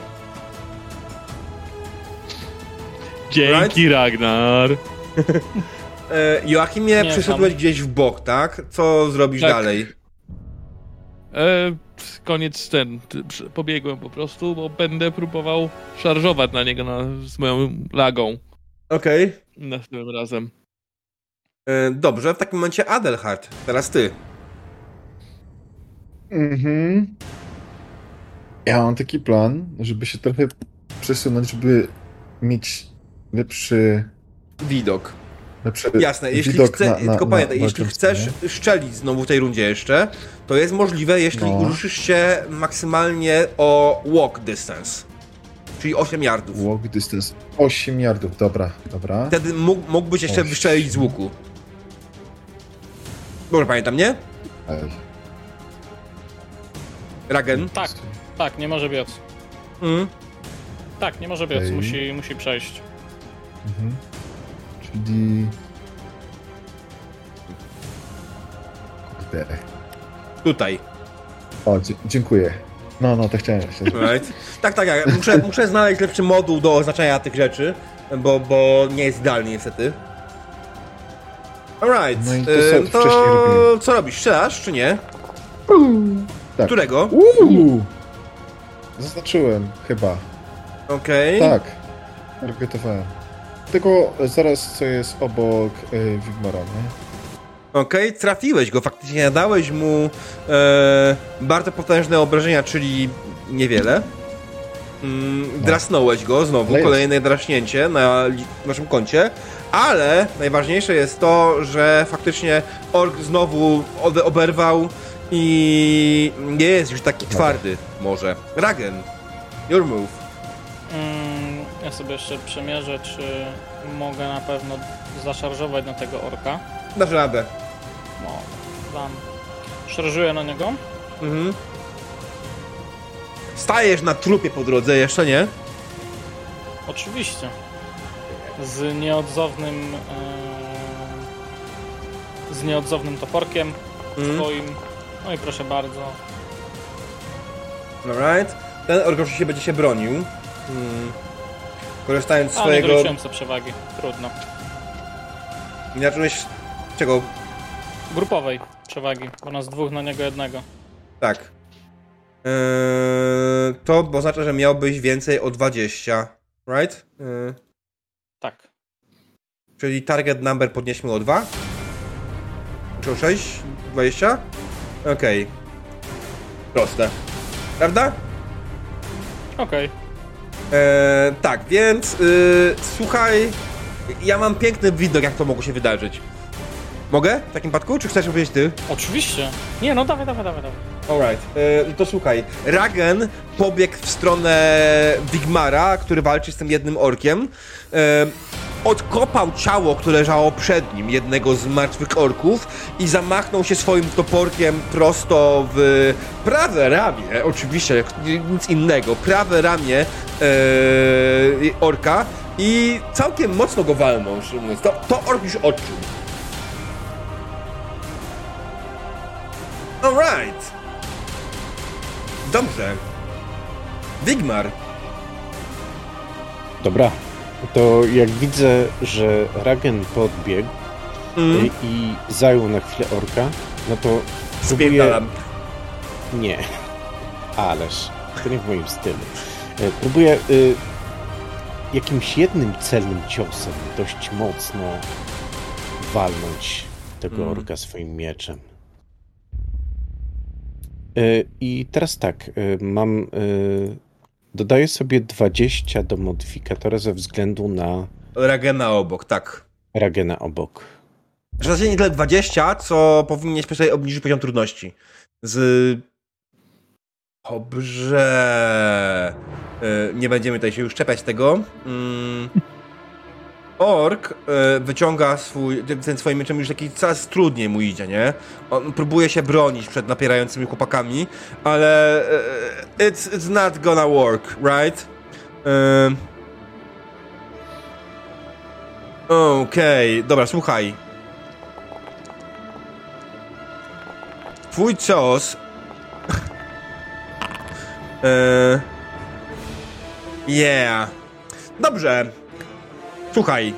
Dzięki, right? Ragnar. Joachimie, przeszedłeś gdzieś w bok, tak? Co zrobisz tak. dalej? E, koniec ten. Pobiegłem po prostu, bo będę próbował szarżować na niego na, z moją lagą. Okej. Okay. Następnym razem. Dobrze, w takim momencie Adelhard, teraz ty. Mhm. Ja mam taki plan, żeby się trochę przesunąć, żeby mieć Lepszy... Widok. lepszy Jasne, jeśli widok chce, na, na, tylko pamiętaj, na, na jeśli czymś, chcesz nie? szczelić znowu w tej rundzie jeszcze, to jest możliwe, jeśli No. uruszysz się maksymalnie o walk distance, czyli osiem yardów. Walk distance osiem yardów, dobra, dobra. Wtedy mógł, mógłbyś jeszcze osiem. wystrzelić z łuku. Dobrze pamiętam, nie? Ej. Ragen? Tak, tak, nie może biec. Mm. Tak, nie może biec, Okej. musi, musi przejść. Mhm. Czyli... Kurde. Tutaj. O, dzie- dziękuję. No, no, to chciałem się Right. Tak, tak, tak. Muszę, muszę znaleźć lepszy moduł do oznaczania tych rzeczy, bo, bo nie jest idealnie niestety. Alright. No i to y, co wcześniej robiłem? co robisz? Strzelasz, czy nie? Tak. Którego? Uuu! Zaznaczyłem, chyba. Okej. Tak. Targetowałem. Tylko zaraz, co jest obok y, Wigmara, nie? Okej, trafiłeś go, faktycznie nadałeś mu e, bardzo potężne obrażenia, czyli niewiele. Mm, drasnąłeś go, znowu, Ale jest. kolejne draśnięcie na li- naszym koncie, ale najważniejsze jest to, że faktycznie ork znowu obe- oberwał i nie jest już taki twardy, może. Ragen, your move. Mm, ja sobie jeszcze przemierzę, czy mogę na pewno zaszarżować na tego orka. Dasz radę. No, dam. Szarżuję na niego. Mhm. Stajesz na trupie po drodze, jeszcze nie? Oczywiście. Z nieodzownym... E, z nieodzownym toporkiem Mhm. twoim. No i proszę bardzo. Alright. Ten ork oczywiście będzie się bronił. Hmm. Korzystając z A, nie swojego... doliczyłem sobie przewagi. Trudno. Nie zacząłeś... Czego? Grupowej przewagi, bo nas dwóch na niego jednego. Tak. Eee, to oznacza, że miałbyś więcej o dwadzieścia. Right? Eee, Tak. czyli target number podnieśmy o dwa? Czy o sześć? dwadzieścia? Okej. Proste. Prawda? Okej. Eee, tak, więc yy, słuchaj, ja mam piękny widok, jak to mogło się wydarzyć. Mogę w takim przypadku, czy chcesz powiedzieć ty? Oczywiście. Nie, no dawaj, dawaj, dawaj. dawaj. Alright, yy, to słuchaj, Ragen pobiegł w stronę Wigmara, który walczy z tym jednym orkiem. Yy, odkopał ciało, które leżało przed nim, jednego z martwych orków i zamachnął się swoim toporkiem prosto w prawe ramię, oczywiście, jak nic innego, prawe ramię yy, orka i całkiem mocno go walnął, szczerze mówiąc. To, to ork już odczuł. Alright. Dobrze. Wigmar. Dobra, to jak widzę, że Ragen podbiegł Mm. i, i zajął na chwilę orka, no to próbuję... Spierdalam. Nie, ależ to nie w moim stylu. E, Próbuję y, jakimś jednym celnym ciosem dość mocno walnąć tego Mm. orka swoim mieczem. Y, I teraz tak, y, mam... Y, dodaję sobie dwadzieścia do modyfikatora ze względu na Ragena obok, tak. Ragena obok. W zasadzie nie tyle dwadzieścia, co powinieneś sobie obniżyć poziom trudności. Z... Dobrze. Yy, nie będziemy tutaj się już czepiać tego. Mm. Ork yy, wyciąga swój, ten swoim mieczem już taki coraz trudniej mu idzie, nie? On próbuje się bronić przed napierającymi chłopakami, ale yy, it's, it's not gonna work, right? Yy. Okej, okay. Dobra, słuchaj. Twój cios... Eee... Yeah. Dobrze. Słuchaj.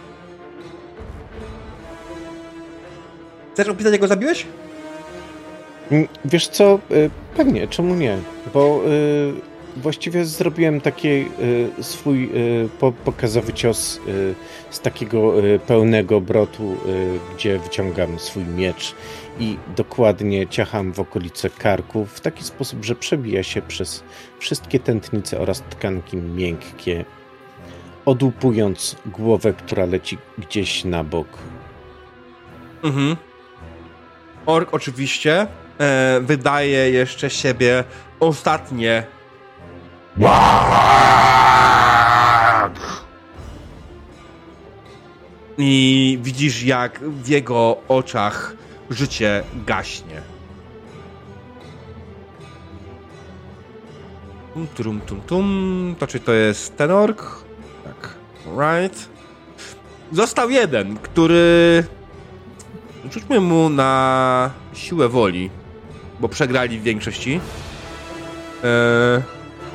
Chcesz opisać, jak go zabiłeś? Mm, Wiesz co, y, pewnie, czemu nie? Bo y, właściwie zrobiłem taki y, swój y, po, pokazowy cios y, z takiego y, pełnego obrotu, y, gdzie wyciągam swój miecz i dokładnie ciacham w okolice karku w taki sposób, że przebija się przez wszystkie tętnice oraz tkanki miękkie odłupując głowę, która leci gdzieś na bok. Mhm. Ork oczywiście e, wydaje jeszcze siebie ostatnie. I widzisz, jak w jego oczach życie gaśnie. Tum, tum, tum, tum. To czy to jest ten ork? Tak. Right. Został jeden, który... Rzućmy mu na siłę woli, bo przegrali w większości. Eee...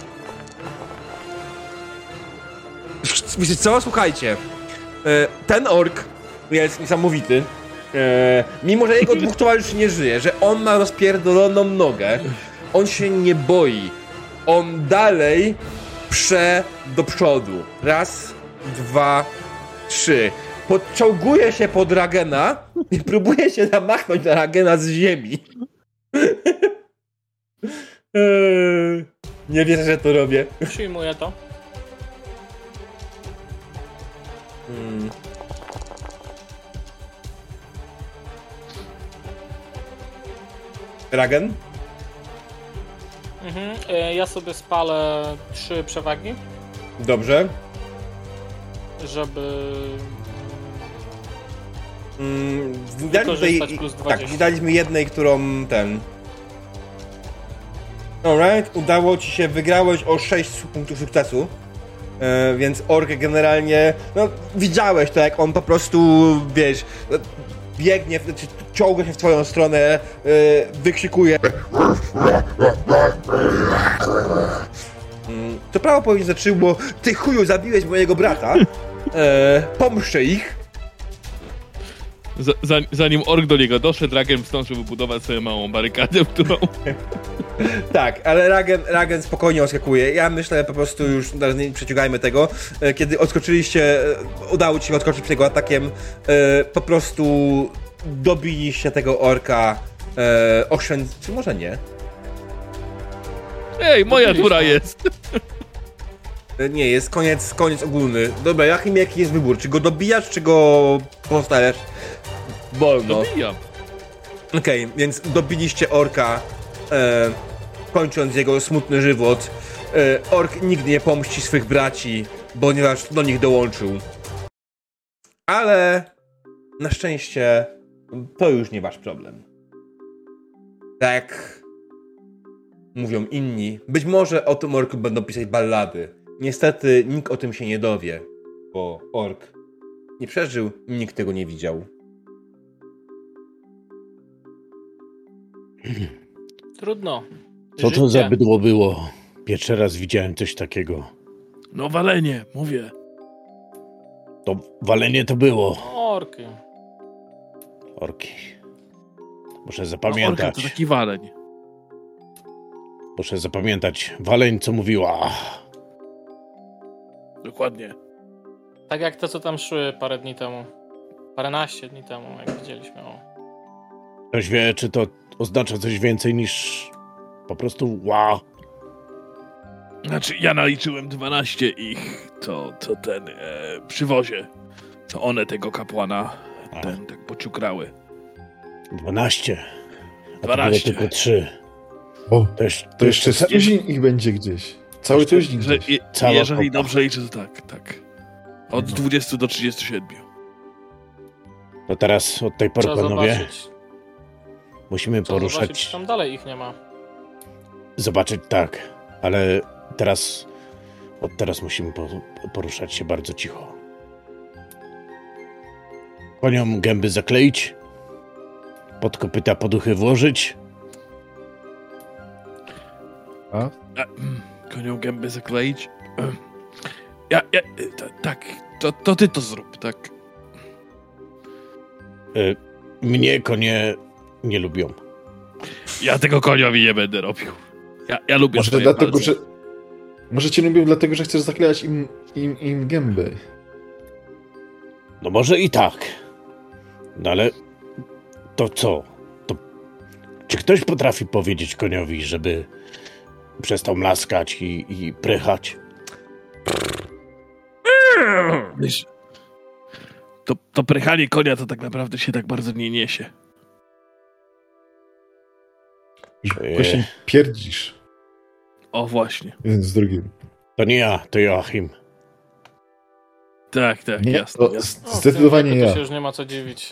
Wiecie co? Słuchajcie. Eee, ten ork jest niesamowity. Eee, mimo, że jego dwóch towarzyszy nie żyje, że on ma rozpierdoloną nogę, on się nie boi. On dalej prze do przodu. Raz, dwa, trzy. Podczołguje się pod Ragena i próbuje się zamachnąć na Ragena z ziemi. eee, nie wierzę, że to robię. Przyjmuję to. Hmm. Ragen? Mhm. E, Ja sobie spalę trzy przewagi, Dobrze. żeby Mm, widać tutaj, wykorzystać plus tak, dwadzieścia. widaliśmy jednej, którą ten... Alright, udało ci się, wygrałeś o sześć punktów sukcesu. E, więc ork generalnie, no widziałeś to, jak on po prostu, wiesz, biegnie, czy ciągnie się w twoją stronę, e, wykrzykuje. Mm, to prawo powiedzieć zaczęło, ty chuju, zabiłeś mojego brata, e, pomszczę ich. Z, za, zanim ork do niego doszedł, Ragen zdążył wybudować sobie małą barykadę, którą... Tak, ale Ragen, Ragen spokojnie odskakuje. Ja myślę po prostu już, nie przeciągajmy tego, kiedy odskoczyliście, udało ci się odskoczyć przed jego atakiem, po prostu dobiliście tego orka, oszczędz... czy może nie? Ej, moja tura jest! Nie, jest koniec, koniec ogólny. Dobra, jaki, jaki jest wybór? Czy go dobijasz, czy go postawiasz? Wolno. Dobijam. Okej, okay, więc dobiliście orka, e, kończąc jego smutny żywot. E, ork nigdy nie pomści swych braci, ponieważ do nich dołączył. Ale na szczęście to już nie wasz problem. Tak mówią inni. Być może o tym orku będą pisać ballady. Niestety nikt o tym się nie dowie, bo ork nie przeżył i nikt tego nie widział. Trudno. Co to Życie. za bydło było? Pierwszy raz widziałem coś takiego. No walenie, mówię. To walenie to było. Orki. Orki. Muszę No, orka zapamiętać. to taki waleń. Muszę zapamiętać. Waleń, co mówiła. Dokładnie. Tak jak te, co tam szły parę dni temu. Paręnaście dni temu, jak widzieliśmy. O. Ktoś wie, czy to oznacza coś więcej niż po prostu wow. Znaczy, ja naliczyłem dwanaście ich, to, to ten, e, przy wozie. To one tego kapłana, A. ten, tak pociukrały. dwanaście. A to dwanaście. było tylko trzy. O, To, już, to jeszcze z tuzin ich będzie gdzieś. Cały tuzin Że, gdzieś. je, Cała jeżeli kopa. dobrze liczę, to tak, tak. Od dwudziestu do trzydziestu siedmiu. To teraz od tej pory, Trzeba panowie, zobaczyć. musimy Trzeba poruszać. zobaczyć, czy tam dalej ich nie ma. Zobaczyć tak, ale teraz, od teraz musimy po, poruszać się bardzo cicho. Koniom gęby zakleić, pod kopyta poduchy włożyć. A? A, mm, konią gęby zakleić? Ja, ja, ta, tak, to, to ty to zrób, tak. Y, mnie konie nie lubią. Ja tego koniowi nie będę robił. Ja, ja lubię Może swoje dlatego, palce. że... Może cię lubią dlatego, że chcesz zaklejać im, im, im gęby. No może i tak. No ale to co? To czy ktoś potrafi powiedzieć koniowi, żeby przestał mlaskać i, i prychać? Wiesz, to, to prychanie konia to tak naprawdę się tak bardzo nie niesie. Właśnie pierdzisz. O, właśnie. Jeden z drugim. To nie ja, to Joachim. Tak, tak, Nie, jasne, to jasne. zdecydowanie to ja. się już nie ma co dziwić.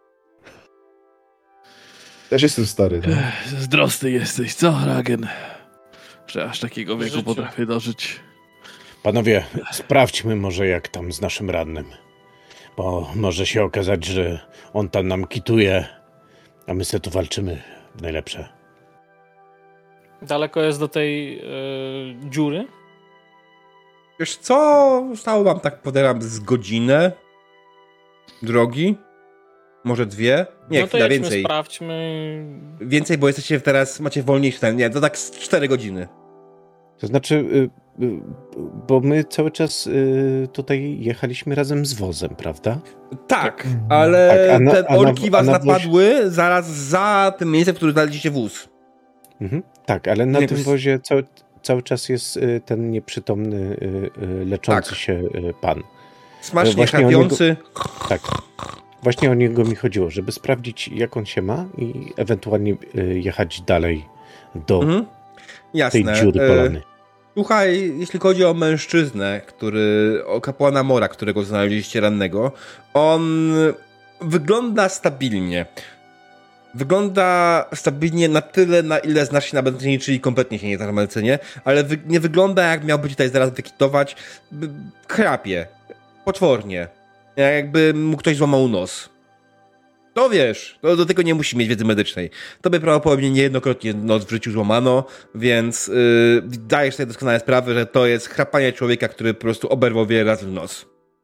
Też jestem stary. No. Ech, Zazdrosny jesteś, co, Ragen? Że aż takiego wieku Życiu. potrafię dożyć. Panowie, sprawdźmy może jak tam z naszym radnym. Bo może się okazać, że on tam nam kituje, a my se tu walczymy w najlepsze. Daleko jest do tej yy, dziury? Wiesz co? Zostało wam, tak podejrzewam, z godzinę drogi. Może dwie? Nie, no to chwila, jedźmy, więcej. sprawdźmy. Więcej, bo jesteście teraz, macie wolniejszy ten. Nie, to tak z cztery godziny. To znaczy, y, y, bo my cały czas y, tutaj jechaliśmy razem z wozem, prawda? Tak, ale Tak, a na- te a na- orki was a na wozie- napadły zaraz za tym miejscem, w którym znaleźliście wóz. Mhm. Tak, ale na Nie, tym jakoś- wozie cały, cały czas jest y, ten nieprzytomny, y, y, leczący Tak. się y, pan. Smacznie Właśnie o chrapiący. Tak. Właśnie o niego mi chodziło, żeby sprawdzić, jak on się ma i ewentualnie y, jechać dalej do Mhm. tej Jasne. dziury E, polany. Słuchaj, jeśli chodzi o mężczyznę, który, o kapłana Mora, którego znaleźliście rannego, on wygląda stabilnie. Wygląda stabilnie na tyle, na ile znasz się na medycynie, czyli kompletnie się nie znasz na medycynie, ale wy, nie wygląda, jak miałby ci tutaj zaraz wykitować. B- Chrapie. Potwornie. Jakby mu ktoś złamał nos. To wiesz, no do tego nie musi mieć wiedzy medycznej. Tobie prawdopodobnie niejednokrotnie nos w życiu złamano, więc yy, dajesz sobie doskonale sprawę, że to jest chrapanie człowieka, który po prostu oberwał wiele razy w nos.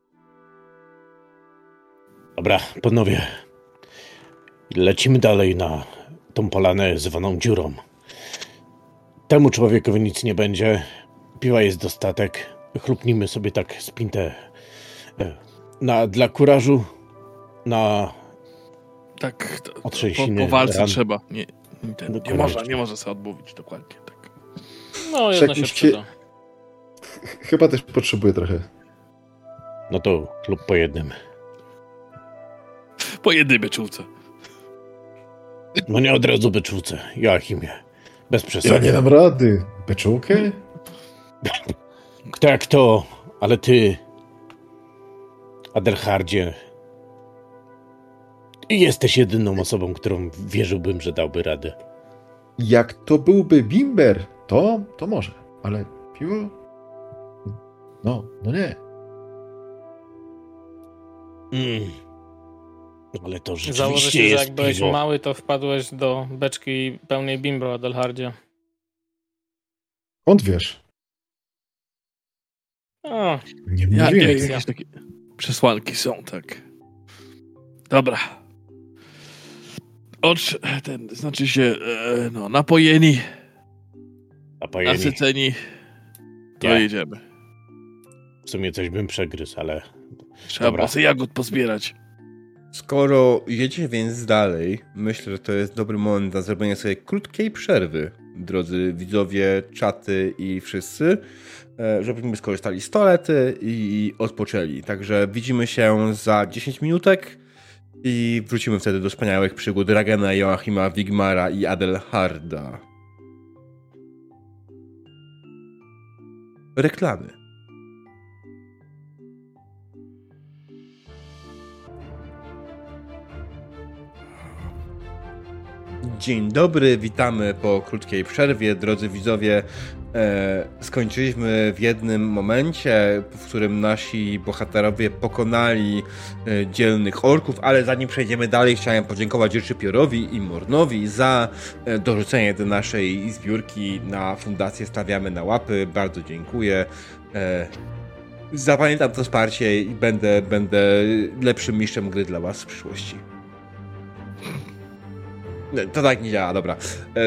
Dobra, panowie. Lecimy dalej na tą polanę zwaną dziurą. Temu człowiekowi nic nie będzie. Piwa jest dostatek. Chlupnijmy sobie tak spintę e, na, dla kurażu, na Tak, to, po, otrzęsiny po walce ran. trzeba. Nie, ten, nie, Dokładnie. można, nie można sobie odmówić, dokładnie tak. No, jedno się jakimś przyda. Ch- Chyba też potrzebuję trochę. No to chlub po jednym. Po jednej beczułce. No nie od razu beczułce. Joachimie. Bez Ja przesady. nie dam rady. Beczułkę? Kto jak to, ale ty, Adelhardzie, jesteś jedyną osobą, którą wierzyłbym, że dałby radę. Jak to byłby bimber, to, to może. Ale piwo? No, no nie. Mm. Ale to Założę rzeczywiście się, że jest jak byłeś piwo. mały, to wpadłeś do beczki pełnej bimbro, Adelhardzie. Skąd wiesz? O, Nie Ja, mówiłem. nie, jakieś takie przesłanki są, tak. Dobra. Ocz, ten, znaczy się, e, no, napojeni, Napojeni. nasyceni, to Nie. jedziemy. W sumie coś bym przegryzł, ale Trzeba Dobra. było sobie jagód pozbierać. Skoro jedziecie więc dalej, myślę, że to jest dobry moment na zrobienie sobie krótkiej przerwy, drodzy widzowie, czaty i wszyscy, e, żebyśmy skorzystali z toalety i odpoczęli. Także widzimy się za dziesięć minutek i wrócimy wtedy do wspaniałych przygód Ragena, Joachima, Wigmara i Adelharda. Reklamy. Dzień dobry, witamy po krótkiej przerwie. Drodzy widzowie, e, skończyliśmy w jednym momencie, w którym nasi bohaterowie pokonali e, dzielnych orków, ale zanim przejdziemy dalej, chciałem podziękować Rzeczypiorowi i Mornowi za e, dorzucenie do naszej zbiórki na Fundację Stawiamy na Łapy. Bardzo dziękuję. E, zapamiętam to wsparcie i będę, będę lepszym mistrzem gry dla was w przyszłości. To tak nie działa, dobra.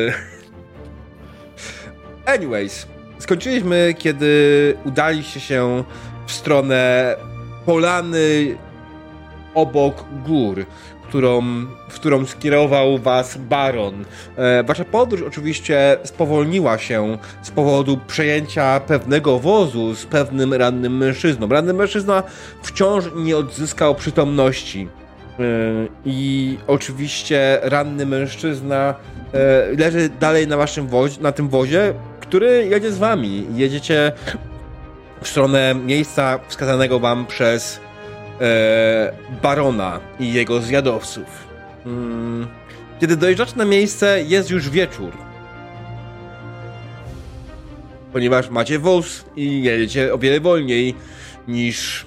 Anyways, skończyliśmy, kiedy udaliście się w stronę polany obok gór, którą, w którą skierował was baron. E, wasza podróż oczywiście spowolniła się z powodu przejęcia pewnego wozu z pewnym rannym mężczyzną. Ranny mężczyzna wciąż nie odzyskał przytomności. E, I oczywiście ranny mężczyzna e, leży dalej na waszym wozie, na tym wozie, który jedzie z wami. Jedziecie w stronę miejsca wskazanego wam przez e, barona i jego zwiadowców. Hmm. Kiedy dojeżdżacie na miejsce, jest już wieczór. Ponieważ macie wóz i jedziecie o wiele wolniej niż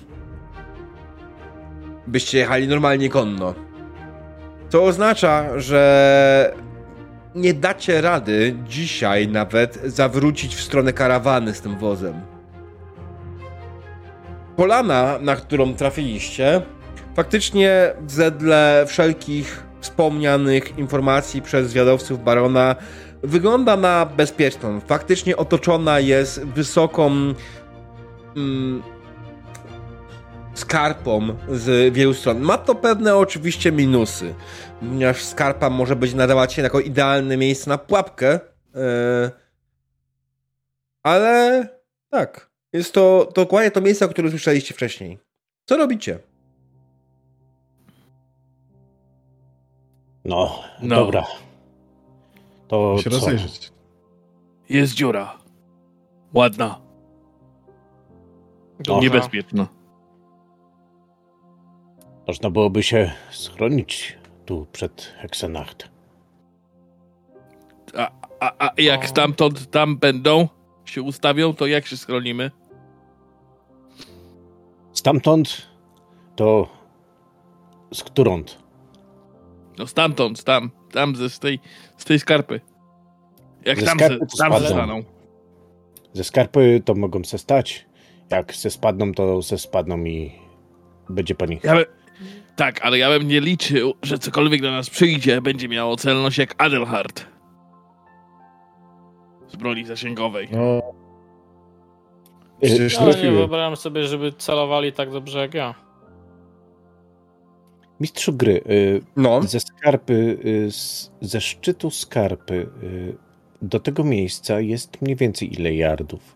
byście jechali normalnie konno. To oznacza, że nie dacie rady dzisiaj nawet zawrócić w stronę karawany z tym wozem. Polana, na którą trafiliście, faktycznie wedle wszelkich wspomnianych informacji przez zwiadowców barona wygląda na bezpieczną. Faktycznie otoczona jest wysoką mm, skarpą z wielu stron. Ma to pewne oczywiście minusy, ponieważ skarpa może być nadawać się jako idealne miejsce na pułapkę, yy, ale tak, jest to dokładnie to miejsce, o którym słyszeliście wcześniej. Co robicie? No, No. dobra. To się co? rozejrzeć. Jest dziura. Ładna. Duża. Niebezpieczna. Można byłoby się schronić tu przed Hexenacht. A, a, a jak stamtąd tam będą, się ustawią, to jak się schronimy? Stamtąd to z którąd? No stamtąd, tam, tam ze, z, tej, z tej skarpy. Jak Ze tam, skarpy se, to tam spadną. staną. Ze skarpy to mogą se stać. Jak se spadną, to se spadną i będzie po nich. Ja by, tak, ale ja bym nie liczył, że cokolwiek do nas przyjdzie, będzie miało celność jak Adelhard. Z broni zasięgowej. No. Przecież Ale nie trafiły. wyobrażam sobie, żeby celowali tak dobrze jak ja. Mistrzu gry, y, No. ze skarpy, y, z, ze szczytu skarpy y, do tego miejsca jest mniej więcej ile yardów?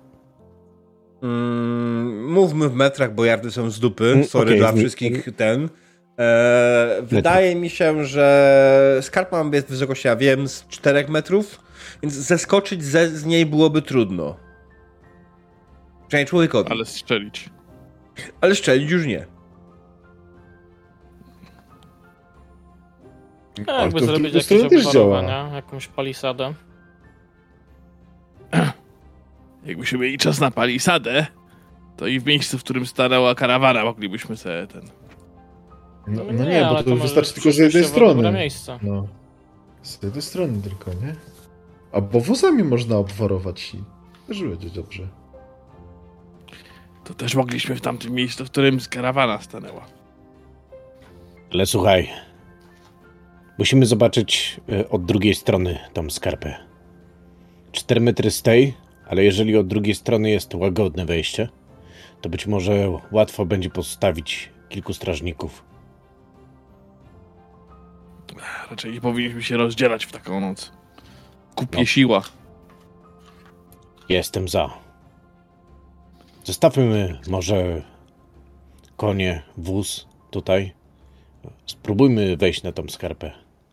Mm, mówmy w metrach, bo jardy są z dupy. Mm, Sorry okay. dla wszystkich ten. E, wydaje mi się, że skarpa jest wysokości, ja wiem, z czterech metrów, więc zeskoczyć ze, z niej byłoby trudno. Przynajmniej człowiekowi. Ale, Ale strzelić. Ale szczelić już nie. A Ale jakby to w zrobić drugą jakieś stronę też działa. obwarowania, jakąś palisadę. Jakbyśmy mieli czas na palisadę, to i w miejscu, w którym stanęła karawana, moglibyśmy sobie ten... No, no nie, bo ale to może wystarczy tylko z przyszliście jednej w dobre strony. miejsce. No. Z jednej strony tylko, nie? Albo wozami można obwarować i też będzie dobrze. To też mogliśmy w tamtym miejscu, w którym karawana stanęła. Ale słuchaj, musimy zobaczyć y, od drugiej strony tą skarpę. Cztery metry z tej, ale jeżeli od drugiej strony jest łagodne wejście, to być może łatwo będzie postawić kilku strażników. Raczej nie powinniśmy się rozdzielać w taką noc. Kupie No. siła. Jestem za. Zostawmy może konie, wóz tutaj. Spróbujmy wejść na tą skarpę.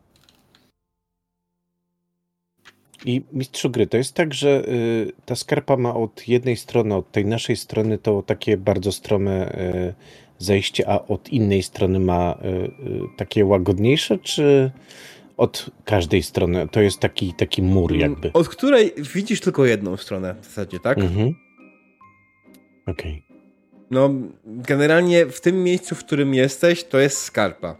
I mistrzu gry, to jest tak, że y, ta skarpa ma od jednej strony, od tej naszej strony to takie bardzo strome y, zejście, a od innej strony ma y, y, takie łagodniejsze, czy od każdej strony? To jest taki, taki mur jakby. Od której widzisz tylko jedną stronę w zasadzie, tak? Mhm. Okej. No, generalnie w tym miejscu, w którym jesteś, to jest skarpa.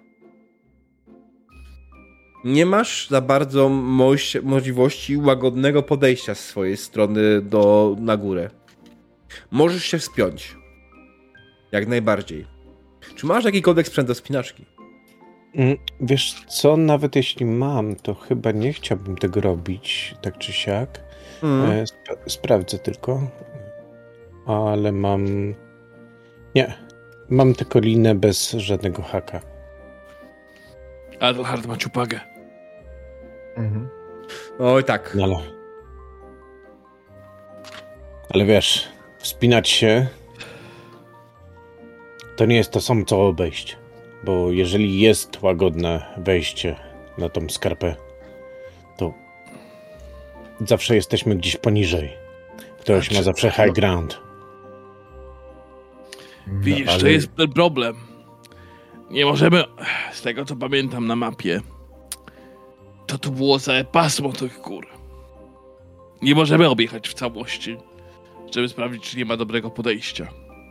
Nie masz za bardzo moś- możliwości łagodnego podejścia z swojej strony do, na górę. Możesz się wspiąć. Jak najbardziej. Czy masz jakikolwiek sprzęt do spinaczki? Mm, Wiesz co, nawet jeśli mam, to chyba nie chciałbym tego robić, tak czy siak. Mm. E, sp- sprawdzę tylko. Ale mam... Nie. Mam tylko linę bez żadnego haka. Adelhard ma ciupagę. Mhm. Oj tak. No ale... ale wiesz, wspinać się to nie jest to samo, co obejść. Bo jeżeli jest łagodne wejście na tą skarpę, to zawsze jesteśmy gdzieś poniżej. Ktoś ma zawsze high ground. Widzisz, ale... to jest ten problem. Nie możemy, z tego co pamiętam na mapie, to tu było całe pasmo tych gór. Nie możemy objechać w całości, żeby sprawdzić, czy nie ma dobrego podejścia.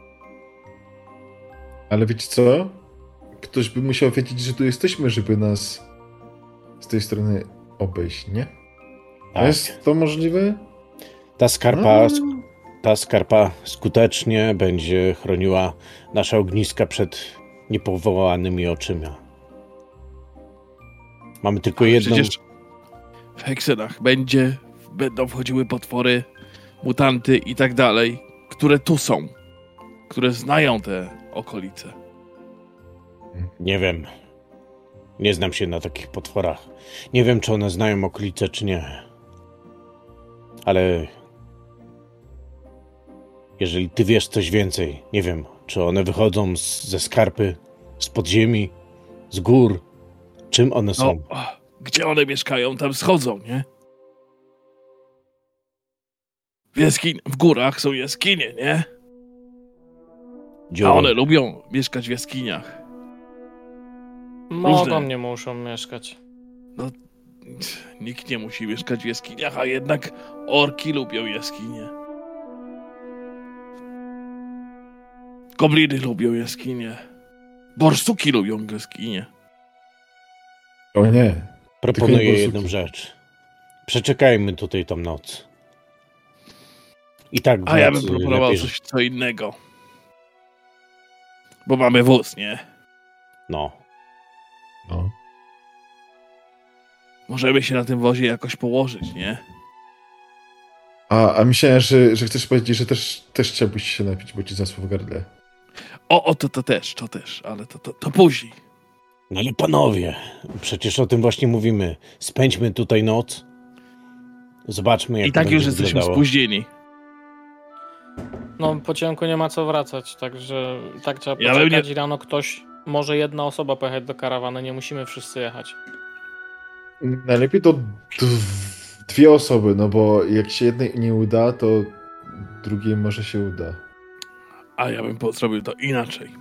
Ale wiecie co? Ktoś by musiał wiedzieć, że tu jesteśmy, żeby nas z tej strony obejść, nie? Tak. Jest to możliwe? Ta skarpa, A. ta skarpa skutecznie będzie chroniła nasze ogniska przed niepowołanymi oczyma. Mamy tylko Ale jedną... przecież w Heksenach będzie, będą wchodziły potwory, mutanty i tak dalej, które tu są, które znają te okolice. Nie wiem. Nie znam się na takich potworach. Nie wiem, czy one znają okolice, czy nie. Ale... jeżeli ty wiesz coś więcej, nie wiem, czy one wychodzą z, ze skarpy, z podziemi, z gór, czym one są? No, gdzie one mieszkają, tam schodzą, nie? W jaskiń, w górach są jaskinie, nie? A one lubią mieszkać w jaskiniach. Mogą, Różne. nie muszą mieszkać. Nikt nie musi mieszkać w jaskiniach, a jednak orki lubią jaskinie. Gobliny lubią jaskinie. Borsuki lubią jaskinie. O nie. Proponuję Tylko nie jedną rzecz. Przeczekajmy tutaj tą noc. I tak w A ja bym nocy proponował lepiej, coś co innego. Bo mamy wóz, nie? No. No. Możemy się na tym wozie jakoś położyć, nie? A, a myślałem, że, że chcesz powiedzieć, że też, też chciałbyś się napić, bo ci zasło w gardle. O, o, to, to też, to też, ale to, to, to później. No ale panowie, przecież o tym właśnie mówimy. Spędźmy tutaj noc. Zobaczmy, jak I to tak będzie już jesteśmy wyglądało. spóźnieni. No po ciemku nie ma co wracać, także tak trzeba Ja bym poczekać nie- i rano ktoś, może jedna osoba pojechać do karawany, nie musimy wszyscy jechać. Najlepiej to d- dwie osoby, no bo jak się jednej nie uda, to drugiej może się uda. A ja bym po- zrobił to inaczej.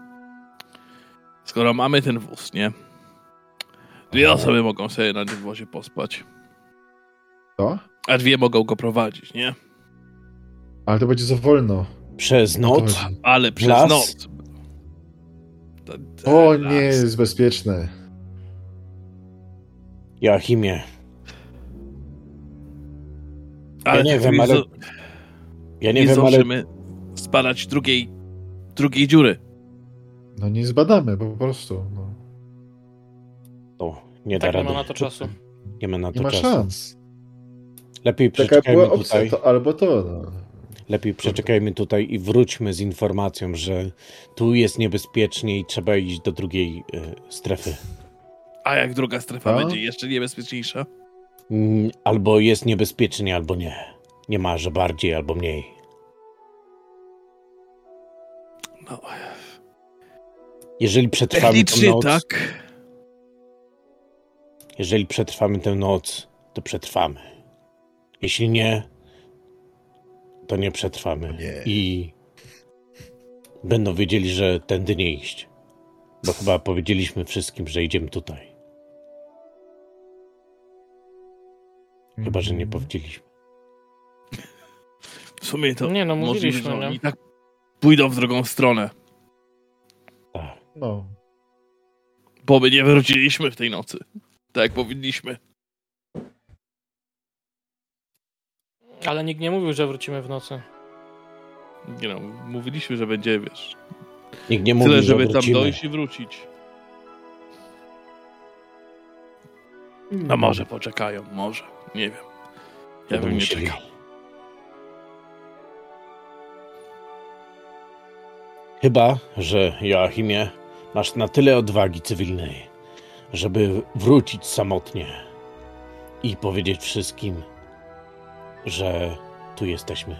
Skoro mamy ten wóz, nie? Dwie osoby mogą sobie na tym wozie pospać, Co? a dwie mogą go prowadzić, nie? Ale to będzie za wolno. Przez O to noc? chodzi. Ale przez Las? noc. To- to- O, las. nie jest bezpieczne. Joachimie, Ale ja nie tak wiem, nie ale- zo- ja nie, nie wiem, ale zdążymy spadać drugiej, drugiej dziury. No nie zbadamy, po prostu. No. to nie da Tak nie rady. ma na to czasu. Nie ma na Nie to ma czasu. szans. Lepiej Taka przeczekajmy była opcja, tutaj. to albo to. No. Lepiej przeczekajmy tutaj i wróćmy z informacją, że tu jest niebezpiecznie i trzeba iść do drugiej y, strefy. A jak druga strefa A? będzie jeszcze niebezpieczniejsza? Mm, Albo jest niebezpiecznie, albo nie. Nie ma, że bardziej albo mniej. No, Jeżeli przetrwamy tę technicznie noc, tak. jeżeli przetrwamy tę noc, to przetrwamy. Jeśli nie, to nie przetrwamy. Nie. I będą wiedzieli, że tędy nie iść. Bo chyba powiedzieliśmy wszystkim, że idziemy tutaj. Chyba, że nie powiedzieliśmy. W sumie to Nie, no, możliwe, mówiliśmy, że nie? oni tak pójdą w drugą stronę. Tak. No. Bo my nie wróciliśmy w tej nocy. Tak jak powinniśmy. Ale nikt nie mówił, że wrócimy w nocy. Nie no, mówiliśmy, że będzie, wiesz, Nikt nie mówi, tyle, że żeby tam wrócimy. dojść i wrócić. No może poczekają, może. Nie wiem. Ja Będą bym nie musieli. czekał. Chyba, że Joachimie, masz na tyle odwagi cywilnej, żeby wrócić samotnie i powiedzieć wszystkim, że tu jesteśmy.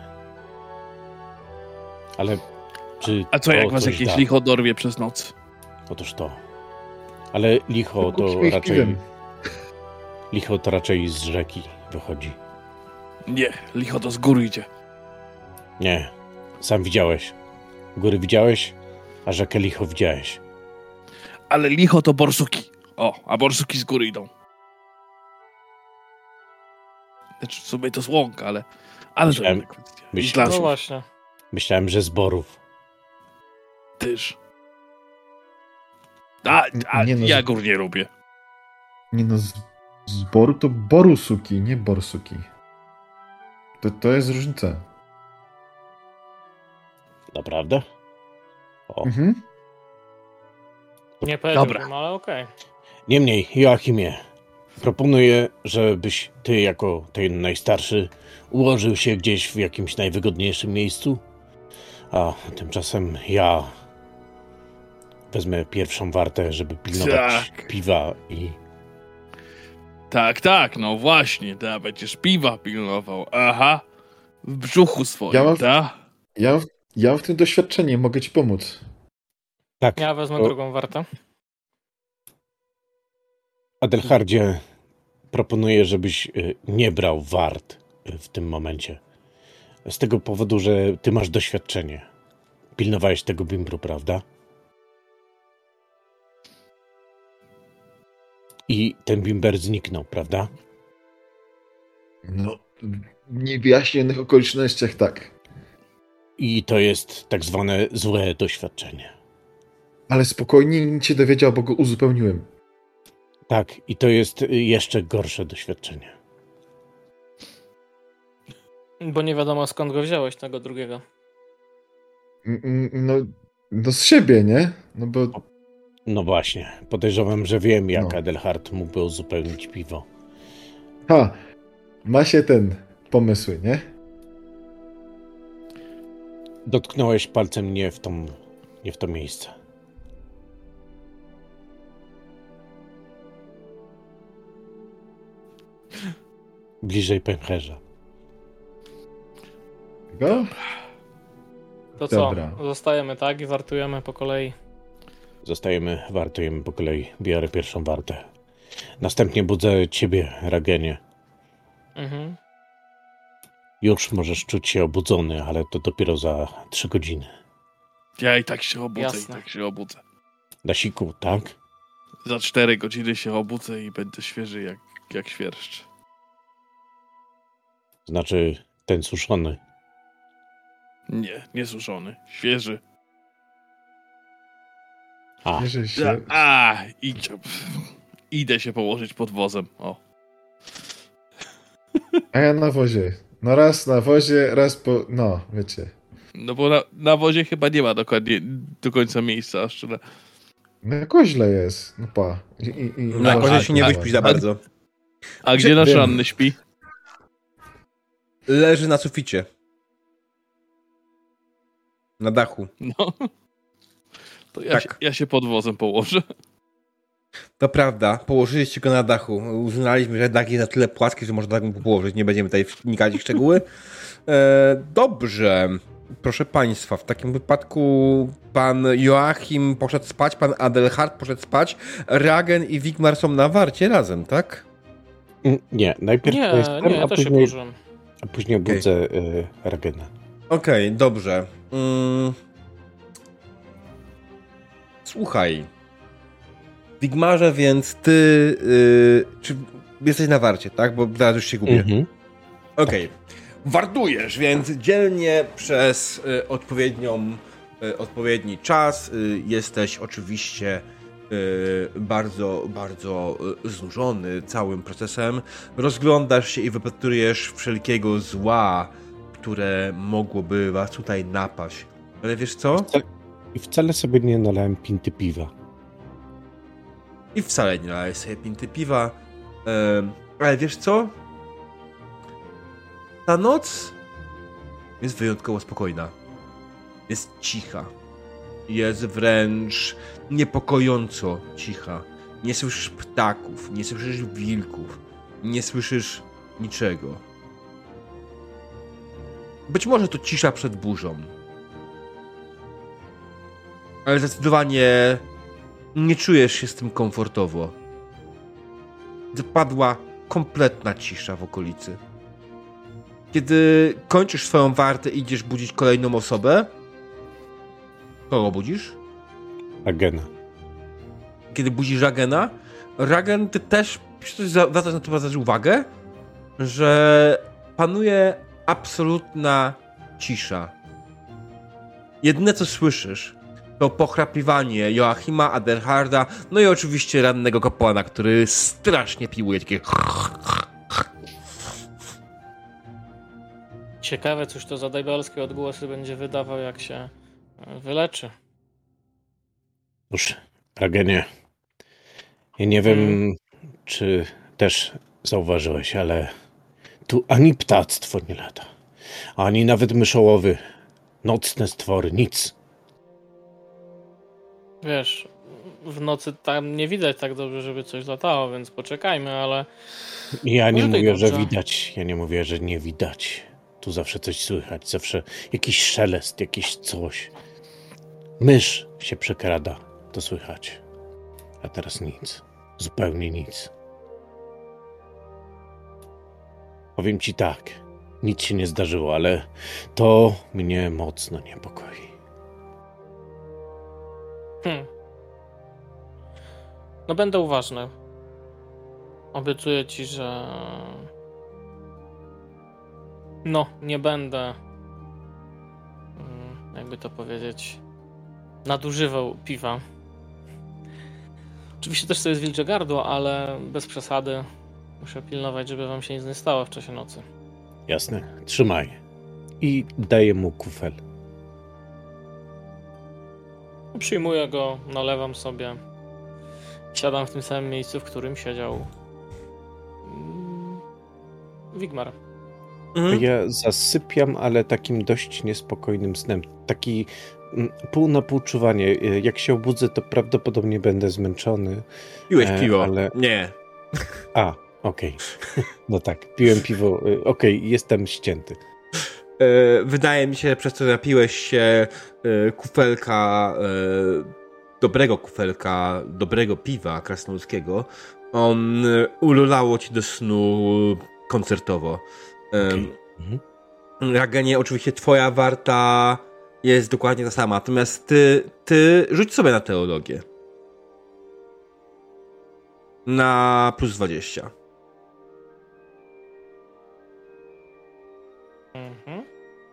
Ale czy A co, to jak was coś jakieś da? licho dorwie przez noc? Otóż to. Ale licho to Kup ich raczej... piwem. Licho to raczej z rzeki wychodzi. Nie, licho to z góry idzie. Nie, sam widziałeś. Góry widziałeś, a rzekę licho widziałeś. Ale licho to borsuki. O, a borsuki z góry idą. Znaczy w sumie to słonka, ale... Ale Myślałem- to inna kwestia. I z myślałem- No lasów właśnie. Myślałem, że z borów. też. A, a Nie no, ja że- gór nie lubię. Nie no, z, z boru to borusuki, nie borsuki. To, to jest różnica. Naprawdę? O. Mhm. Nie powiedziałbym, Dobra. ale okej. Niemniej, Joachimie, proponuję, żebyś ty jako ten najstarszy ułożył się gdzieś w jakimś najwygodniejszym miejscu, a tymczasem ja wezmę pierwszą wartę, żeby pilnować Tak. piwa i... Tak, tak, no właśnie, da, będziesz piwa pilnował. Aha, w brzuchu swoim, Ja mam- da? Ja, ja mam w tym doświadczenie, mogę ci pomóc. Tak, Ja wezmę O. drugą wartę. Adelhardzie, proponuję, żebyś y, nie brał wart y, w tym momencie. Z tego powodu, że ty masz doświadczenie. Pilnowałeś tego bimbru, prawda? I ten bimber zniknął, prawda? No, w niewyjaśnionych okolicznościach tak. I to jest tak zwane złe doświadczenie. Ale spokojnie, nic się dowiedział, bo go uzupełniłem. Tak, i to jest y, jeszcze gorsze doświadczenie. Bo nie wiadomo skąd go wziąłeś, tego drugiego. Mm, mm, No, no z siebie, nie? No bo No właśnie, podejrzewam, że wiem, jak No. Adelhard mógłby uzupełnić piwo. ha, ma się ten pomysły, nie? Dotknąłeś palcem nie w tą, nie w to miejsce. Bliżej pęcherza. Go? To co? Dobra. Zostajemy, tak? I wartujemy po kolei. Zostajemy, wartujemy po kolei. Biorę pierwszą wartę. Następnie budzę ciebie, Ragenie. Mhm. Już możesz czuć się obudzony, ale to dopiero za trzy godziny. Ja i tak się obudzę, Jasne. i tak się obudzę. Na siku, tak? Za cztery godziny się obudzę i będę świeży jak, jak świerszcz. Znaczy ten suszony. Nie, nie suszony, świeży. A, Bierze się. Da, a, idź, idę się położyć pod wozem, o. A ja na wozie. No raz na wozie, raz po... No, wiecie. No bo na, na wozie chyba nie ma dokładnie do końca miejsca, aż tyle. Na koźle jest. No pa. I, i, i, Na No, kozie a- się nie a- wyśpisz za bardzo. A gdzie nasz Wiem. ranny śpi? Leży na suficie. Na dachu. No. To ja, Tak. się, ja się pod wozem położę. To prawda, położyliście go na dachu. Uznaliśmy, że dach jest na tyle płaski, że można tak położyć. Nie będziemy tutaj wnikać w szczegóły. E, dobrze. Proszę Państwa, w takim wypadku pan Joachim poszedł spać, pan Adelhard poszedł spać, Ragen i Wigmar są na warcie razem, tak? mm, nie, najpierw Nie, to jestem, nie, ja a, też się później, położyłem. a później Okej. budzę y, Ragena. Okej, dobrze. Mm. Słuchaj. Wigmarze, więc ty... Yy, czy jesteś na warcie, tak? Bo zaraz już się gubię. Mhm. Okej. Wartujesz, więc dzielnie przez y, odpowiednią, y, odpowiedni czas y, jesteś oczywiście y, bardzo, bardzo y, znużony całym procesem. Rozglądasz się i wypatrujesz wszelkiego zła, które mogłoby was tutaj napaść. Ale wiesz co? I wcale sobie nie nalałem pinty piwa. I wcale nie nalałeś sobie pinty piwa. Em, ale wiesz co? Ta noc jest wyjątkowo spokojna. Jest cicha. Jest wręcz niepokojąco cicha. Nie słyszysz ptaków, nie słyszysz wilków, nie słyszysz niczego. Być może to cisza przed burzą. Ale zdecydowanie nie czujesz się z tym komfortowo. Zapadła kompletna cisza w okolicy. Kiedy kończysz swoją wartę i idziesz budzić kolejną osobę, kogo budzisz? Ragena. Kiedy budzisz Ragena, Ragen, ty też zwracasz na to uwagę, że panuje absolutna cisza. Jedyne co słyszysz to pochrapywanie Joachima, Adelharda, no i oczywiście rannego kapłana, który strasznie piłuje takie... Ciekawe, cóż to za diabelskie odgłosy będzie wydawał, jak się wyleczy. Cóż, Ragenie, ja nie wiem, Hmm. czy też zauważyłeś, ale tu ani ptactwo nie lata, ani nawet myszołowy, nocne stwory, nic. Wiesz, w nocy tam nie widać tak dobrze, żeby coś latało, więc poczekajmy, ale... Ja nie Może to i mówię, że dobrze. widać, ja nie mówię, że nie widać. Tu zawsze coś słychać, zawsze jakiś szelest, jakieś coś. Mysz się przekrada, to słychać. A teraz nic, zupełnie nic. Powiem ci tak, nic się nie zdarzyło, ale to mnie mocno niepokoi. Hmm. No będę uważny. Obiecuję ci, że... No, nie będę... mm, jakby to powiedzieć... nadużywał piwa. Oczywiście też to jest wilcze gardło, ale bez przesady. Muszę pilnować, żeby wam się nic nie stało w czasie nocy. Jasne, trzymaj. I daję mu kufel. Przyjmuję go, nalewam sobie. Siadam w tym samym miejscu, w którym siedział mm, Wigmar. Mhm. Ja zasypiam, ale takim dość niespokojnym snem. Taki mm, pół na pół czuwanie. Jak się obudzę, to prawdopodobnie będę zmęczony. Piłeś E, piwo. ale- Nie. A, okej. No tak, piłem piwo. e, Okej, jestem ścięty. E, wydaje mi się, że przez to, że napiłeś się e, kufelka, e, dobrego kufelka, dobrego piwa krasnoludzkiego, on e, ululało ci do snu koncertowo. E, Okej. Mhm. Ragenie, oczywiście twoja warta jest dokładnie ta sama, natomiast ty, ty rzuć sobie na teologię. Na plus dwadzieścia. Mhm.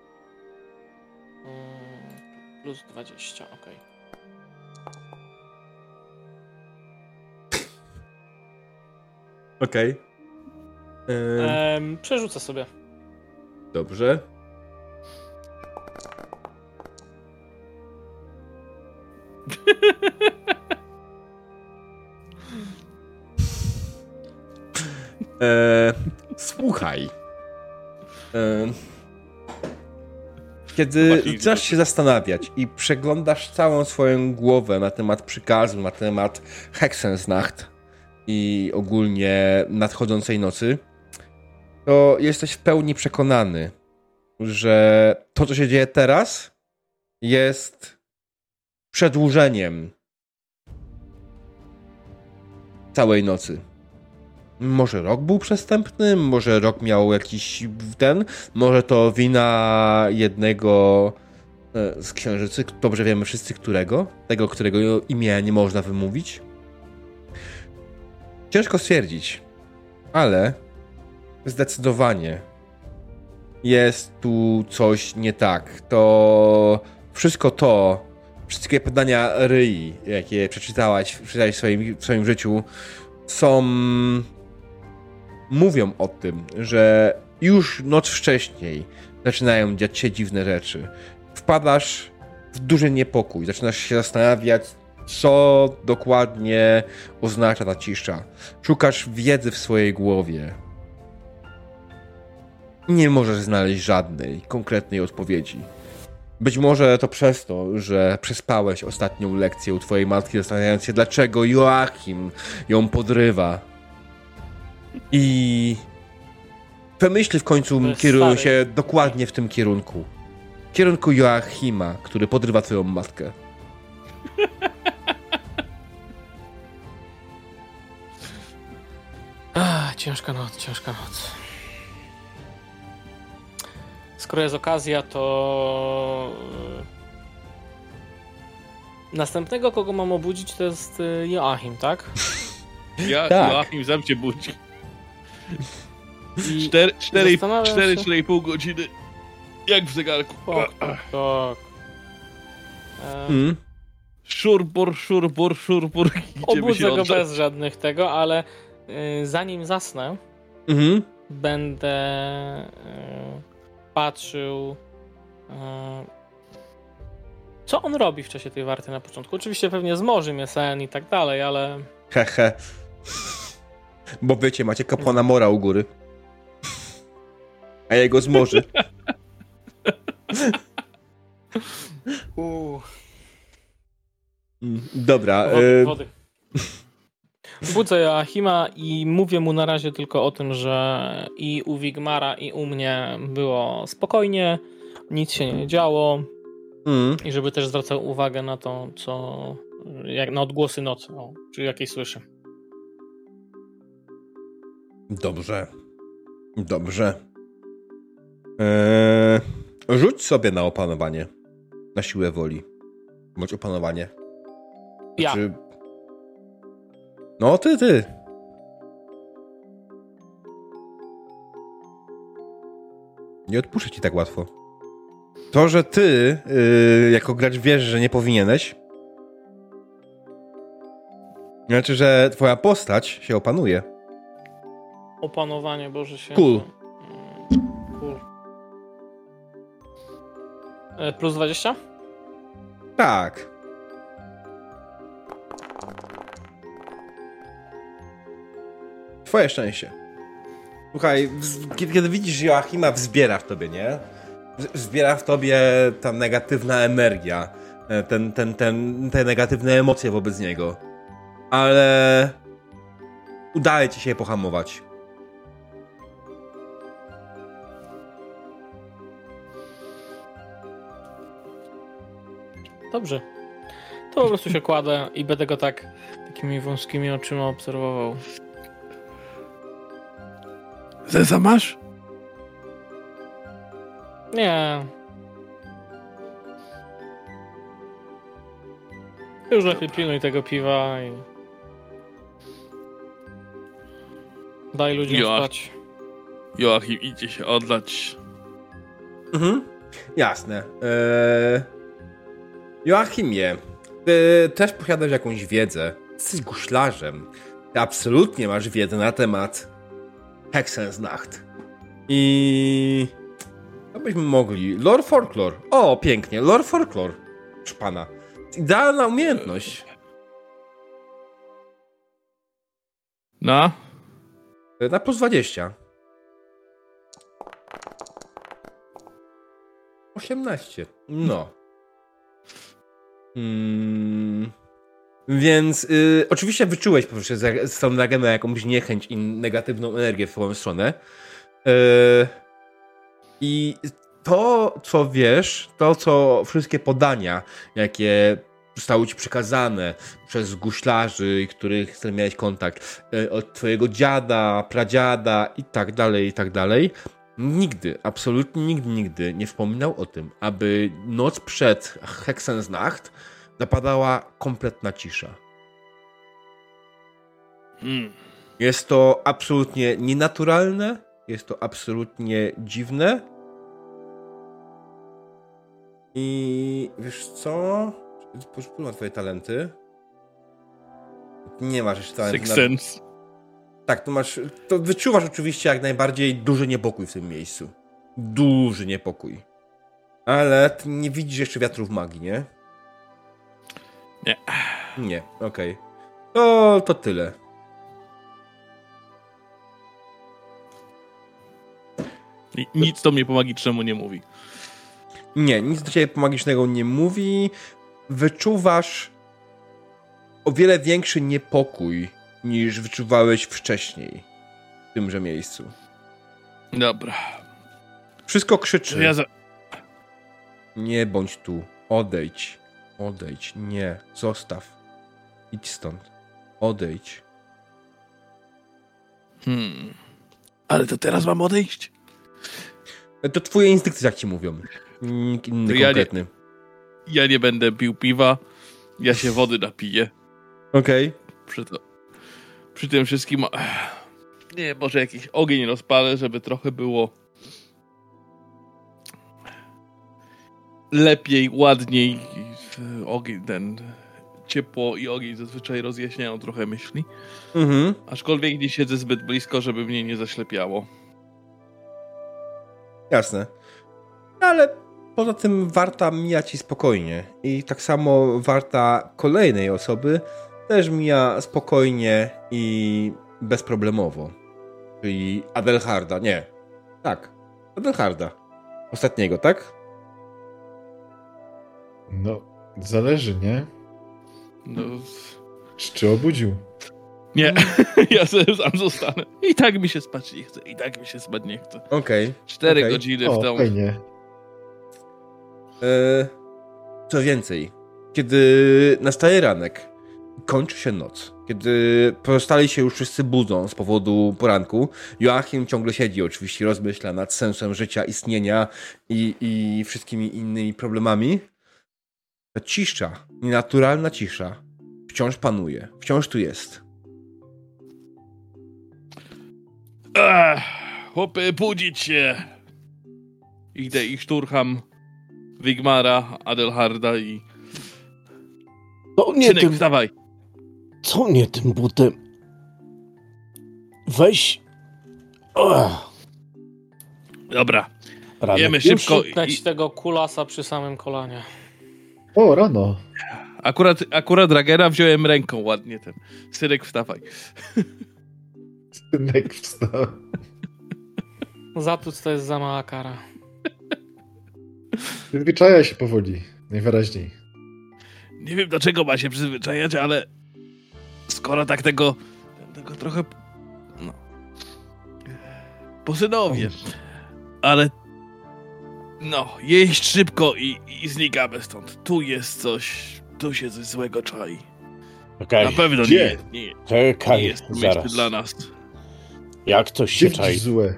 Mm, plus dwadzieścia, okej. Okej. E, Em, Przerzucę sobie. Dobrze. E, słuchaj. E, kiedy Zobaczyli, zaczynasz że- się zastanawiać i przeglądasz całą swoją głowę na temat przykazu, na temat Hexensnacht i ogólnie nadchodzącej nocy, to jesteś w pełni przekonany, że to, co się dzieje teraz, jest przedłużeniem całej nocy. Może rok był przestępny, może rok miał jakiś ten, może to wina jednego e, z księżycy, dobrze wiemy wszyscy którego, tego, którego imienia nie można wymówić. Ciężko stwierdzić, ale zdecydowanie jest tu coś nie tak. To wszystko to, wszystkie pytania Ryi, jakie przeczytałaś, przeczytałaś w swoim, w swoim życiu, są... mówią o tym, że już noc wcześniej zaczynają dziać się dziwne rzeczy. Wpadasz w duży niepokój, zaczynasz się zastanawiać, co dokładnie oznacza ta cisza. Szukasz wiedzy w swojej głowie. Nie możesz znaleźć żadnej konkretnej odpowiedzi. Być może to przez to, że przespałeś ostatnią lekcję u twojej matki, zastanawiając się, dlaczego Joachim ją podrywa. I myśli w końcu kierują się dokładnie w tym kierunku. W kierunku Joachima, który podrywa twoją matkę. Ach, ciężka noc, ciężka noc. Skoro jest okazja, to następnego, kogo mam obudzić, to jest Joachim, tak? Ja, Tak. Joachim, sam cię budzi. I cztery, cztery, zastanawiam cztery, się- cztery i pół godziny. Jak w zegarku. Tak, tak, tak. E, Mm. Szurbur, szurbur, szurbur. Idziemy Obudzę się go oddać. bez żadnych tego, ale y, zanim zasnę, Mhm. będę y, patrzył, y, co on robi w czasie tej warty na początku. Oczywiście pewnie zmoży mnie sen i tak dalej, ale Hehe. Bo wiecie, macie kapłana Mora u góry. A jego zmoży. Uuu, Mm, Dobra. wody, y- wody. Budzę Joachima i mówię mu na razie tylko o tym, że i u Wigmara, i u mnie było spokojnie, nic się nie działo. mm. I żeby też zwracał uwagę na to, co. Jak na odgłosy nocy, o, czy jakieś słyszę. Dobrze. Dobrze. Eee, rzuć sobie na opanowanie. Na siłę woli. Bądź opanowanie. Ja. Znaczy- No, ty, ty. Nie odpuszczę ci tak łatwo. To, że ty yy, jako gracz wiesz, że nie powinieneś, znaczy, że twoja postać się opanuje. Opanowanie, Boże się. Cool. Cool. E, plus dwadzieścia? Tak. Twoje szczęście. Słuchaj, wz- kiedy, kiedy widzisz Joachima, wzbiera w tobie, nie? W- Wzbiera w tobie ta negatywna energia, e, ten, ten, ten, te negatywne emocje wobec niego. Ale udaje ci się je pohamować. Dobrze. To po prostu się kładę i będę go tak takimi wąskimi oczyma obserwował. Zeza masz? Nie. Już lepiej pilnuj tego piwa i daj ludziom Joach- spać. Joachim idzie się odlać. Mhm. Jasne. Eee... Joachimie, ty też posiadasz jakąś wiedzę. Jesteś guślarzem. Ty absolutnie masz wiedzę na temat Hexensnacht. I... Co byśmy mogli? Lore Folklore. O, pięknie. Lore Folklore. Proszę pana. Idealna umiejętność. No? Na plus dwadzieścia. osiemnaście. No. Hmm. Więc y, oczywiście wyczułeś poprzez stronę Nagena jakąś niechęć i negatywną energię w twoją stronę. Y, I to, co wiesz, to, co wszystkie podania, jakie zostały ci przekazane przez guślarzy, których z którymi miałeś kontakt, y, od twojego dziada, pradziada i tak dalej, i tak dalej, nigdy, absolutnie nigdy, nigdy nie wspominał o tym, aby noc przed Hexensnacht zapadała kompletna cisza. Hmm. Jest to absolutnie nienaturalne, jest to absolutnie dziwne. I wiesz co? Poszukam na twoje talenty. Nie masz jeszcze talentu. Six na... Sense. Tak, to masz. To wyczuwasz oczywiście jak najbardziej duży niepokój w tym miejscu. Duży niepokój. Ale ty nie widzisz jeszcze wiatrów magii, nie? Nie. Nie, okej. Okay. To, to tyle. I nic to mnie po magicznemu nie mówi. Nie, nic do ciebie magicznego nie mówi. Wyczuwasz o wiele większy niepokój niż wyczuwałeś wcześniej w tymże miejscu. Dobra. Wszystko krzyczy. Ja za... Nie bądź tu. Odejdź. Odejdź. Nie. Zostaw. Idź stąd. Odejdź. Hmm. Ale to teraz mam odejść? To twoje instynkty tak ci mówią. Nikt inny To ja konkretny. Nie, ja nie będę pił piwa. Ja się wody napiję. Okej. Okay. Przy, to, przy tym wszystkim... Nie, może jakiś ogień rozpalę, żeby trochę było lepiej, ładniej. Ogień ten... Ciepło i ogień zazwyczaj rozjaśniają trochę myśli. Mhm. Aczkolwiek nie siedzę zbyt blisko, żeby mnie nie zaślepiało. Jasne. No ale poza tym warta mija ci spokojnie. I tak samo warta kolejnej osoby też mija spokojnie i bezproblemowo. Czyli Adelharda. Nie. Tak. Adelharda. Ostatniego, tak? No, zależy, nie? No... Czy, czy obudził? Nie, ja sobie sam zostanę. I tak mi się spać nie chce. I tak mi się spać nie chce. Okej. Okay. Cztery okay. godziny o, w tą... fajnie. E, co więcej, kiedy nastaje ranek, kończy się noc, kiedy pozostali się już wszyscy budzą z powodu poranku, Joachim ciągle siedzi oczywiście, rozmyśla nad sensem życia, istnienia i, i wszystkimi innymi problemami. Ta cisza, nienaturalna cisza wciąż panuje, wciąż tu jest. Ech, chłopy, budzić się! Idę i szturcham Wigmara, Adelharda i... To nie Synek, tym... wstawaj! Co nie tym butem? Weź... Ugh. Dobra, Ranek. jemy szybko Szukać i... tego kulasa przy samym kolanie. O, rano. Akurat, akurat Ragera wziąłem ręką ładnie ten. Synek, wstawaj. Synek wstał. Zatuc to jest za mała kara. Przyzwyczaja się powoli, najwyraźniej. Nie wiem, do czego ma się przyzwyczajać, ale skoro tak tego, tego trochę... No... Po synowie. Ale... No, jeść szybko i, i znikamy stąd. Tu jest coś... Tu się coś złego czai. Okej. Na pewno Gdzie? nie, nie, Czekaj, nie jest to zaraz. miejsce dla nas. Jak coś się Gdzie czai? złe?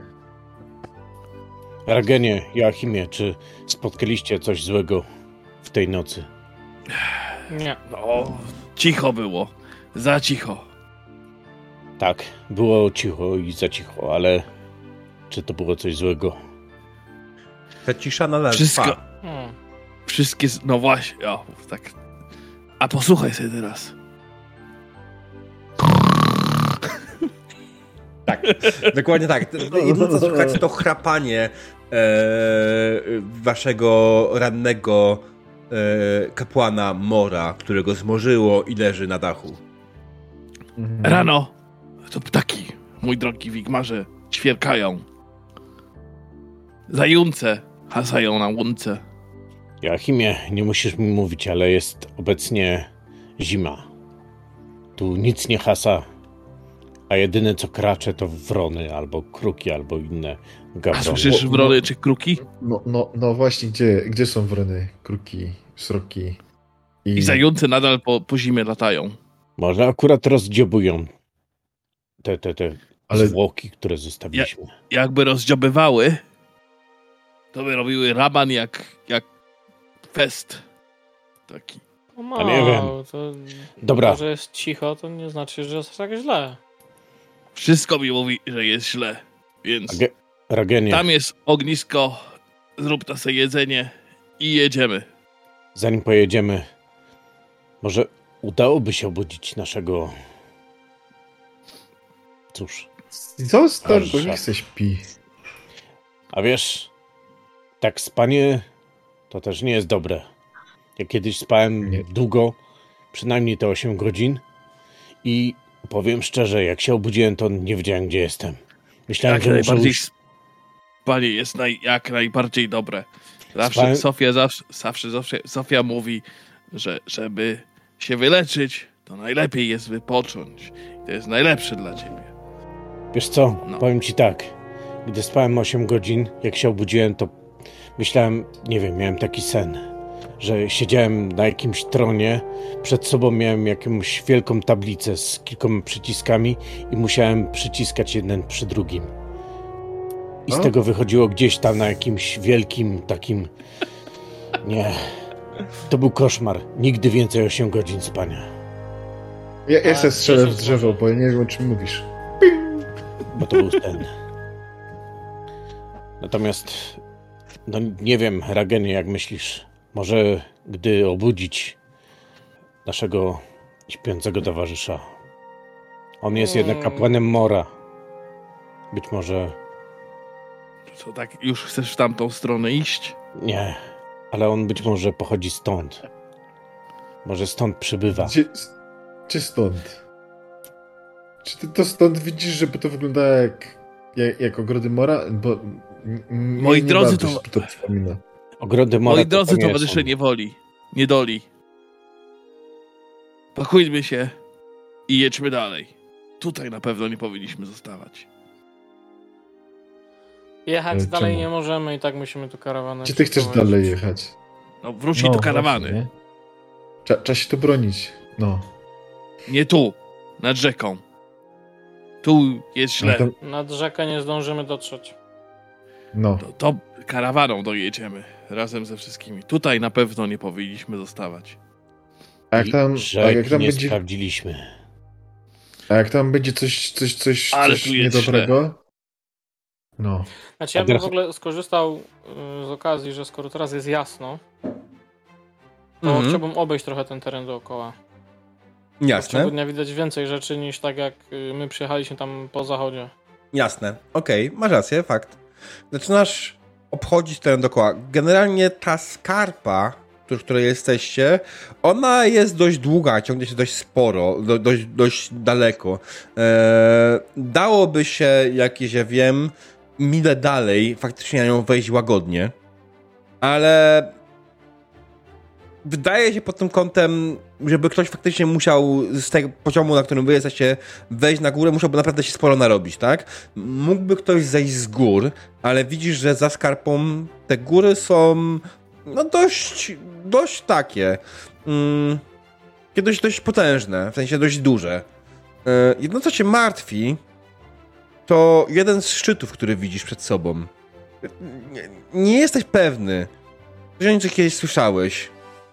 Ragenie, Joachimie, czy spotkaliście coś złego w tej nocy? Nie. No, cicho było. Za cicho. Tak, było cicho i za cicho, ale czy to było coś złego? Ta cisza nadal Wszystko... trwa. Hmm. Wszystkie... z- No właśnie, o, tak... A posłuchaj sobie teraz. Tak, dokładnie tak. Jedyne co słuchacie to chrapanie e, waszego rannego e, kapłana Mora, którego zmorzyło i leży na dachu. Mhm. Rano to ptaki, mój drogi Wigmarze, ćwierkają. Zające hasają na łące. Joachimie, nie musisz mi mówić, ale jest obecnie zima. Tu nic nie hasa, a jedyne co kracze to wrony, albo kruki, albo inne A gawrony. słyszysz wrony czy kruki? No, no, no właśnie, gdzie, gdzie są wrony, kruki, sroki i... I zające nadal po, po zimie latają. Może akurat rozdziobują te, te, te Ale- zwłoki, które zostawiliśmy. Jakby rozdziobywały, to by robiły raban jak, jak fest. Taki. No A nie wiem. To, Dobra. To, że jest cicho, to nie znaczy, że jest tak źle. Wszystko mi mówi, że jest źle. Więc Rage- Ragenie, tam jest ognisko, zrób na sobie jedzenie i jedziemy. zanim pojedziemy, może udałoby się obudzić naszego... Cóż, Zostaw, bo Aż- niech se śpi. a wiesz, tak spanie to też nie jest dobre. Ja kiedyś spałem Nie. długo, przynajmniej te osiem godzin i powiem szczerze, jak się obudziłem, to nie wiedziałem, gdzie jestem. Myślałem, Jak że muszę najbardziej już... spanie jest naj, jak najbardziej dobre. Zawsze Spałem... Sofia, zawsze, zawsze, zawsze Sofia mówi, że żeby się wyleczyć, to najlepiej jest wypocząć. I to jest najlepsze dla ciebie. Wiesz co, No. powiem ci tak. Gdy spałem osiem godzin, jak się obudziłem, to myślałem, nie wiem, miałem taki sen, że siedziałem na jakimś tronie, przed sobą miałem jakąś wielką tablicę z kilkoma przyciskami i musiałem przyciskać jeden przy drugim. I z O? tego wychodziło gdzieś tam na jakimś wielkim takim... Nie. To był koszmar. Nigdy więcej osiem godzin spania. Ja, ja A, se strzelę w dziesięć drzewo, może. bo ja nie wiem, o czym mówisz. Bo to był sen. Natomiast, no nie wiem, Ragenie, jak myślisz, może gdy obudzić naszego śpiącego towarzysza, on jest jednak Hmm. kapłanem Mora. Być może Co, tak już chcesz w tamtą stronę iść? nie, ale on być może pochodzi stąd. Może stąd przybywa. Gdzie, gdzie stąd? Czy ty to stąd widzisz, żeby to wygląda jak, jak, jak ogrody Mora? Bo m- m- Moi nie drodzy, bardzo to- się to przypomina. Ogrody Mora Moi to drodzy nie są. towarzysze niewoli, niedoli. Pakujmy się i jedźmy dalej. Tutaj na pewno nie powinniśmy zostawać. Jechać Ale dalej czemu? nie możemy i tak musimy tu karawanę Gdzie ty chcesz przeprowadzić. dalej jechać? No wrócić do karawany. właśnie, nie? Trza- Trzeba się tu bronić. No. Nie tu, nad rzeką. Tu jest źle. No, tam- Nad rzekę nie zdążymy dotrzeć. no. To, to karawaną dojedziemy razem ze wszystkimi. Tutaj na pewno nie powinniśmy zostawać. A jak tam, a Rzek jak tam nie będzie, sprawdziliśmy. a jak tam będzie coś, coś, coś, Ale coś tu jest niedobrego? No. Znaczy ja bym Adres- w ogóle skorzystał y, z okazji, że skoro teraz jest jasno, to Mhm. chciałbym obejść trochę ten teren dookoła. W Jasne, ciągu dnia widać więcej rzeczy niż tak jak y, my przyjechaliśmy tam po zachodzie. jasne. Okej, masz rację, fakt. Zaczynasz obchodzić teren dookoła. Generalnie ta skarpa, w której jesteście, ona jest dość długa, ciągnie się dość sporo, do, dość, dość daleko. Eee, dałoby się, jak ja wiem, mile dalej faktycznie na nią wejść łagodnie, ale wydaje się pod tym kątem, żeby ktoś faktycznie musiał z tego poziomu, na którym wy jesteście, wejść na górę, musiałby naprawdę się sporo narobić, tak? Mógłby ktoś zejść z gór, ale widzisz, że za skarpą te góry są no dość, dość takie mm, dość, dość potężne, w sensie dość duże. Yy, jedno, co cię martwi, to jeden z szczytów, który widzisz przed sobą. Nie, nie jesteś pewny, że o nim kiedyś słyszałeś.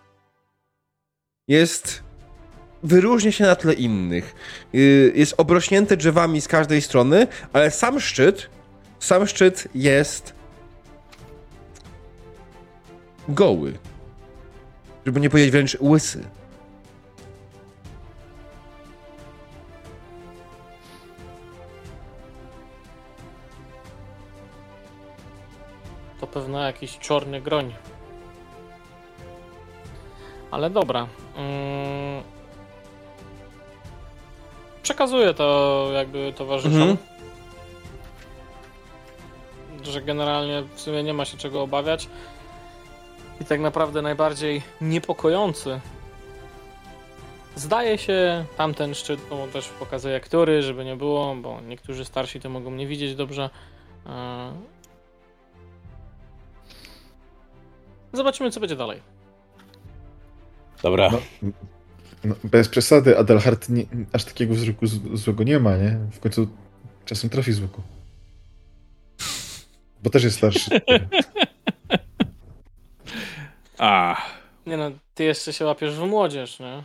Jest... Wyróżnia się na tle innych. Yy, jest obrośnięty drzewami z każdej strony, ale sam szczyt, sam szczyt jest goły. Żeby nie powiedzieć wręcz łysy. To pewno jakiś czarny groń. Ale dobra. Mm. Przekazuję to jakby towarzyszom. Mhm. Że generalnie w sumie nie ma się czego obawiać. I tak naprawdę najbardziej niepokojący zdaje się tamten szczyt, no też pokazuję który, żeby nie było, bo niektórzy starsi to mogą nie widzieć dobrze. Yy. Zobaczymy, co będzie dalej. Dobra. No, no, bez przesady, Adelhard nie, aż takiego wzroku z, złego nie ma, nie? W końcu czasem trafi z łuku. Bo też jest starszy. A, Nie no, ty jeszcze się łapiesz w młodzież, nie?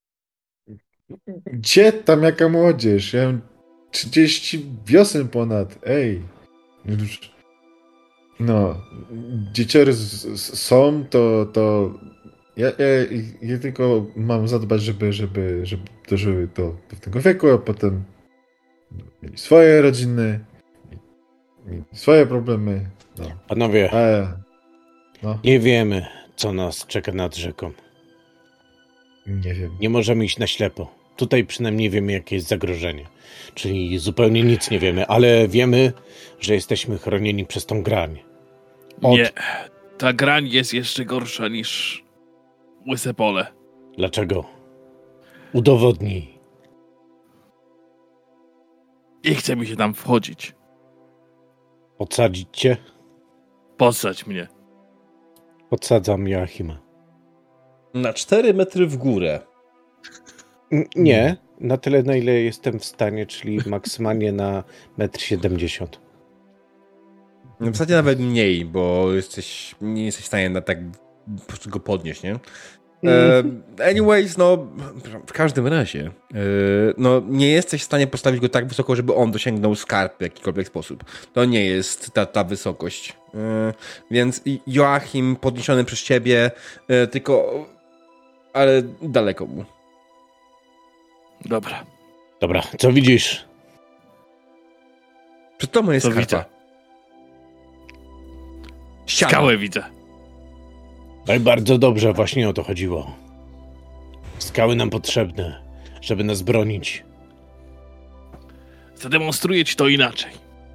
Gdzie tam jaka młodzież? Ja mam trzydzieści wiosen ponad. Ej. Już- No. Dzieciory z- z- są, to... to ja, ja, ja tylko mam zadbać, żeby, żeby, żeby dożyły do pewnego wieku, a potem mieli swoje rodziny, mieli swoje problemy. No. Panowie, A, no, nie wiemy, co nas czeka nad rzeką. nie wiem. Nie możemy iść na ślepo. Tutaj przynajmniej wiemy, jakie jest zagrożenie. Czyli zupełnie nic nie wiemy, ale wiemy, że jesteśmy chronieni przez tą grań. Od nie. ta grań jest jeszcze gorsza niż łyse pole. Dlaczego? Udowodnij. Nie chce mi się tam wchodzić. Podsadzić cię? Podsadź mnie. Podsadzam Joachima. Na cztery metry w górę. N- nie, na tyle, na ile jestem w stanie, czyli maksymalnie na metr siedemdziesiąt. W zasadzie nawet mniej, bo jesteś, nie jesteś w stanie na tak po prostu go podnieść, nie? E, anyways, no w każdym razie e, no nie jesteś w stanie postawić go tak wysoko, żeby on dosięgnął skarb w jakikolwiek sposób. To nie jest ta, ta wysokość. E, więc Joachim podniesiony przez ciebie, e, tylko ale daleko mu. Dobra. Dobra, co widzisz? Przed tobą jest Co skarpa. widzę? Ściana. Skałę widzę. No i bardzo dobrze, właśnie o to chodziło. Skały nam potrzebne, żeby nas bronić. Zademonstruję ci to inaczej.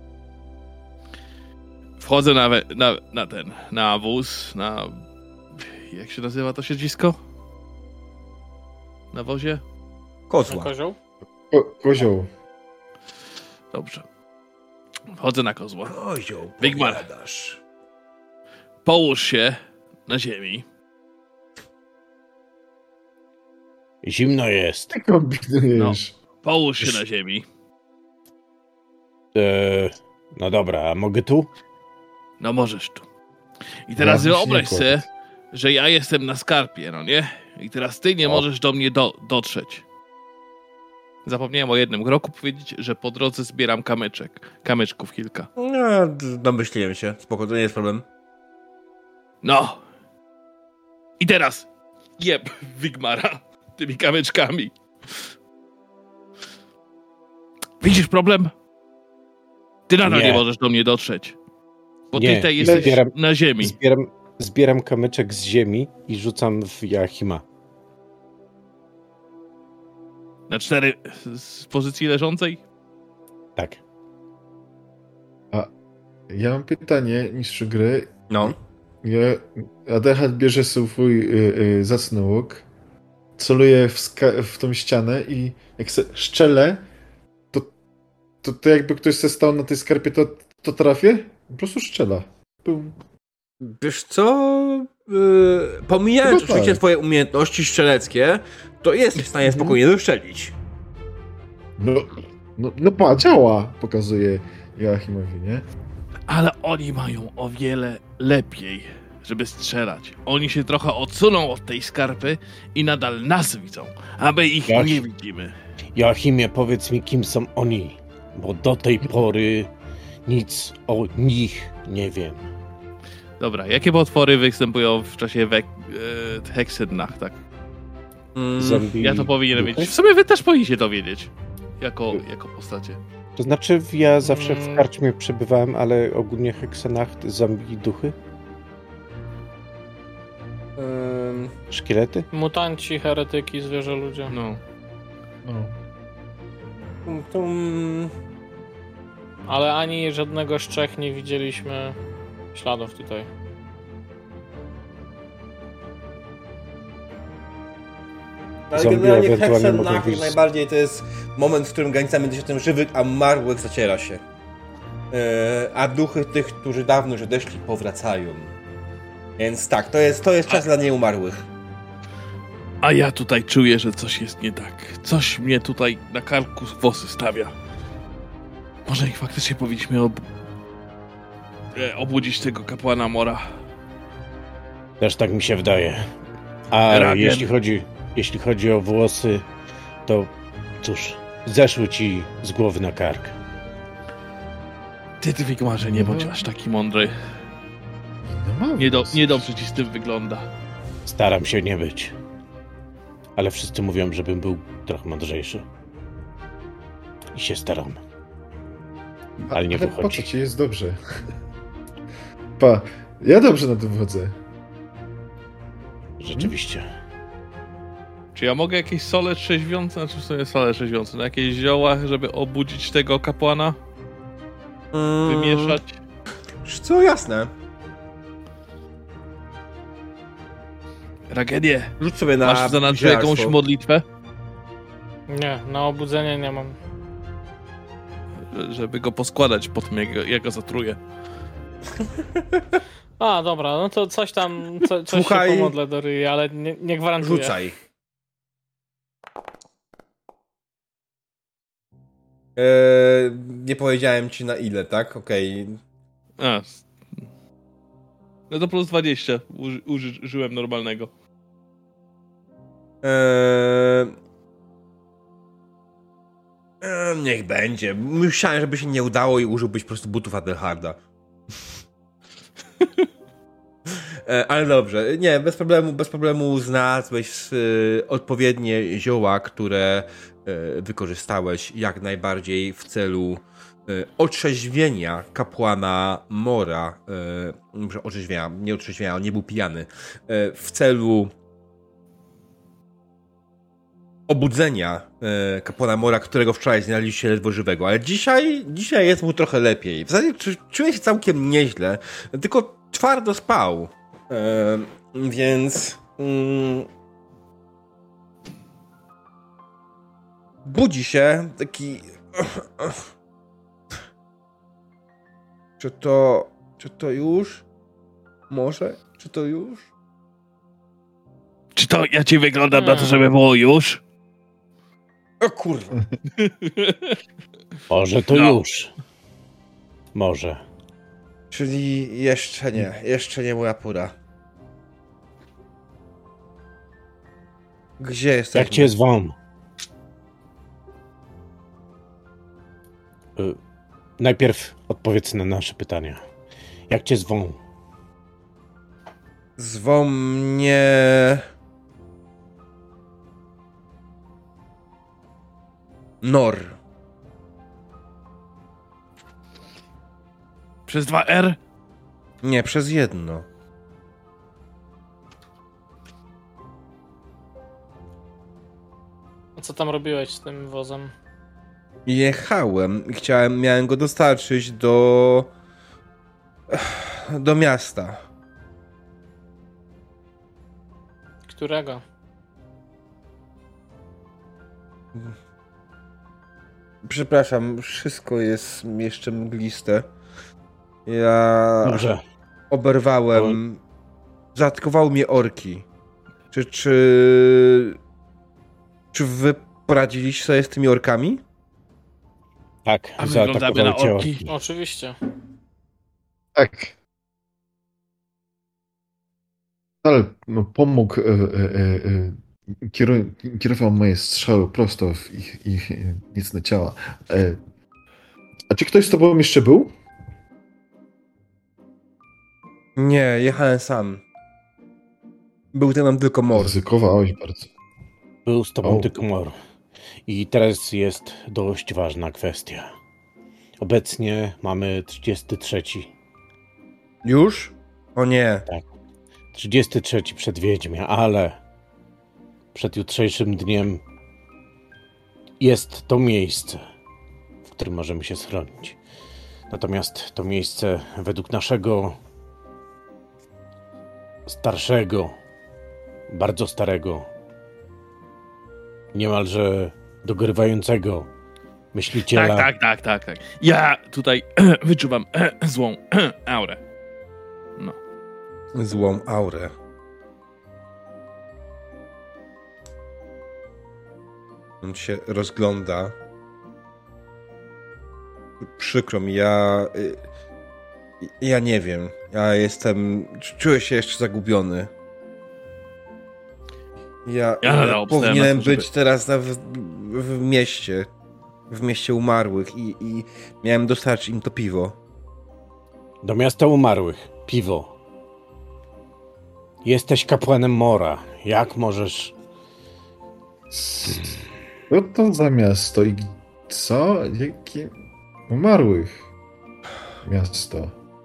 Wchodzę na, we, na, na ten, na wóz, na... Jak się nazywa to siedzisko? Na wozie? Kozła. Kozioł? Ko- kozioł. Dobrze. Wchodzę na kozła. Kozioł, Wigmar. powiadasz. Połóż się na ziemi. Zimno jest. Ty kombinujesz. Połóż się na ziemi. Eee, no dobra, a mogę tu? No możesz tu. I teraz Ja wyobraź myślę, sobie, że ja jestem na skarpie, no nie? I teraz ty nie O. możesz do mnie do, dotrzeć. Zapomniałem o jednym kroku powiedzieć, że po drodze zbieram kamyczek. Kamyczków kilka. No, domyśliłem się. Spoko, to nie jest problem. No. I teraz jeb Wigmara tymi kamyczkami. Widzisz problem? Ty nadal nie, Nie. możesz do mnie dotrzeć. Bo Nie, ty tutaj jesteś zbieram- na ziemi. Zbieram, zbieram kamyczek z ziemi i rzucam w Joachima. Na cztery z pozycji leżącej? Tak. Ja mam pytanie, mistrzu gry. No. Ja, Adelhard bierze swój y, y, zacny łuk, celuje w, ska- w tą ścianę i jak se szczelę, to, to, to jakby ktoś se stał na tej skarpie, to, to trafię? Po prostu szczela. Pum. Wiesz co? Yy, pomijając Chyba oczywiście tak. twoje umiejętności strzeleckie, to jesteś w stanie spokojnie doszczelić. No, no, no pa, działa, pokazuje Joachimowi, nie? Ale oni mają o wiele lepiej, żeby strzelać. Oni się trochę odsuną od tej skarpy i nadal nas widzą, a my ich Jak? nie widzimy. Joachimie, powiedz mi, kim są oni, bo do tej pory nic o nich nie wiem. Dobra, jakie potwory występują w czasie wek- e, Hexennacht, tak? Mm, Zombie Ja to powinienem duchy? wiedzieć. W sumie wy też powinniście to wiedzieć. Jako, jako postacie. To znaczy, ja zawsze w Mm. karczmie przebywałem, ale ogólnie Hexennacht, zombie, duchy, ym, szkielety. Mutanci, heretyki, zwierzę ludzie. No. No. to, mm, Ale ani żadnego z trzech nie widzieliśmy śladów tutaj. Ale Zombie generalnie ewentualnie Hexen mogą Nacht wyjść z- najbardziej to jest moment, w którym granica między światem żywych a marłych zaciera się. Yy, a duchy tych, którzy dawno już odeszli, powracają. Więc tak, to jest, to jest czas dla nieumarłych. A ja tutaj czuję, że coś jest nie tak. Coś mnie tutaj na karku włosy stawia. Może ich faktycznie powinniśmy ob... e, obudzić tego kapłana Mora. Też tak mi się wydaje. A Ragen. jeśli chodzi, jeśli chodzi o włosy, to cóż, zeszły ci z głowy na kark. Ty, ty Wigmarze, nie bądź aż taki mądry. No mam Nie do, was. niedobrze ci z tym wygląda. Staram się nie być. Ale wszyscy mówią, żebym był trochę mądrzejszy. I się staram. A- ale nie ale wychodzi. po co ci jest dobrze? Pa, ja dobrze na tym wychodzę. Rzeczywiście. Czy ja mogę jakieś sole trzeźwiące, znaczy w sumie sole trzeźwiące, na jakieś zioła, żeby obudzić tego kapłana? Mm, Wymieszać? Wiesz co, jasne. Tragedię. Rzuć sobie na Masz w zanadrzu jakąś modlitwę? Nie, na obudzenie nie mam. Żeby go poskładać po tym, jak go, jak go zatruję. A, dobra, no to coś tam, co, coś Słuchaj, się pomodlę do ryja, ale nie, nie gwarantuję. Rzucaj. Eee, nie powiedziałem ci na ile, tak? Okej. Okay. A. No to plus dwadzieścia. Uży, użyłem normalnego. Eee... Eee, niech będzie. Myślałem, żeby się nie udało i użyłbyś po prostu butów Adelharda. eee, ale dobrze. Nie, bez problemu, bez problemu znalazłeś y, odpowiednie zioła, które y, wykorzystałeś jak najbardziej w celu y, otrzeźwienia kapłana Mora. Y, otrzeźwienia, nie otrzeźwienia, on nie był pijany. Y, w celu obudzenia e, kapłana Mora, którego wczoraj znaleźliście ledwo żywego, ale dzisiaj, dzisiaj jest mu trochę lepiej. W zasadzie czuję się całkiem nieźle, tylko twardo spał. E, więc mm, budzi się taki czy to czy to już? Może? Czy to już? Czy to ja ci wyglądam na to, żeby było już? O kurwa. Może to No. już. Może. Czyli jeszcze nie, jeszcze nie moja pora. Gdzie jesteś? Jak cię zwą? Y, najpierw odpowiedz na nasze pytania. Jak cię zwą? Zwą mnie... Nor. Przez dwa R? Nie, przez jedno. A co tam robiłeś z tym wozem? Jechałem i chciałem, miałem go dostarczyć do... do miasta. Którego? Przepraszam, wszystko jest jeszcze mgliste. Ja... Dobrze. Oberwałem... Zaatakowały mnie orki. Czy... Czy... Czy wy poradziliście sobie z tymi orkami? Tak, A wyglądamy zaatakowały na cię orki. orki. Oczywiście. Tak. Ale no, pomógł, e, e, e, kieru, kierował moje strzały prosto w ich, ich niecne ciała. E, a czy ktoś z tobą jeszcze był? Nie, jechałem sam. Był ten nam tylko Mor. Ryzykowałeś bardzo. Był z tobą O. tylko Mor. I teraz jest dość ważna kwestia. Obecnie mamy trzydziesty trzeci. Już? O nie. trzydziesty trzeci przedwiedźmia, ale przed jutrzejszym dniem jest to miejsce, w którym możemy się schronić. Natomiast to miejsce według naszego starszego, bardzo starego, niemalże dogrywającego myśliciela. Tak, tak, tak, tak, tak. Ja tutaj wyczuwam złą aurę. No. Złą aurę. On się rozgląda. Przykro mi, ja... y, Ja nie wiem. Ja jestem... Czuję się jeszcze zagubiony. Ja, Ja nadal ja obstawiam powinienem na to, żeby- być teraz na, w, w mieście. W mieście umarłych i, i miałem dostarczyć im to piwo. Do miasta umarłych. Piwo. Jesteś kapłanem Mora. Jak możesz... Co to za miasto i co? Jakie umarłych miasto?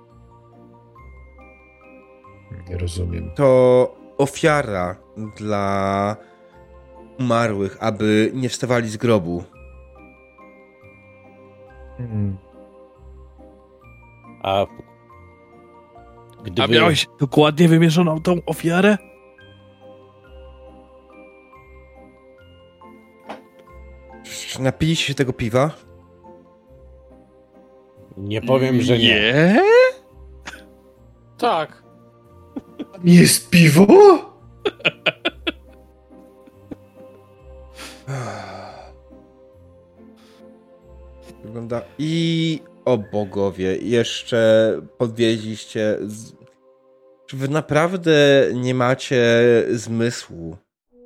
Nie rozumiem. To ofiara dla umarłych, aby nie wstawali z grobu. Hmm. A... A Gdyby... miałeś dokładnie wymierzoną tą ofiarę? Czy napiliście się tego piwa? Nie powiem, że nie. Nie? Tak. Nie jest piwo? Wygląda... I... O bogowie, jeszcze podwieźliście... Z... Czy wy naprawdę nie macie zmysłu?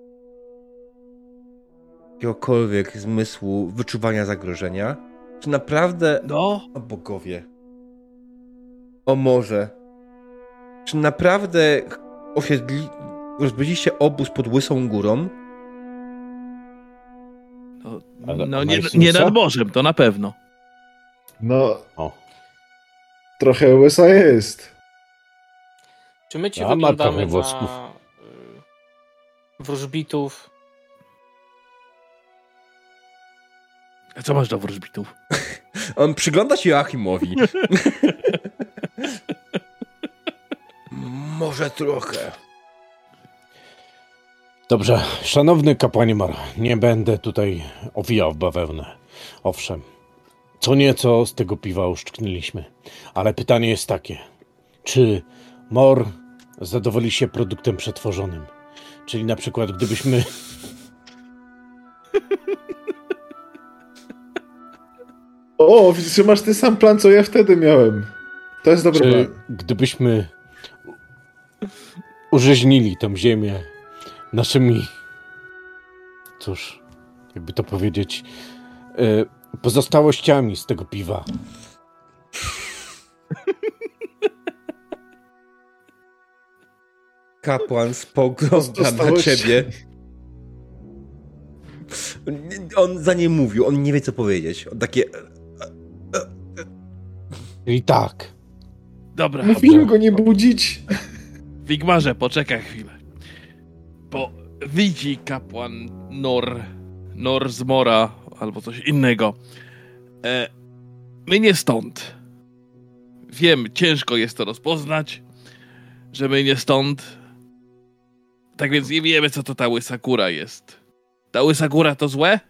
Jakiegokolwiek zmysłu wyczuwania zagrożenia? Czy naprawdę... No. O bogowie. O morze. Czy naprawdę osiedli... rozbiliście obóz pod Łysą Górą? No, Ale no ona nie, jest nie łysa? nad morzem, to na pewno. No, O. trochę łysa jest. Czy my ci A, ma wyglądamy trochę na włosków. y, wróżbitów? A co masz do wróżbitów? On przygląda się Joachimowi. Może trochę. Dobrze, szanowny kapłanie Mara, nie będę tutaj owijał w bawełnę. Owszem, co nieco z tego piwa uszczknęliśmy, ale pytanie jest takie, czy Mor zadowoli się produktem przetworzonym? Czyli na przykład gdybyśmy... O, widzisz, że masz ten sam plan, co ja wtedy miałem. To jest dobry Czy plan. gdybyśmy urzeźnili tą ziemię naszymi, cóż, jakby to powiedzieć, y, pozostałościami z tego piwa. Kapłan spogląda na Pozostałości. ciebie. On za nie mówił, on nie wie co powiedzieć. On takie... Czyli tak. Dobra. Mówiłem go nie budzić. Wigmarze, poczekaj chwilę. Bo widzi kapłan Nor, Nor z Mora, albo coś innego. E, my nie stąd. Wiem, ciężko jest to rozpoznać, że my nie stąd. Tak więc nie wiemy, co to ta łysa góra jest. Ta łysa góra to złe?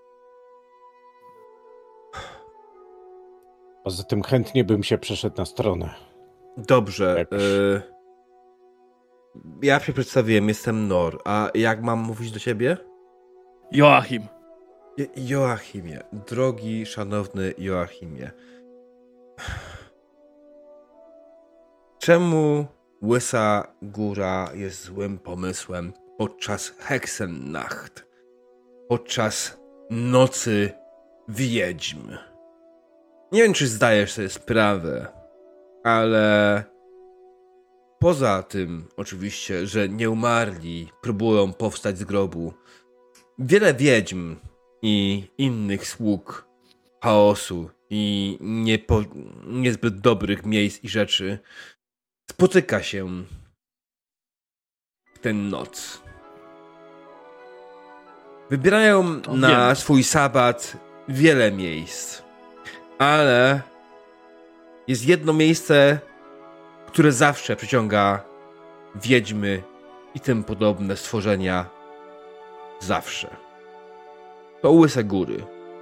Poza tym chętnie bym się przeszedł na stronę. Dobrze. Jakoś. Y... Ja się przedstawiłem, jestem Nor. A jak mam mówić do ciebie? Joachim. Jo- Joachimie. Drogi, szanowny Joachimie. Czemu Łysa Góra jest złym pomysłem podczas Hexennacht? Podczas Nocy Wiedźm. Nie wiem, czy zdajesz sobie sprawę, ale poza tym oczywiście, że nieumarli próbują powstać z grobu, wiele wiedźm i innych sług chaosu i niepo, niezbyt dobrych miejsc i rzeczy spotyka się w tę noc. Wybierają To na wiem. swój sabat wiele miejsc, ale jest jedno miejsce, które zawsze przyciąga wiedźmy i tym podobne stworzenia. Zawsze. To Łyse Góry.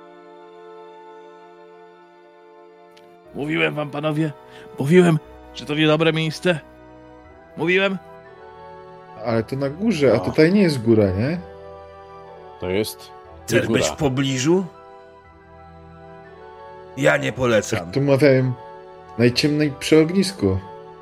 Mówiłem wam, panowie. Mówiłem, że to niedobre miejsce. Mówiłem. Ale to na górze, a No. tutaj nie jest góra, nie? To jest Chcesz być góra. w pobliżu? Ja nie polecam. Jak tu mawiałem, najciemniej przy ognisku.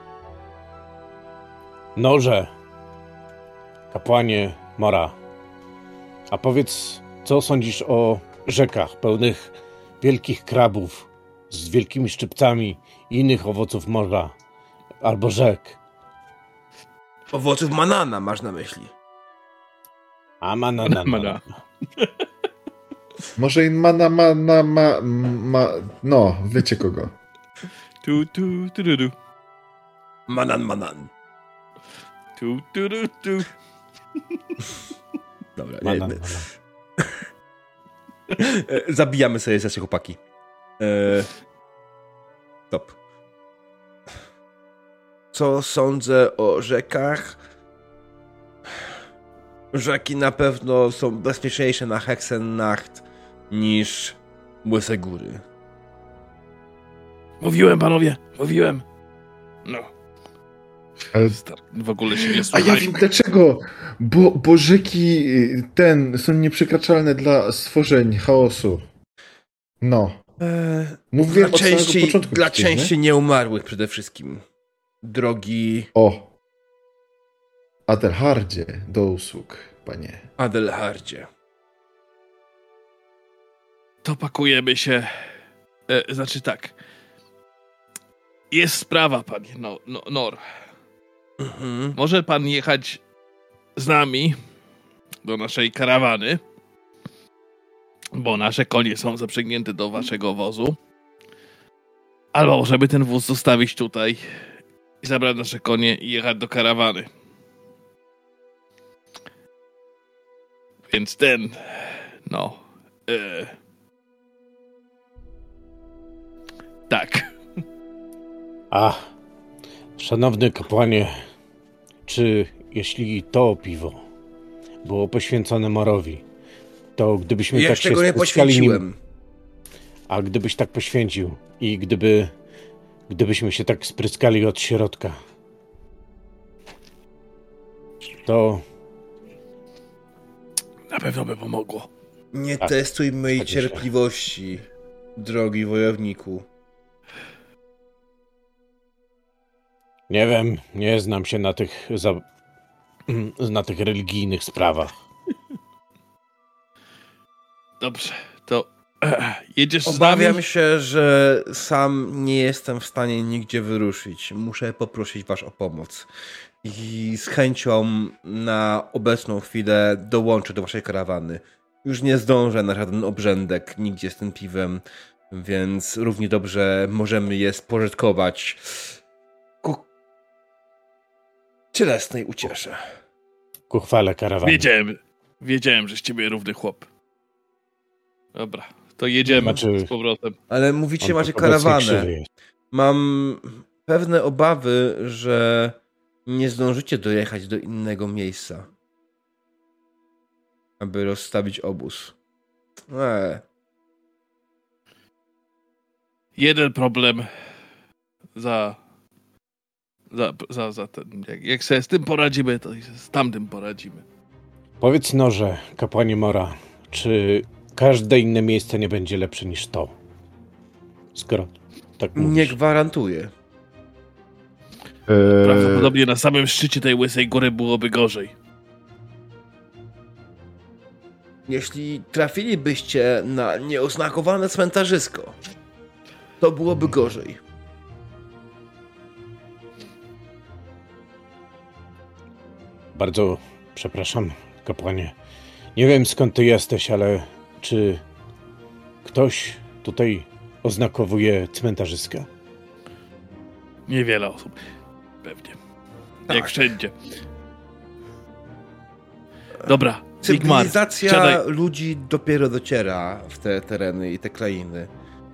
Noże, kapłanie Mora, a powiedz, co sądzisz o rzekach pełnych wielkich krabów z wielkimi szczypcami i innych owoców morza albo rzek? Owoców manana masz na myśli. A ma na na, na, Mana. Może in mana, mana, ma, ma, no, wiecie kogo. Tu, tu, tu, tu, tu. Manan, manan. Tu, tu, tu, tu. Dobra, Ma nie, na, my, na, na. e, zabijamy sobie sesję, chłopaki. E, stop. Co sądzę o rzekach? Rzeki na pewno są bezpieczniejsze na Hexennacht niż Łyse Góry. Mówiłem, panowie, mówiłem. No. Ale... W ogóle się nie A słuchaj. ja wiem dlaczego. Bo, bo rzeki ten są nieprzekraczalne dla stworzeń chaosu. No. Eee, Mówiłem dla od samego części, początku. dla przecież, nie? części nieumarłych przede wszystkim. Drogi O. Adelhardzie do usług, panie. Adelhardzie. To pakujemy się. E, znaczy tak. Jest sprawa, panie no, no, Nor. Mhm. Może pan jechać z nami do naszej karawany, bo nasze konie są zaprzęgnięte do waszego wozu. Albo możemy ten wóz zostawić tutaj i zabrać nasze konie i jechać do karawany. Więc ten, no, e, tak. A, szanowny kapłanie, czy jeśli to piwo było poświęcone Morowi, to gdybyśmy Ja tak jeszcze się go nie spotkali nim, poświęciłem. a gdybyś tak poświęcił i gdyby, gdybyśmy się tak spryskali od środka, to Na pewno by pomogło. Nie Tak. testuj mojej Tak myślę. cierpliwości, drogi wojowniku. nie wiem, nie znam się na tych, za, na tych religijnych sprawach. Dobrze, to e, jedziesz z Obawiam nami? się, że sam nie jestem w stanie nigdzie wyruszyć. Muszę poprosić was o pomoc. I z chęcią na obecną chwilę dołączę do waszej karawany. Już nie zdążę na żaden obrzędek nigdzie z tym piwem, więc równie dobrze możemy je spożytkować ku cielesnej uciesze. Ku chwale karawany. Wiedziałem, wiedziałem, że z ciebie równy chłop. Dobra, to jedziemy Znaczy- z powrotem. Ale mówicie, On macie tak obecnie karawanę. krzywy jest. Mam pewne obawy, że nie zdążycie dojechać do innego miejsca, aby rozstawić obóz. Eee. Jeden problem za... Za, za, za ten. Jak, jak sobie z tym poradzimy, to i z tamtym poradzimy. Powiedz Norze, kapłanie Mora, czy każde inne miejsce nie będzie lepsze niż to? Skoro tak mówisz. Nie gwarantuję. Eee, Prawdopodobnie na samym szczycie tej łysej góry byłoby gorzej. Jeśli trafilibyście na nieoznakowane cmentarzysko, to byłoby gorzej. Bardzo przepraszam, kapłanie. Nie wiem skąd ty jesteś, ale czy ktoś tutaj oznakowuje cmentarzyska? Niewiele osób. Pewnie. Jak Tak. wszędzie. Dobra, Sigmar, Cywilizacja siadaj. ludzi dopiero dociera w te tereny i te krainy.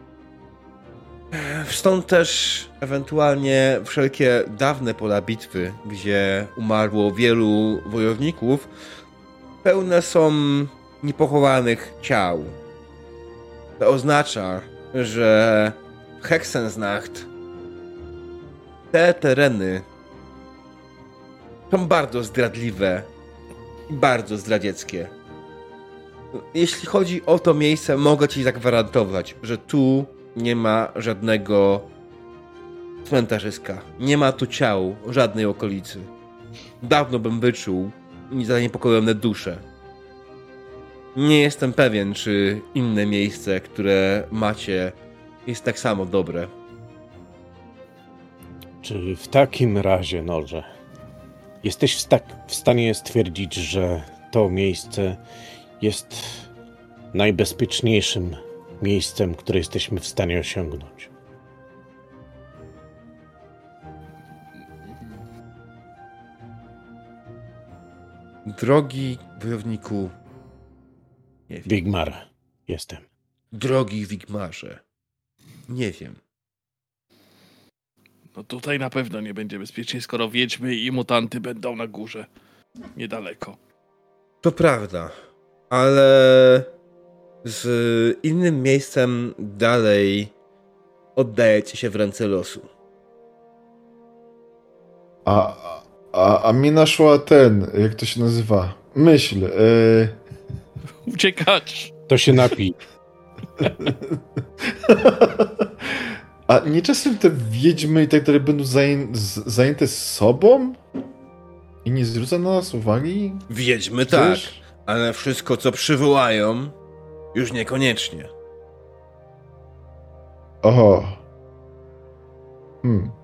Stąd też ewentualnie wszelkie dawne pola bitwy, gdzie umarło wielu wojowników, pełne są niepochowanych ciał. To oznacza, że w Hexensnacht te tereny są bardzo zdradliwe i bardzo zdradzieckie. Jeśli chodzi o to miejsce, mogę ci zagwarantować, że tu nie ma żadnego cmentarzyska. Nie ma tu ciał w żadnej okolicy. Dawno bym wyczuł zaniepokojone dusze. Nie jestem pewien, czy inne miejsce, które macie, jest tak samo dobre. Czy w takim razie, Norze, jesteś w, sta- w stanie stwierdzić, że to miejsce jest najbezpieczniejszym miejscem, które jesteśmy w stanie osiągnąć? Drogi wojowniku, nie wiem. Wigmar, jestem. Drogi Wigmarze, nie wiem. No tutaj na pewno nie będzie bezpiecznie, skoro wiedźmy i mutanty będą na górze. Niedaleko. To prawda, ale z innym miejscem dalej oddajecie się w ręce losu. A, a, a mi naszła ten, jak to się nazywa? Myśl. Yy... Uciekać! To się napij. A nie czasem te wiedźmy i tak dalej będą zaję- z- zajęte sobą? I nie zwrócą na nas uwagi? Wiedźmy Czy tak, coś? ale wszystko co przywołają już niekoniecznie. Oho. Hmm.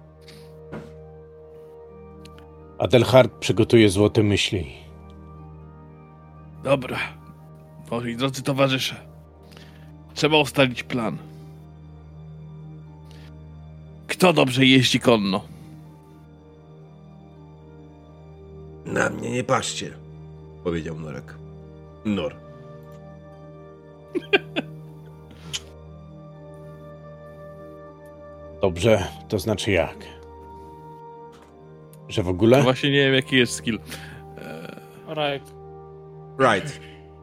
Adelhard przygotuje złote myśli. Dobra. Moi drodzy towarzysze, trzeba ustalić plan. Kto dobrze jeździ konno? Na mnie nie patrzcie, powiedział Norek. Nor. Dobrze, to znaczy jak? Że w ogóle? Właśnie nie wiem, jaki jest skill. Right. Right.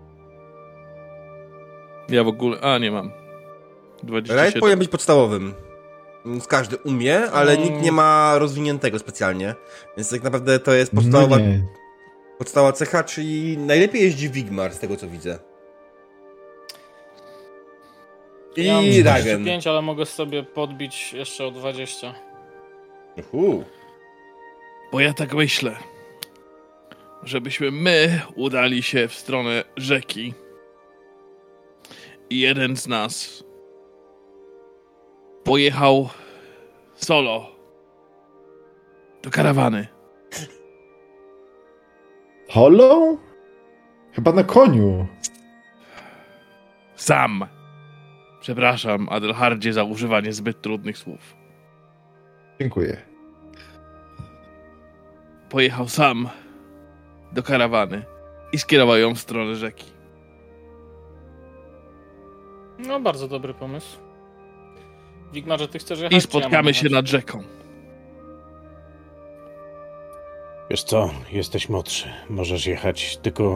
Ja w ogóle... A, nie mam. dwadzieścia Right siedem. powinien być podstawowym. Więc każdy umie, ale No. nikt nie ma rozwiniętego specjalnie. Więc tak naprawdę to jest podstawowa, No nie. podstawowa cecha, czyli najlepiej jeździ Wigmar, z tego co widzę. I Ja mam Dagen. czterdzieści pięć, ale mogę sobie podbić jeszcze o dwadzieścia. Uhu. Bo ja tak myślę, żebyśmy my udali się w stronę rzeki i jeden z nas pojechał solo do karawany. Hollow? Chyba na koniu. Sam. Przepraszam, Adelhardzie, za używanie zbyt trudnych słów. Dziękuję. Pojechał sam do karawany i skierował ją w stronę rzeki. No, bardzo dobry pomysł. Wigmarze, ty chcesz jechać? I czy ja mam spotkamy się jechać? nad rzeką. Wiesz co, jesteś młodszy. Możesz jechać, tylko...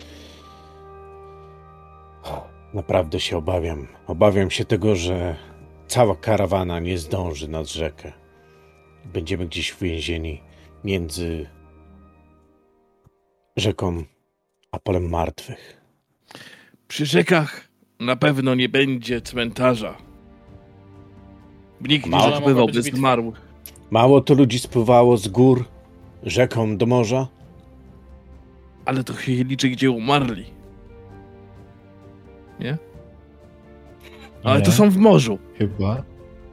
Naprawdę się obawiam. Obawiam się tego, że cała karawana nie zdąży nad rzekę. Będziemy gdzieś uwięzieni między rzeką a polem martwych. Przy rzekach na pewno nie będzie cmentarza. Nikt nie Mało zapływałby mogła być bitwa. zmarłych. Mało to ludzi spływało z gór rzeką do morza. Ale to się liczy, gdzie umarli. Nie? Ale Nie. to są w morzu. Chyba.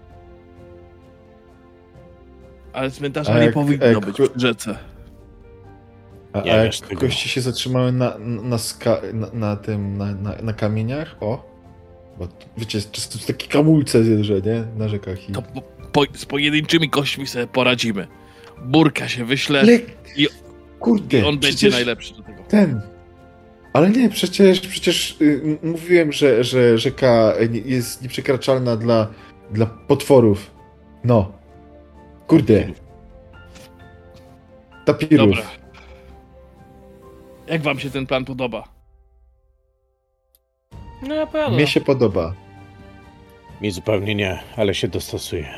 Ale cmentarza A nie jak- powinno jak- być przy rzece. A, Nie a wiesz jak tego. kości się zatrzymały na, na, ska- na, na tym, na, na, na kamieniach? O! Bo to, wiecie, czasem są takie kamulce, że nie? Na rzekach i... To po, po, z pojedynczymi kośćmi sobie poradzimy. Burka się wyśle Ale... i Kurde, on będzie przecież najlepszy do tego. ten... Ale nie, przecież, przecież y, m- mówiłem, że, że rzeka nie- jest nieprzekraczalna dla, dla potworów. No. Kurde. Tapirów. Dobra. Jak wam się ten plan podoba? No ja pojadę. Mnie się podoba. Mi zupełnie nie, ale się dostosuję.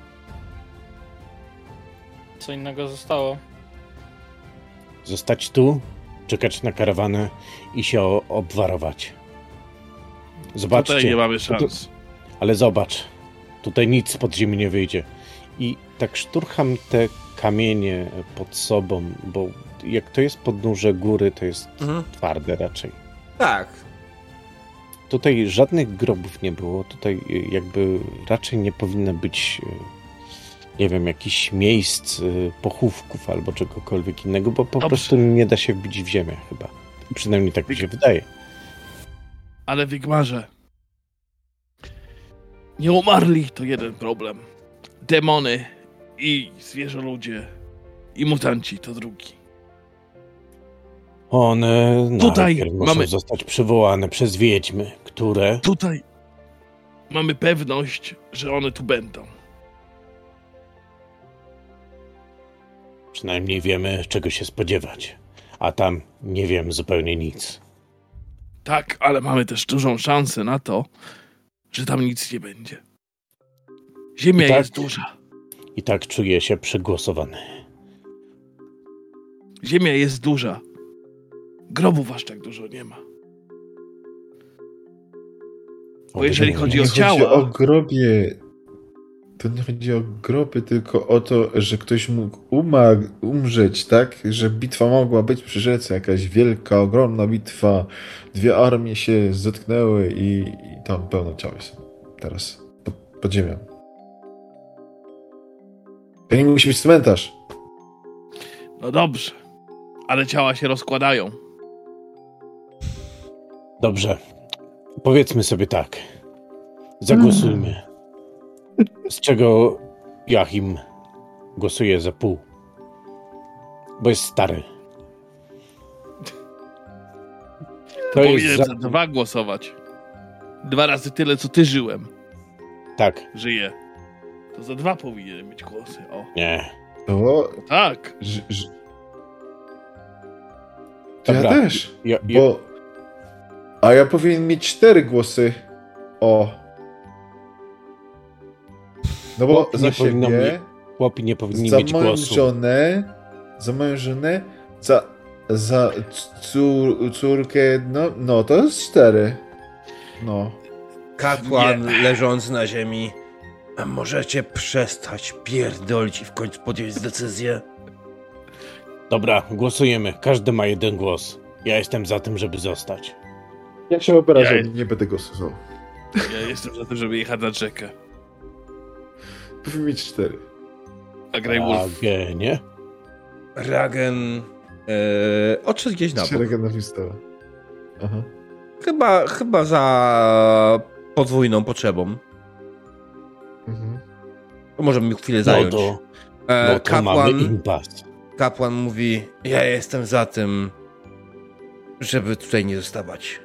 Co innego zostało. Zostać tu, czekać na karawanę i się o- obwarować. Zobaczcie. Tutaj nie mamy szans. Ale zobacz, tutaj nic z podziemi nie wyjdzie. I tak szturcham te kamienie pod sobą, bo jak to jest podnóże góry, to jest Mhm. twarde raczej. Tak. Tutaj żadnych grobów nie było, tutaj y, jakby raczej nie powinno być, y, nie wiem, jakichś miejsc, y, pochówków albo czegokolwiek innego, bo po Dobrze. prostu nie da się wbić w ziemię chyba. Przynajmniej tak mi się wydaje. Ale Wigmarze, nie umarli to jeden problem. Demony i zwierzoludzie i mutanci to drugi. One Tutaj najpierw muszą mamy- zostać przywołane przez wiedźmy, które... Tutaj mamy pewność, że one tu będą. Przynajmniej wiemy, czego się spodziewać. A tam nie wiem zupełnie nic. Tak, ale mamy też dużą szansę na to, że tam nic nie będzie. Ziemia I tak, jest duża. I tak czuję się przegłosowany. Ziemia jest duża. Grobów aż tak dużo nie ma. Bo jeżeli chodzi o nie ciała... chodzi o grobie. To nie chodzi o groby, tylko o to, że ktoś mógł umag, umrzeć, tak? Że bitwa mogła być przy rzece, jakaś wielka, ogromna bitwa. Dwie armie się zetknęły i, i tam pełno ciał jest teraz. Pod, pod ziemią. To nie musi być cmentarz. No dobrze, ale ciała się rozkładają. Dobrze. Powiedzmy sobie tak. Zagłosujmy. Z czego Joachim głosuje za pół. Bo jest stary. To powinienem za... za dwa głosować. Dwa razy tyle, co ty żyłem. Tak. Żyję. To za dwa powinienem mieć głosy. O. Nie. To... Tak. Ż, ż... To ja Dobra. też. Ja, ja... Bo... A ja powinien mieć cztery głosy. O. No bo Chłopi za nie powinno siebie, mi- Chłopi nie powinni za mieć moją głosu. żonę, za moją żonę, za, za cór, córkę, no, no to jest cztery. No. Kapłan leżąc na ziemi. A możecie przestać pierdolić i w końcu podjąć decyzję? Dobra, głosujemy. Każdy ma jeden głos. Ja jestem za tym, żeby zostać. Ja się obrażam, Ja- nie będę głosował. Ja jestem za tym, żeby jechać na rzekę. Powinien mieć cztery. A Grey Wolf. nie? Ragen e, odszedł gdzieś na bok. Szerega wystała. Aha. Chyba, chyba za podwójną potrzebą. Mhm. Możemy mi chwilę No zająć. to, E, no to mamy kapłan, impas. kapłan mówi, ja jestem za tym, żeby tutaj nie zostawać.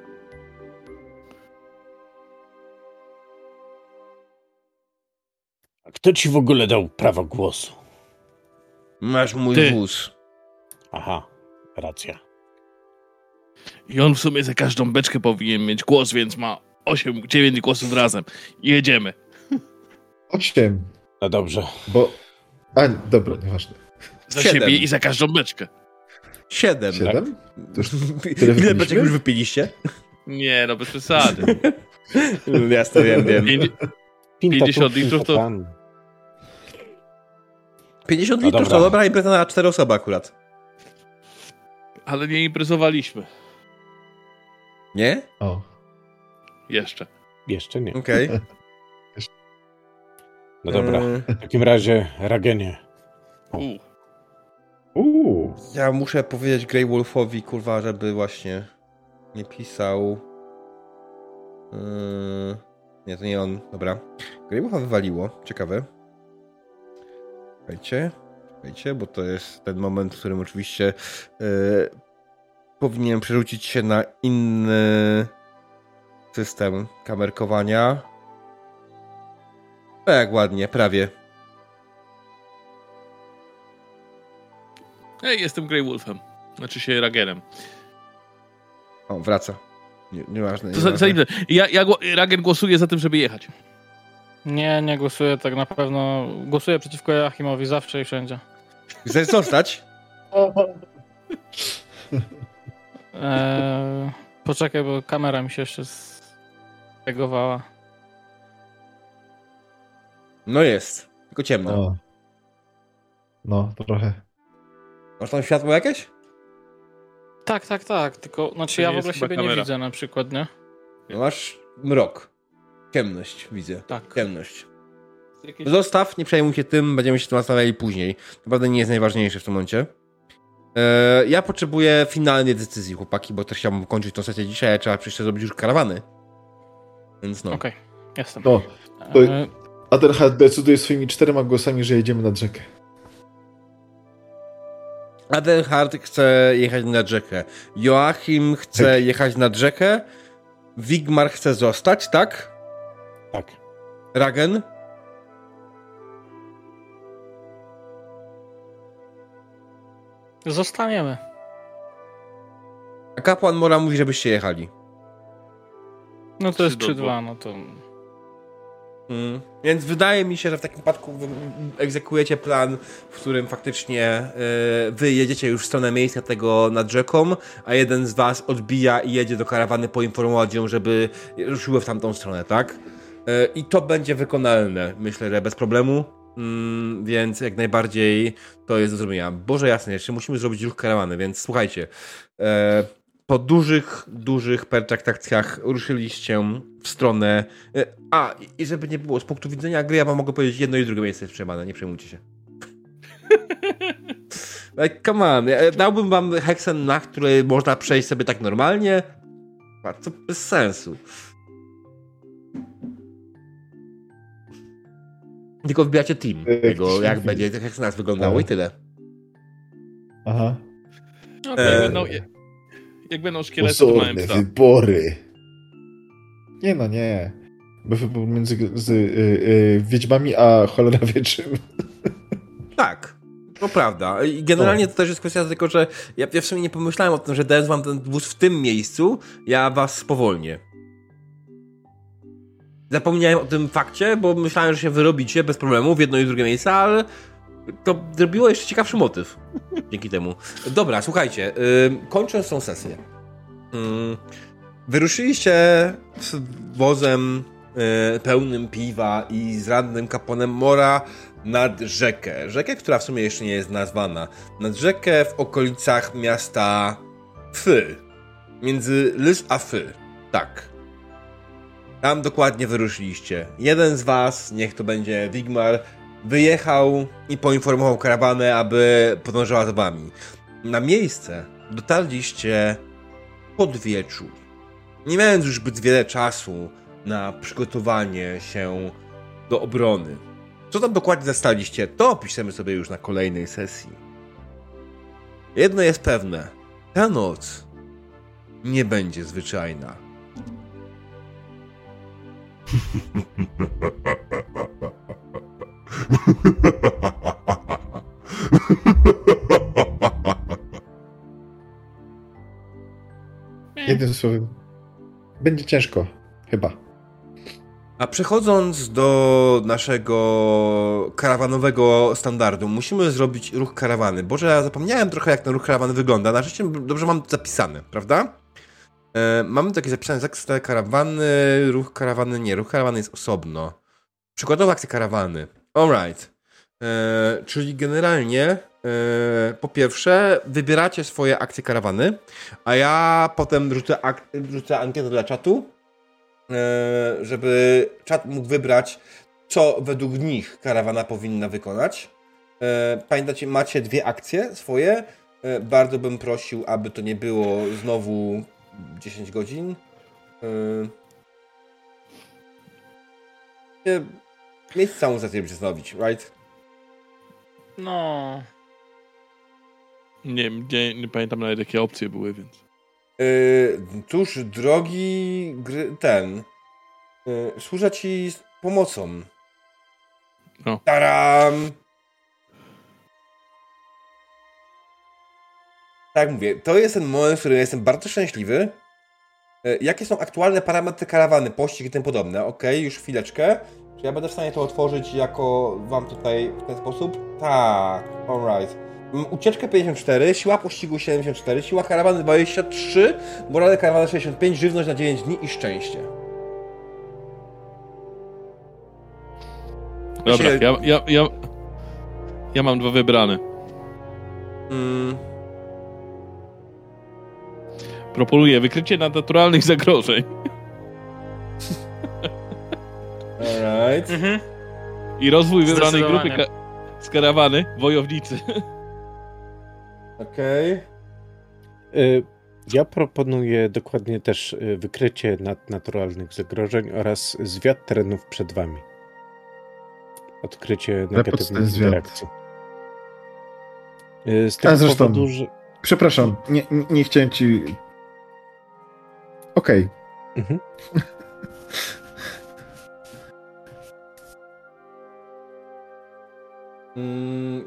A kto ci w ogóle dał prawo głosu? Masz mój Ty. wóz. Aha, racja. I on w sumie za każdą beczkę powinien mieć głos, więc ma osiem, dziewięć głosów razem. I jedziemy. Osiem. No dobrze. Bo... A, dobra, nieważne. Za Siedem. siebie i za każdą beczkę. Siedem. Siedem? To już tyle Ile wypiliśmy? beczek już wypiliście? Nie, no bez przesady. Jasne, wiem, wiem. Pięć- Pinta pięćdziesiąt tu, pinta litrów to- tam. pięćdziesiąt No litrów dobra. to dobra impreza na cztery osoby akurat. Ale nie imprezowaliśmy. Nie? O. Jeszcze. Jeszcze nie. Okej. No dobra. E, W takim razie, Ragenie. U. Uuu. Ja muszę powiedzieć Grey Wolfowi, kurwa, żeby właśnie nie pisał. Yy... Nie, to nie on. Dobra. Grey Wolfa wywaliło. Ciekawe. Czekajcie. Czekajcie, bo to jest ten moment, w którym oczywiście yy, powinienem przerzucić się na inny system kamerkowania. No jak ładnie, prawie. Ej, jestem Grey Wolfem. Znaczy się Ragenem. O, wraca. Nie, nieważne. To za, nieważne. za, ja, ja gło- Ragen głosuje za tym, żeby jechać. Nie, nie głosuję tak na pewno. Głosuję przeciwko Joachimowi zawsze i wszędzie. Chcesz zostać? Eee, poczekaj, bo kamera mi się jeszcze stegowała. No jest. Tylko ciemno. O. No, trochę. Masz tam światło jakieś? Tak, tak, tak. Tylko, znaczy To ja nie w ogóle jest chyba siebie nie kamera. widzę na przykład, nie? No masz mrok. Ciemność widzę. Tak. Ciemność. Jakieś... Zostaw, nie przejmuj się tym, będziemy się tym zastanawiali później. Naprawdę nie jest najważniejsze w tym momencie. Eee, ja potrzebuję finalnej decyzji, chłopaki, bo też chciałbym kończyć tą sesję dzisiaj, a trzeba przecież zrobić już karawany. Więc no. Okej, jestem. No, to- Eee, Adelhard decyduje swoimi czterema głosami, że jedziemy nad rzekę. Adelhard chce jechać nad rzekę. Joachim chce Tak. jechać nad rzekę. Wigmar chce zostać, tak? Tak. Ragen? zostaniemy. A kapłan Mora mówi, żebyście jechali. No to jest trzy do trzy dwóch. dwa, no to... Mm. Więc wydaje mi się, że w takim wypadku wy egzekwujecie plan, w którym faktycznie yy, wy jedziecie już w stronę miejsca tego nad rzeką, a jeden z was odbija i jedzie do karawany poinformować ją, żeby ruszyły w tamtą stronę, tak? Yy, I to będzie wykonalne, myślę, że bez problemu. Mm, więc jak najbardziej to jest do zrobienia. Boże jasne, jeszcze musimy zrobić ruch karawany, więc słuchajcie. Yy, po dużych, dużych pertraktacjach ruszyliście w stronę... A, i żeby nie było, z punktu widzenia gry, ja wam mogę powiedzieć, jedno i drugie miejsce jest przejmane, nie przejmujcie się. Like, come on, ja dałbym wam Hexen, na której można przejść sobie tak normalnie. To bez sensu. Tylko wbijacie team tego, jak będzie Hexenas wyglądało i tyle. Aha. No, jak, E... będą, jak, jak będą szkielety, to mają Osobne psa. wybory. Nie no, nie. Bo wybór między z, y, y, wiedźmami a cholera wie czym. Tak, to prawda. I generalnie o. to też jest kwestia tego, że ja, ja w sumie nie pomyślałem o tym, że dając wam ten wóz w tym miejscu, ja was spowolnię. Zapomniałem o tym fakcie, bo myślałem, że się wyrobicie bez problemu w jedno i drugie miejsce, ale to zrobiło jeszcze ciekawszy motyw dzięki temu. Dobra, słuchajcie, yy, kończąc tą sesję. Yy, wyruszyliście z wozem yy, pełnym piwa i z rannym kaponem Mora nad rzekę. Rzekę, która w sumie jeszcze nie jest nazwana. Nad rzekę w okolicach miasta Fy. Między Lys a Fy. Tak. Tam dokładnie wyruszyliście. Jeden z was, niech to będzie Wigmar, wyjechał i poinformował karawanę, aby podążała za wami. Na miejsce dotarliście pod wieczór. Nie mając już zbyt wiele czasu na przygotowanie się do obrony. Co tam dokładnie zastaliście, to opiszemy sobie już na kolejnej sesji. Jedno jest pewne. Ta noc nie będzie zwyczajna. Jednym słowem, będzie ciężko, chyba. A przechodząc do naszego karawanowego standardu, musimy zrobić ruch karawany. Boże, ja zapomniałem trochę, jak ten ruch karawany wygląda. Na szczęście dobrze mam to zapisane, prawda? E, mamy takie zapisane zakres karawany, ruch karawany nie, ruch karawany jest osobno. Przykładowa akcja karawany. Alright. E, czyli generalnie e, po pierwsze wybieracie swoje akcje karawany, a ja potem rzucę, ak- rzucę ankietę dla czatu, e, żeby czat mógł wybrać, co według nich karawana powinna wykonać. E, pamiętacie, macie dwie akcje swoje. E, bardzo bym prosił, aby to nie było znowu dziesięć godzin. Yy... Mieć całą sesję, żeby się zastanowić, right? No... Nie, nie, nie pamiętam nawet, jakie opcje były, więc... Yy, cóż, drogi gry, ten... Yy, służę ci z pomocą. No. Taram! Tak mówię, to jest ten moment, w którym jestem bardzo szczęśliwy. Yy, jakie są aktualne parametry karawany, pościg i tym podobne? Okej, okay, już chwileczkę. Czy ja będę w stanie to otworzyć jako wam tutaj w ten sposób? Tak, alright. Ucieczkę pięćdziesiąt cztery, siła pościgu siedemdziesiąt cztery, siła karawany dwadzieścia trzy, morale karawany sześćdziesiąt pięć, żywność na dziewięć dni i szczęście. Dobra, ja, ja, ja, ja mam dwa wybrane. Mm. Proponuję wykrycie nadnaturalnych zagrożeń. Alright. Mhm. I rozwój wybranej grupy ka- z karawany, wojownicy. Okej. Okay. Ja proponuję dokładnie też wykrycie nadnaturalnych zagrożeń oraz zwiat terenów przed wami. Odkrycie negatywnych interakcji. Z tego A zresztą, powodu, że... przepraszam, nie, nie, nie chciałem ci... Okej. Okay. Mhm. Mm,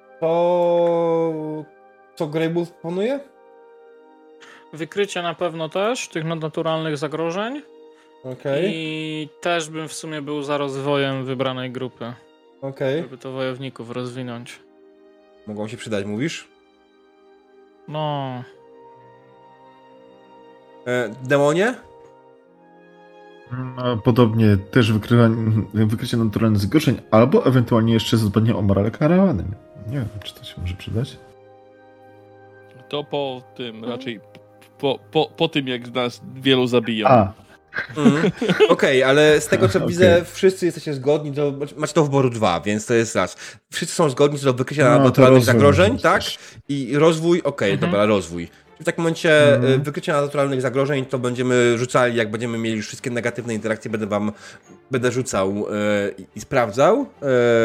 to co Greybulls proponuje? Wykrycie na pewno też tych nadnaturalnych zagrożeń. Okej. Okay. I też bym w sumie był za rozwojem wybranej grupy. Okej. Okay. Żeby to wojowników rozwinąć. Mogą się przydać, mówisz? No. E, demonie? No, podobnie też wykrycie, wykrycie naturalnych zgorszeń, albo ewentualnie jeszcze zadbanie o morale karawany. Nie wiem, czy to się może przydać. To po tym, raczej po, po, po tym, jak nas wielu zabiją. A. Mm. Okej, okay, ale z tego co okay. widzę, wszyscy jesteście zgodni, to macie to wyboru dwa, więc to jest raz. Wszyscy są zgodni co do wykrycia no, naturalnych zagrożeń, tak? Też. I rozwój, okej, okay, mhm. dobra, rozwój. W takim momencie mhm. wykrycia naturalnych zagrożeń to będziemy rzucali, jak będziemy mieli już wszystkie negatywne interakcje, będę wam, będę rzucał yy, i sprawdzał. Yy,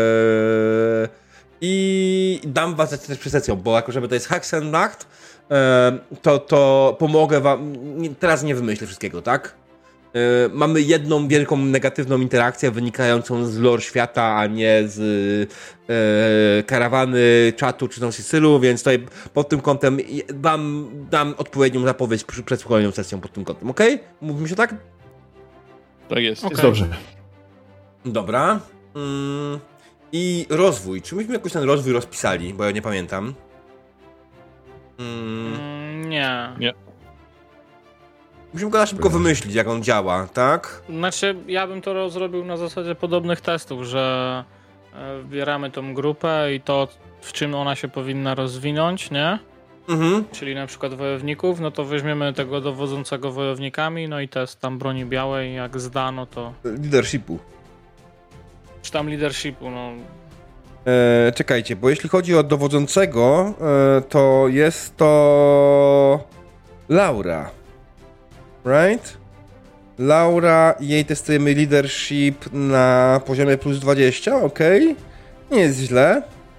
I dam was też przesecją, bo jako żeby to jest Hexennacht, yy, to, to pomogę wam, nie, teraz nie wymyślę wszystkiego, tak? Yy, mamy jedną wielką negatywną interakcję wynikającą z lore świata, a nie z yy, karawany, czatu czy tam stylu, więc tutaj pod tym kątem wam dam odpowiednią zapowiedź przed kolejną sesją pod tym kątem, okej? Okay? Mówimy się tak? Tak jest. Okay. Jest dobrze. Dobra. Yy, I rozwój. Czy myśmy jakoś ten rozwój rozpisali? Bo ja nie pamiętam. Yy... Mm, nie. Nie. Musimy go na szybko wymyślić, jak on działa, tak? Znaczy, ja bym to zrobił na zasadzie podobnych testów, że wybieramy tą grupę i to, w czym ona się powinna rozwinąć, nie? Mhm. Czyli na przykład wojowników, no to weźmiemy tego dowodzącego wojownikami, no i test tam broni białej, jak zdano to... Leadershipu. Czy tam leadershipu, no... E, czekajcie, bo jeśli chodzi o dowodzącego, e, to jest to... Laura. Right? Laura, jej testujemy leadership na poziomie plus dwadzieścia, okej. Okay. Nie jest źle.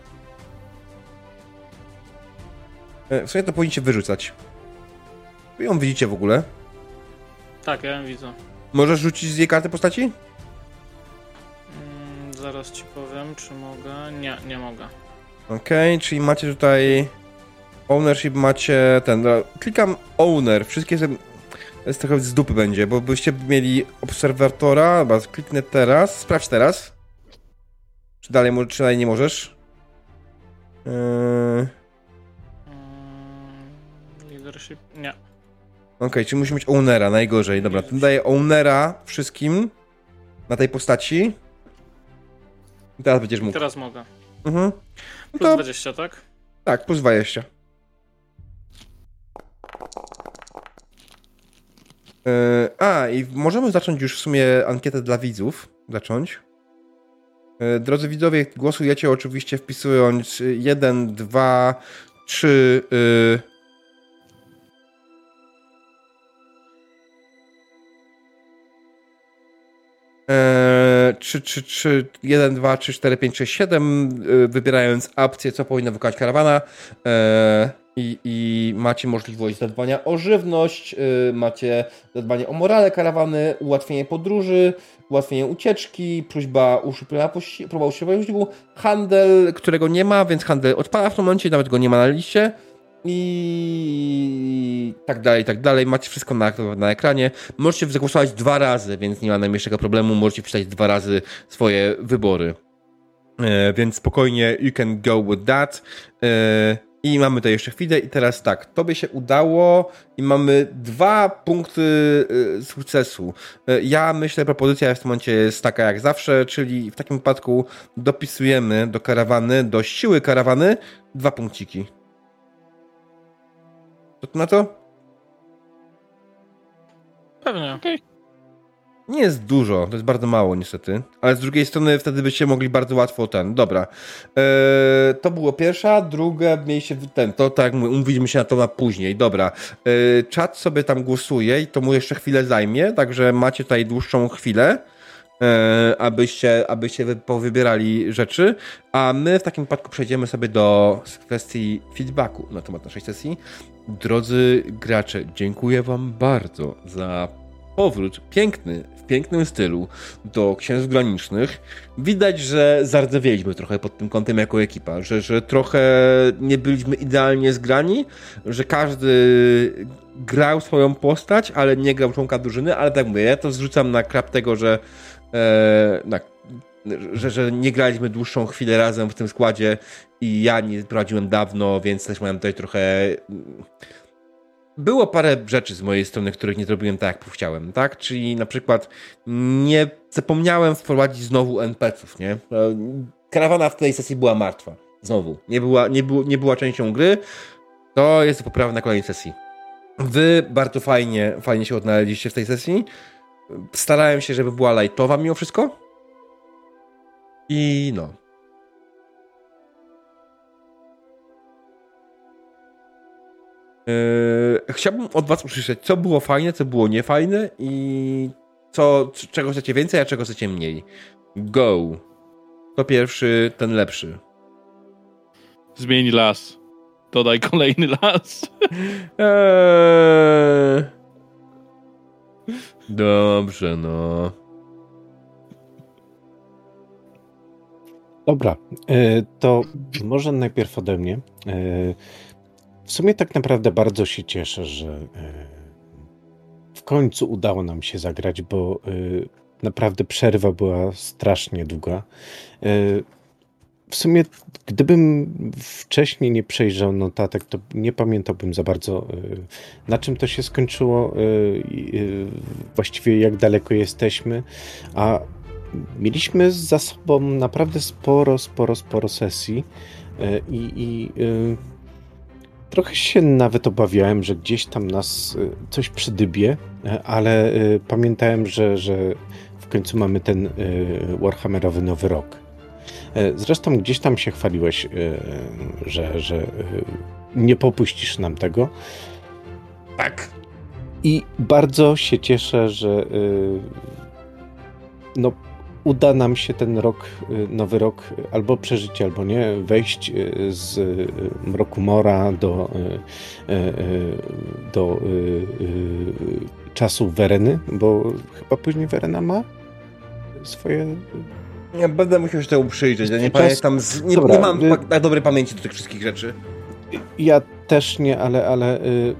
W sumie to powinniście wyrzucać. Wy ją widzicie w ogóle? Tak, ja ją widzę. Możesz rzucić z jej karty postaci? Mm, zaraz ci powiem, czy mogę. Nie, nie mogę. Okej, okay, czyli macie tutaj ownership, macie ten... Klikam owner, wszystkie... To jest trochę z dupy będzie, bo byście mieli obserwatora, chyba kliknę teraz, sprawdź teraz. Czy dalej, czy dalej nie możesz? Yy... Leadership? Nie. Okej, okay, czyli musi mieć ownera, najgorzej. Dobra, to daję ownera wszystkim na tej postaci. I teraz będziesz mógł. Teraz mogę. Mhm. No plus to... dwadzieścia, tak? Tak, plus dwadzieścia. Yy, a, i możemy zacząć już w sumie ankietę dla widzów. Zacząć. Yy, drodzy widzowie, głosujecie oczywiście wpisując jeden, dwa, trzy... Yy... trzy, trzy, trzy, jeden, dwa, trzy, cztery, pięć, sześć, siedem, wybierając opcję, co powinna wykonać karawana. Yy... I, I macie możliwość zadbania o żywność, yy, macie zadbanie o morale karawany, ułatwienie podróży, ułatwienie ucieczki, próśba uszyplenia pości- próba uszyplenia pościgu, handel, którego nie ma, więc handel odpada w tym momencie, nawet go nie ma na liście i tak dalej, i tak dalej. Macie wszystko na, na ekranie. Możecie zagłosować dwa razy, więc nie ma najmniejszego problemu. Możecie wpisać dwa razy swoje wybory. Yy, więc spokojnie, you can go with that. Yy, I mamy tutaj jeszcze chwilę i teraz tak, tobie się udało i mamy dwa punkty y, sukcesu. Y, ja myślę, propozycja w tym momencie jest taka jak zawsze, czyli w takim wypadku dopisujemy do karawany, do siły karawany dwa punkciki. Co ty na to? Pewnie. Okej. Okay. Nie jest dużo, to jest bardzo mało niestety, ale z drugiej strony wtedy byście mogli bardzo łatwo ten, dobra. Eee, to było pierwsza, druga mieliście ten, to tak jak mówiliśmy się na to na później, dobra. Eee, czat sobie tam głosuje i to mu jeszcze chwilę zajmie, także macie tutaj dłuższą chwilę, eee, abyście, abyście powybierali rzeczy, a my w takim wypadku przejdziemy sobie do kwestii feedbacku na temat naszej sesji. Drodzy gracze, dziękuję wam bardzo za powrót piękny, w pięknym stylu do Księżyc Granicznych. Widać, że zardzewieliśmy trochę pod tym kątem jako ekipa, że, że trochę nie byliśmy idealnie zgrani, że każdy grał swoją postać, ale nie grał członka drużyny, ale tak mówię, ja to zrzucam na krab tego, że e, na, że, że nie graliśmy dłuższą chwilę razem w tym składzie i ja nie prowadziłem dawno, więc też miałem tutaj trochę... Było parę rzeczy z mojej strony, których nie zrobiłem tak, jak chciałem, tak? Czyli na przykład nie zapomniałem wprowadzić znowu en pe ce ów, nie? Karawana w tej sesji była martwa. Znowu. Nie była, nie było, nie była częścią gry. To jest poprawa na kolejnej sesji. Wy bardzo fajnie, fajnie się odnaleźliście w tej sesji. Starałem się, żeby była lightowa mimo wszystko. I no. Yy, chciałbym od was usłyszeć, co było fajne, co było niefajne i co, czego chcecie więcej, a czego chcecie mniej. Go. To pierwszy, ten lepszy. Zmień las. Dodaj kolejny las. Eee... Dobrze, no. Dobra, to może najpierw ode mnie. W sumie tak naprawdę bardzo się cieszę, że w końcu udało nam się zagrać, bo naprawdę przerwa była strasznie długa. W sumie, gdybym wcześniej nie przejrzał notatek, to nie pamiętałbym za bardzo, na czym to się skończyło, właściwie jak daleko jesteśmy, a mieliśmy za sobą naprawdę sporo, sporo, sporo sesji i, i trochę się nawet obawiałem, że gdzieś tam nas coś przydybie, ale pamiętałem, że, że w końcu mamy ten Warhammerowy Nowy Rok. Zresztą gdzieś tam się chwaliłeś, że, że nie popuścisz nam tego. Tak. I bardzo się cieszę, że no, uda nam się ten rok, nowy rok albo przeżyć, albo nie, wejść z Mroku Mora do, do czasu Wereny, bo chyba później Werena ma swoje... Ja będę musiał się temu przyjrzeć, ja nie pamiętam, z, nie, nie mam tak dobrej pamięci do tych wszystkich rzeczy. Ja też nie, ale, ale y, y,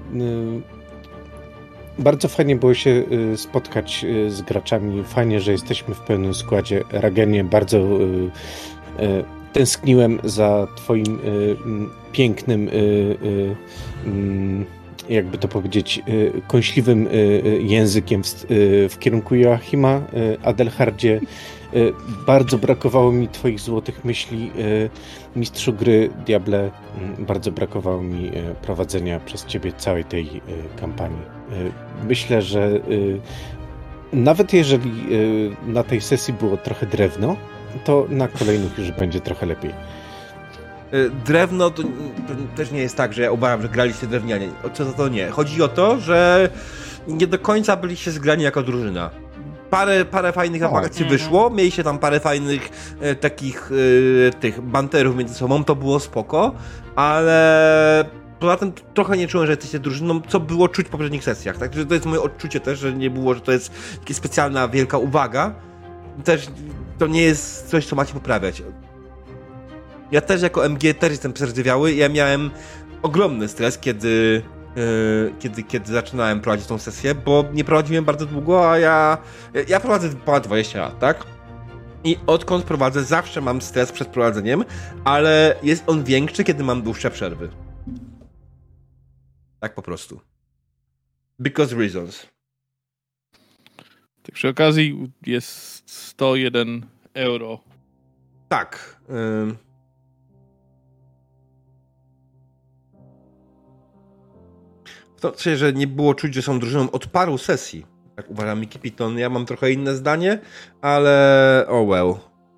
bardzo fajnie było się y, spotkać y, z graczami. Fajnie, że jesteśmy w pełnym składzie. Ragenie, bardzo y, y, tęskniłem za twoim y, y, pięknym, y, y, y, jakby to powiedzieć, y, kąśliwym y, językiem w, y, w kierunku Joachima, y, Adelhardzie. Bardzo brakowało mi twoich złotych myśli, mistrzu gry Diable. Bardzo brakowało mi prowadzenia przez ciebie całej tej kampanii. Myślę, że nawet jeżeli na tej sesji było trochę drewno, to na kolejnych już będzie trochę lepiej. Drewno to, to też nie jest tak, że ja uważam, że graliście drewnianie. Co za to nie. Chodzi o to, że nie do końca byliście zgrani jako drużyna. Parę, parę fajnych akcji no. wyszło, mieliście tam parę fajnych e, takich e, tych banterów między sobą, to było spoko, ale poza tym trochę nie czułem, że jesteście drużyną, co było czuć w poprzednich sesjach, także to jest moje odczucie też, że nie było, że to jest jakaś specjalna wielka uwaga, też to nie jest coś, co macie poprawiać. Ja też jako em gie też jestem przerdzewiały, ja miałem ogromny stres, kiedy Kiedy, kiedy zaczynałem prowadzić tą sesję, bo nie prowadziłem bardzo długo, a ja ja prowadzę ponad dwadzieścia lat, tak? I odkąd prowadzę, zawsze mam stres przed prowadzeniem, ale jest on większy, kiedy mam dłuższe przerwy. Tak po prostu. Because reasons. Tak przy okazji jest sto jeden euro. Tak. Ym... To znaczy, że nie było czuć, że są drużyną od paru sesji. Tak uważa Mickey Piton. Ja mam trochę inne zdanie, ale oh well.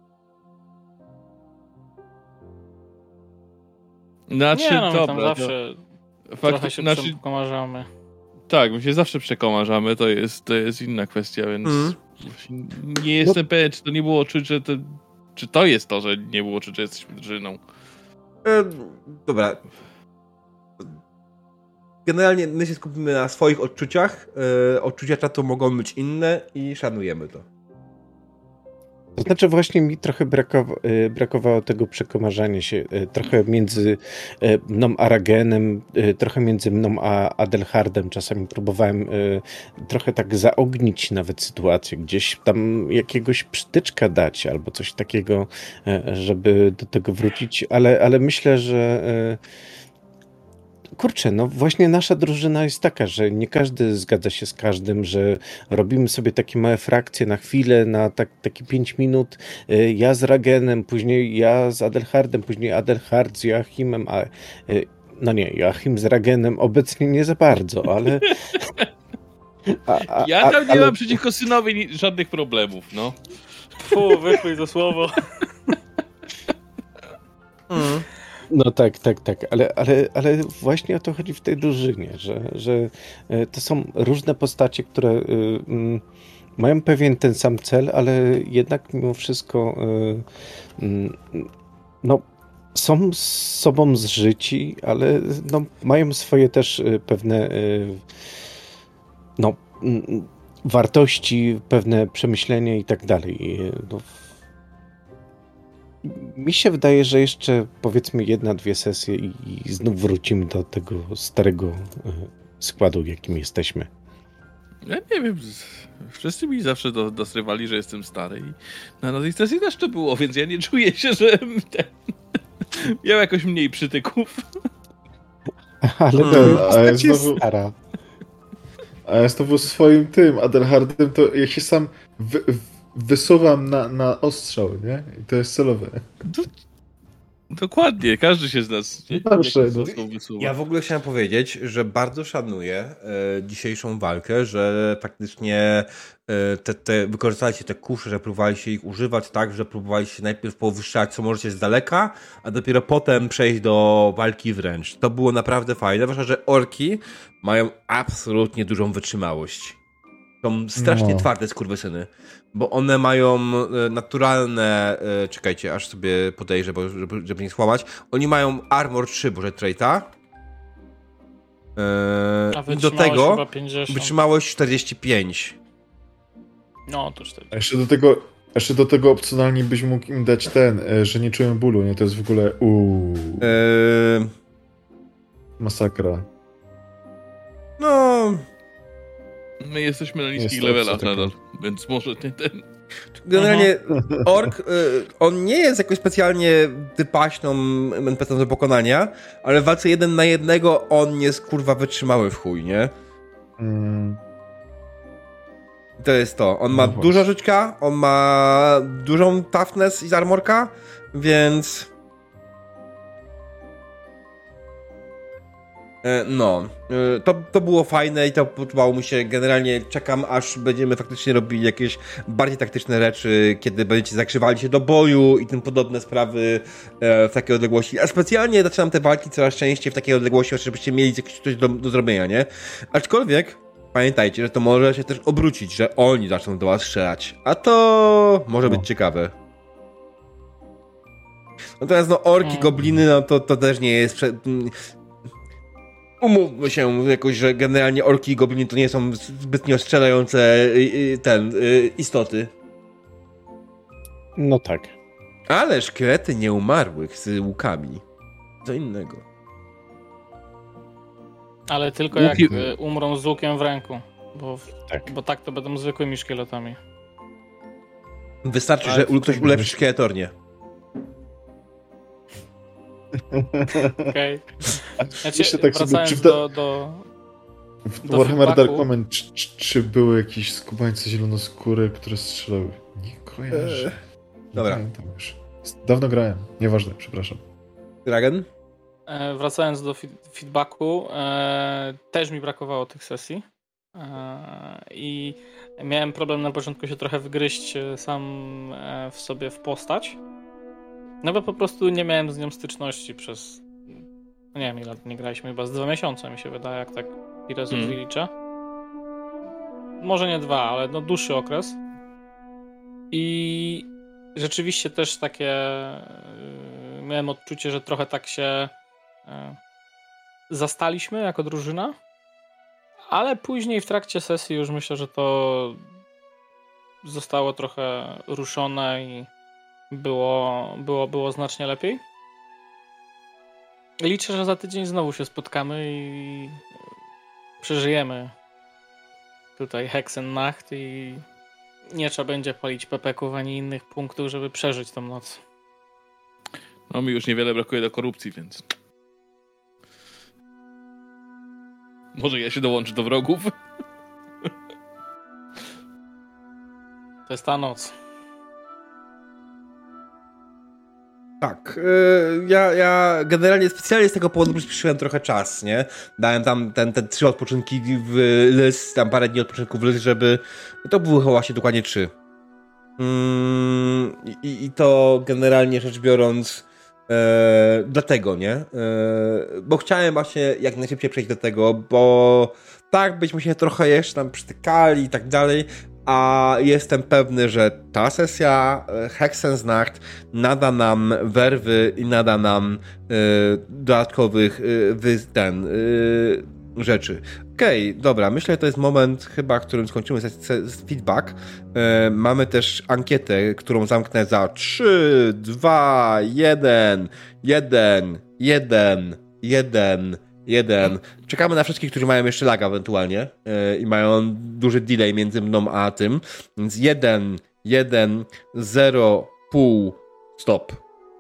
Znaczy, nie, no, my dobra, tam zawsze to... trochę Fakt, się znaczy... przekomarzamy. Tak, my się zawsze przekomarzamy, to jest, to jest inna kwestia, więc mm. nie jestem no. pewien, czy to nie było czuć, że to... Czy to jest to, że nie było czuć, że jesteśmy drużyną? E, dobra. generalnie my się skupimy na swoich odczuciach. Yy, odczucia czatu mogą być inne i szanujemy to. To znaczy właśnie mi trochę brakowało, brakowało tego przekomarzania się, trochę między mną a Ragenem, trochę między mną a Adelhardem. Czasami próbowałem trochę tak zaognić nawet sytuację, gdzieś tam jakiegoś przytyczka dać albo coś takiego, żeby do tego wrócić, ale, ale myślę, że kurczę, no właśnie nasza drużyna jest taka, że nie każdy zgadza się z każdym, że robimy sobie takie małe frakcje na chwilę, na tak, takie pięć minut. Ja z Ragenem, później ja z Adelhardem, później Adelhard z Joachimem, a no nie, Joachim z Ragenem obecnie nie za bardzo, ale... A, a, ja tam nie ale... mam przeciwko synowi żadnych problemów, no. Fu, wychwyj to słowo. Mm. No tak, tak, tak, ale, ale, ale właśnie o to chodzi w tej drużynie, że, że to są różne postacie, które y, y, mają pewien ten sam cel, ale jednak mimo wszystko y, y, no, są z sobą zżyci, ale no, mają swoje też pewne y, no, y, wartości, pewne przemyślenia i tak dalej. No, mi się wydaje, że jeszcze powiedzmy jedna, dwie sesje i, i znów wrócimy do tego starego składu, jakim jesteśmy. Ja nie wiem, wszyscy mi zawsze do, dosrywali, że jestem stary i na tej sesji też to było, więc ja nie czuję się, że miał jakoś mniej przytyków. Ale to hmm. postać jest znowu... stara. A ja znowu swoim tym Adelhardem to ja się sam wy, wysuwam na, na ostrzał, nie? I to jest celowe. Do, dokładnie, każdy się z nas nie, Zawsze, no. wysuwa. Ja w ogóle chciałem powiedzieć, że bardzo szanuję e, dzisiejszą walkę, że faktycznie e, te, te, wykorzystaliście te kusze, że próbowaliście ich używać tak, że próbowaliście najpierw powyższać co możecie z daleka, a dopiero potem przejść do walki wręcz. To było naprawdę fajne, zwłaszcza, że orki mają absolutnie dużą wytrzymałość. Są strasznie no. twarde skurwysyny, bo one mają naturalne, e, czekajcie, aż sobie podejrzę, bo, żeby, żeby nie skłamać, oni mają armor trzy, boże, traita. E, I do tego wytrzymałość czterdzieści pięć. No, to czterdzieści. A jeszcze do tego, jeszcze do tego opcjonalnie byś mógł im dać ten, że nie czują bólu, nie? To jest w ogóle uuu. E... Masakra. No... My jesteśmy na niskich levelach nadal, więc może nie ten... Generalnie ork, on nie jest jakoś specjalnie wypaśną en pe ce do pokonania, ale w walce jeden na jednego on jest kurwa wytrzymały w chuj, nie? Mm. To jest to. On ma no dużo żyćka, on ma dużą toughness i armorka, więc... No, to, to było fajne i to podobało mi się. Generalnie czekam, aż będziemy faktycznie robili jakieś bardziej taktyczne rzeczy, kiedy będziecie zakrzywali się do boju i tym podobne sprawy w takiej odległości. A specjalnie zaczynam te walki coraz częściej w takiej odległości, żebyście mieli coś do, do zrobienia, nie? Aczkolwiek pamiętajcie, że to może się też obrócić, że oni zaczną do was strzelać. A to może no. być ciekawe. Natomiast no orki, hmm. gobliny, no to, to też nie jest... Prze- Umówmy się jakoś, że generalnie orki i gobliny to nie są zbytnio strzelające ten, istoty. No tak. Ale szkielety nieumarłych z łukami. Co innego. Ale tylko jak umrą z łukiem w ręku. Bo tak, bo tak to będą zwykłymi szkieletami. Wystarczy, Ale że ktoś ulepszy szkieletornię. Okej. Okay. Znaczy, jeszcze tak wracając sobie, do, do, w do Warhammer Dark Moment, czy, czy, czy były jakieś skubańce zielonoskóre, które strzelały? Nie kojarzę. Eee. Dobra. Już. Dawno grałem. Nieważne, przepraszam. Dragon? E, wracając do feedbacku, e, też mi brakowało tych sesji. E, I miałem problem na początku się trochę wgryźć sam e, w sobie w postać. No bo po prostu nie miałem z nią styczności przez, nie wiem ile nie graliśmy, chyba z dwa miesiące mi się wydaje, jak tak i razy hmm. liczę. Może nie dwa, ale no dłuższy okres. I rzeczywiście też takie yy, miałem odczucie, że trochę tak się yy, zastaliśmy jako drużyna, ale później w trakcie sesji już myślę, że to zostało trochę ruszone i było, było, było znacznie lepiej. Liczę, że za tydzień znowu się spotkamy i przeżyjemy tutaj Hexennacht i nie trzeba będzie palić pepeków ani innych punktów, żeby przeżyć tą noc. No mi już niewiele brakuje do korupcji, więc... Może ja się dołączę do wrogów? To jest ta noc. Tak, yy, ja, ja generalnie specjalnie z tego powodu przyspieszyłem trochę czas, nie? Dałem tam ten, ten trzy odpoczynki w Lys, tam parę dni odpoczynku w Lys, żeby... To były chyba właśnie dokładnie trzy. Yy, i, I to generalnie rzecz biorąc yy, dlatego, nie? Yy, bo chciałem właśnie jak najszybciej przejść do tego, bo tak byśmy się trochę jeszcze tam przytykali i tak dalej, a jestem pewny, że ta sesja Hexennacht nada nam werwy i nada nam y, dodatkowych y, wy, ten, y, rzeczy. Okej, okay, dobra, myślę, że to jest moment chyba, w którym skończymy z feedback. Y, mamy też ankietę, którą zamknę za trzy, dwa, jeden, jeden, jeden, jeden, jeden. Czekamy na wszystkich, którzy mają jeszcze laga ewentualnie yy, i mają duży delay między mną a tym. Więc jeden, jeden, zero, pół, stop.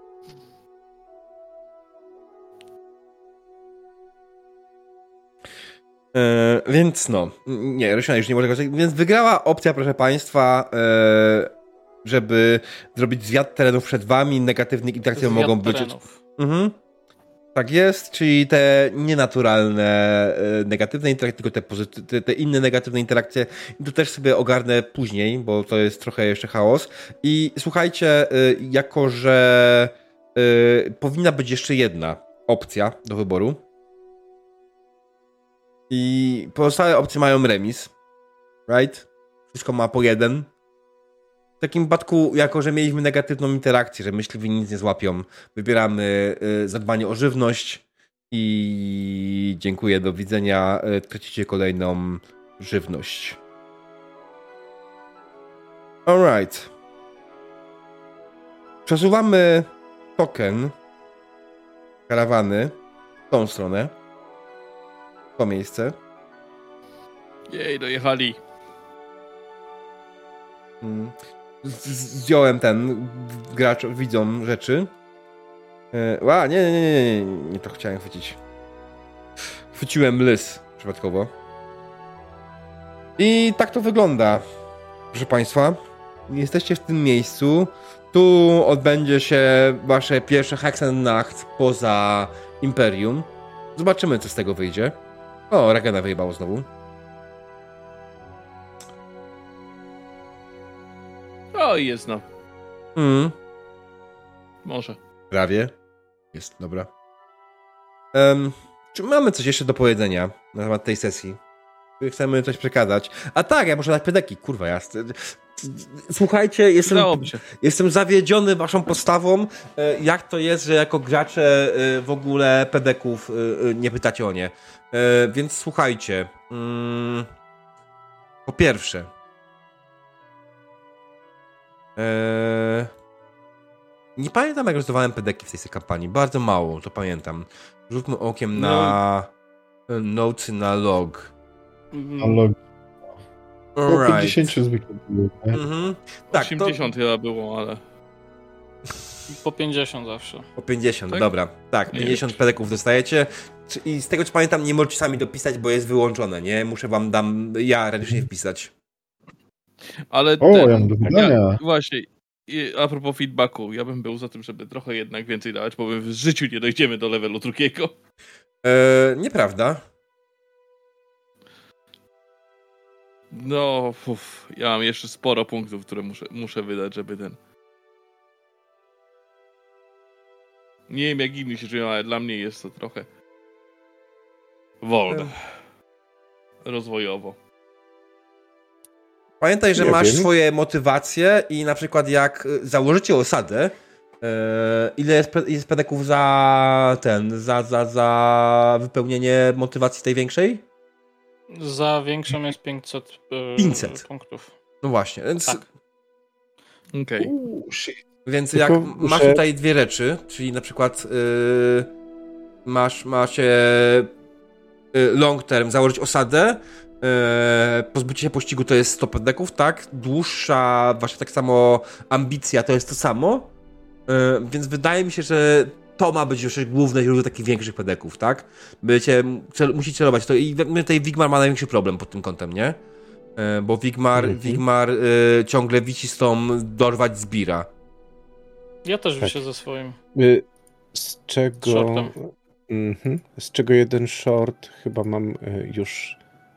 Yy, więc no, nie, Rysiana już nie może korzystać. Więc wygrała opcja, proszę Państwa, yy, żeby zrobić zwiat terenów przed Wami. Negatywne interakcje Zwiat mogą być. terenów. Mhm. Tak jest, czyli te nienaturalne, negatywne interakcje, tylko te, pozyty- te inne negatywne interakcje. I to też sobie ogarnę później, bo to jest trochę jeszcze chaos. I słuchajcie, jako że powinna być jeszcze jedna opcja do wyboru i pozostałe opcje mają remis, right? Wszystko ma po jeden. W takim wypadku, jako że mieliśmy negatywną interakcję, że myśliwi nic nie złapią, wybieramy y, zadbanie o żywność i dziękuję, do widzenia. Y, tracicie kolejną żywność. Alright. Przesuwamy token karawany w tą stronę. W to miejsce. Jej, dojechali. Hmm. Zdjąłem ten, gracz widzą rzeczy. Ła, nie, nie, nie, nie, nie, nie to chciałem chwycić. Chwyciłem Lys przypadkowo. I tak to wygląda, proszę Państwa. Jesteście w tym miejscu. Tu odbędzie się wasze pierwsze Hexennacht poza Imperium. Zobaczymy, co z tego wyjdzie. O, Ragana wyjebało znowu. O, jest no. Mm. Może. Prawie. Jest, dobra. Um, czy mamy coś jeszcze do powiedzenia na temat tej sesji? Chcemy coś przekazać. A tak, ja muszę dać pedeki, kurwa, jasne. Słuchajcie, jestem, jestem zawiedziony waszą postawą. Jak to jest, że jako gracze w ogóle pedeków nie pytacie o nie. Więc słuchajcie. Po pierwsze, Eee, nie pamiętam, jak rozdawałem pedeki w tej kampanii. Bardzo mało, to pamiętam. Rzućmy okiem no. na notes na log. Na log. Około Alright. pięćdziesiąt zwykle było. Mhm. Tak, osiemdziesiąt to... chyba było, ale... Po pięćdziesiąt zawsze. Po pięćdziesiąt, tak? dobra. Tak, pięćdziesiąt pedeków dostajecie. I z tego, co pamiętam, nie możecie sami dopisać, bo jest wyłączone, nie? Muszę wam dam, ja ręcznie wpisać. Ale O, ten, ja mam do wydania. Ja, właśnie, i a propos feedbacku, ja bym był za tym, żeby trochę jednak więcej dawać, bo my w życiu nie dojdziemy do levelu drugiego. Eee, nieprawda. No, uf, ja mam jeszcze sporo punktów, które muszę, muszę wydać, żeby ten... Nie wiem, jak inni się czują, ale dla mnie jest to trochę wolne. Rozwojowo. Pamiętaj, że Nie masz wiem. swoje motywacje i na przykład jak założycie osadę, Eee, ile jest, jest pedeków za ten, za, za, za wypełnienie motywacji tej większej? Za większą jest pięćset, e, pięćset punktów. No właśnie, więc... Tak. Okej. Okay. Więc Tylko, jak masz że... tutaj dwie rzeczy, czyli na przykład yy, masz, macie yy, long term, założyć osadę, yy, pozbycie się pościgu to jest sto pedeków, tak? Dłuższa, właśnie tak samo ambicja to jest to samo, yy, więc wydaje mi się, że to ma być już główne źródło takich większych pedeków, tak? Będziecie, cel, musicie celować to i tutaj Wigmar ma największy problem pod tym kątem, nie? Yy, bo Wigmar, mm-hmm. Wigmar yy, ciągle wisi z tą dorwać zbira. Ja też tak. wyszę ze swoim. Z czego... Shortem. Mhm. Z czego jeden short chyba mam już...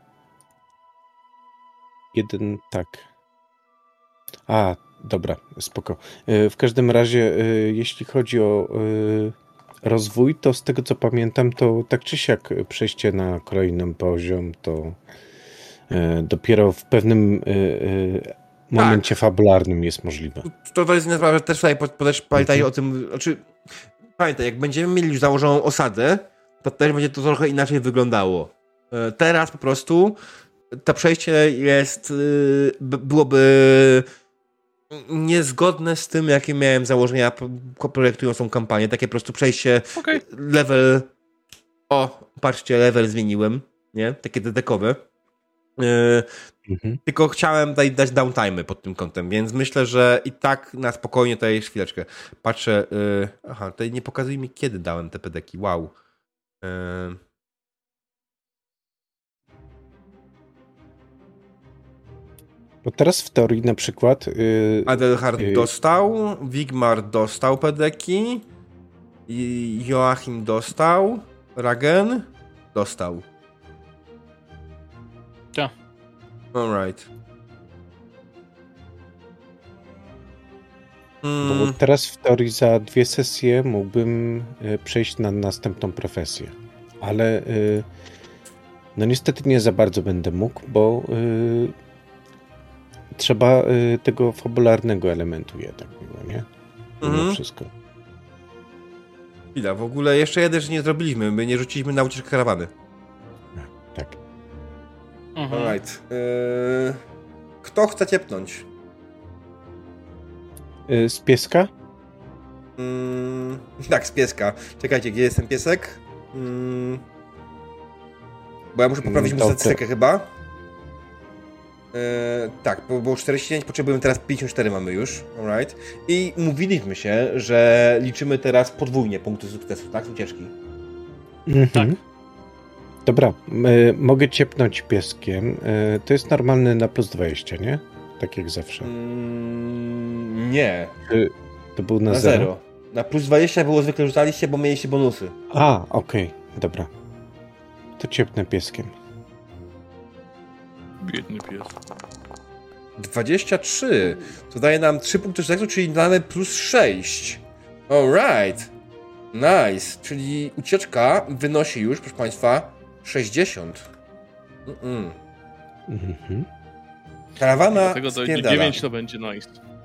Jeden, tak. A, dobra, spoko. W każdym razie, jeśli chodzi o rozwój, to z tego co pamiętam, to tak czy siak przejście na kolejny poziom to dopiero w pewnym momencie tak. fabularnym jest możliwe. To, to jest inna sprawa, że też tutaj pamiętaj mhm. o tym, znaczy pamiętaj, jak będziemy mieli już założoną osadę, to też będzie to trochę inaczej wyglądało. Teraz po prostu to przejście jest, byłoby niezgodne z tym, jakie miałem założenia projektując tą kampanię. Takie po prostu przejście okay. level, o, patrzcie, level zmieniłem, nie? Takie dedekowe. Mhm. Tylko chciałem tutaj dać downtime'y pod tym kątem, więc myślę, że i tak na spokojnie tutaj jeszcze chwileczkę patrzę. Yy, aha, tutaj nie pokazuje mi, kiedy dałem te pedeki. Wow. Yy. Bo teraz w teorii na przykład... Yy, Adelhard yy. dostał, Wigmar dostał pedeki, Joachim dostał, Ragen dostał. Ja. Alright. Mm. Bo teraz w teorii za dwie sesje mógłbym przejść na następną profesję. Ale yy, no niestety nie za bardzo będę mógł, bo yy, trzeba yy, tego fabularnego elementu jednak było, nie? Mimo mm. wszystko. Chwila, w ogóle jeszcze jeden, że nie zrobiliśmy. My nie rzuciliśmy na ucieczkę karawany. Tak. Mhm. Alright. Yy, kto chce ciepnąć? Yy, z pieska? Yy, tak, z pieska. Czekajcie, gdzie jest ten piesek? Yy, bo ja muszę poprawić mu statystykę chyba. Yy, tak, bo było czterdzieści dziewięć, potrzebujemy teraz pięćdziesiąt cztery mamy już. Alright. I umówiliśmy się, że liczymy teraz podwójnie punkty sukcesu, tak? Z ucieczki. Mhm. Tak. Dobra, y, mogę ciepnąć pieskiem. Y, to jest normalny na plus dwadzieścia, nie? Tak jak zawsze. Mm, nie. Y, to był na, na zero. zero. Na plus dwadzieścia było zwykle rzucaliście, bo mieliście bonusy. A, okej, okay. Dobra. To ciepnę pieskiem. Biedny pies. dwadzieścia trzy. To daje nam trzy punkty sukcesu, czyli mamy plus sześć. Alright. Nice. Czyli ucieczka wynosi już, proszę Państwa, sześćdziesiąt. Mm-mm. Mhm. Karawana dlatego to dziewięć to będzie nice.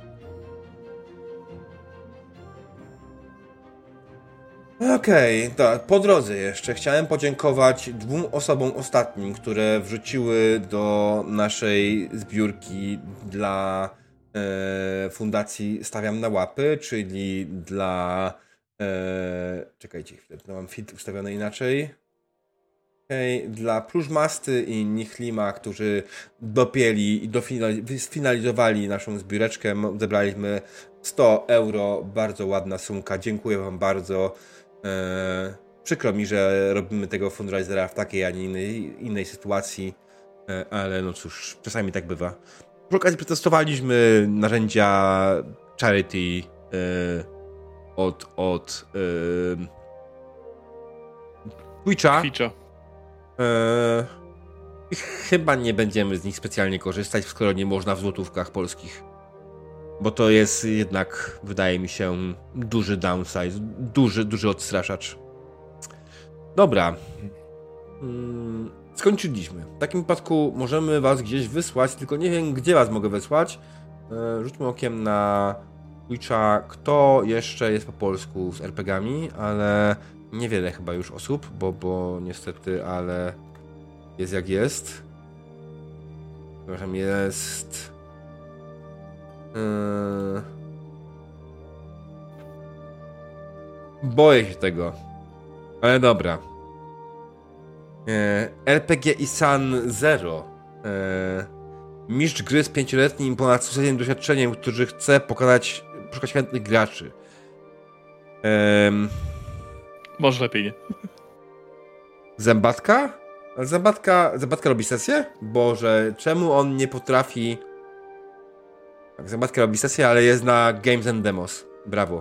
Okej, okay, tak. Po drodze jeszcze chciałem podziękować dwóm osobom ostatnim, które wrzuciły do naszej zbiórki dla e, Fundacji Stawiam na Łapy, czyli dla... E, czekajcie chwilę, to mam filtr ustawiony inaczej. Okay, dla Pluszmasty i Nichlima, którzy dopięli i sfinalizowali naszą zbióreczkę. Zebraliśmy sto euro, bardzo ładna sumka. Dziękuję Wam bardzo. Eee, przykro mi, że robimy tego fundraisera w takiej, a nie innej, innej sytuacji, eee, ale no cóż, czasami tak bywa. Przy okazji przetestowaliśmy narzędzia charity eee, od, od eee, Twitcha. Twitcha. Eee, chyba nie będziemy z nich specjalnie korzystać, skoro nie można w złotówkach polskich. Bo to jest jednak, wydaje mi się, duży downside, duży, duży odstraszacz. Dobra. Hmm, skończyliśmy. W takim wypadku możemy was gdzieś wysłać, tylko nie wiem, gdzie was mogę wysłać. Eee, rzućmy okiem na Twitcha, kto jeszcze jest po polsku z er pe gami, ale niewiele chyba już osób, bo, bo niestety, ale jest jak jest. Przepraszam, jest... Yy... Boję się tego. Ale dobra. Yy, er pe gie Isan Zero. Yy, mistrz gry z pięcioletnim ponad stuletnim doświadczeniem, który chce pokonać poszukać chętnych graczy. Yy... Może lepiej nie. Zębatka? Ale Zębatka, Zębatka robi sesję? Boże, czemu on nie potrafi... Tak, Zębatka robi sesję, ale jest na Games and Demos. Brawo.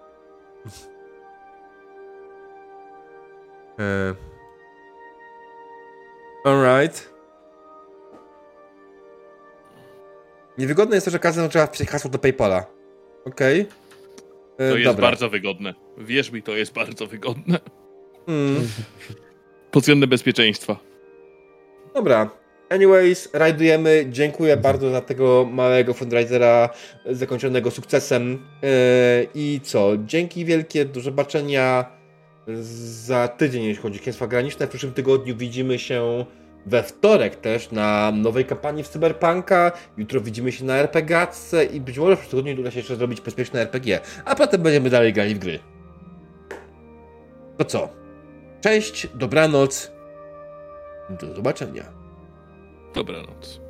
e... Alright. Niewygodne jest to, że każdy trzeba wpisać hasło do PayPala. Okej. Okay. To jest dobra. Bardzo wygodne. Wierz mi, to jest bardzo wygodne. Mm. Pod względem bezpieczeństwa. Dobra. Anyways, rajdujemy. Dziękuję bardzo za tego małego fundraisera zakończonego sukcesem. Yy, I co? Dzięki wielkie, do zobaczenia za tydzień, jeśli chodzi o księstwa graniczne. W przyszłym tygodniu widzimy się we wtorek też na nowej kampanii w Cyberpunka. Jutro widzimy się na er pe gatce i być może w przyszłym tygodniu uda się jeszcze zrobić bezpieczne er pe gie. A potem będziemy dalej grali w gry. To co? Cześć, dobranoc. Do zobaczenia. Dobranoc.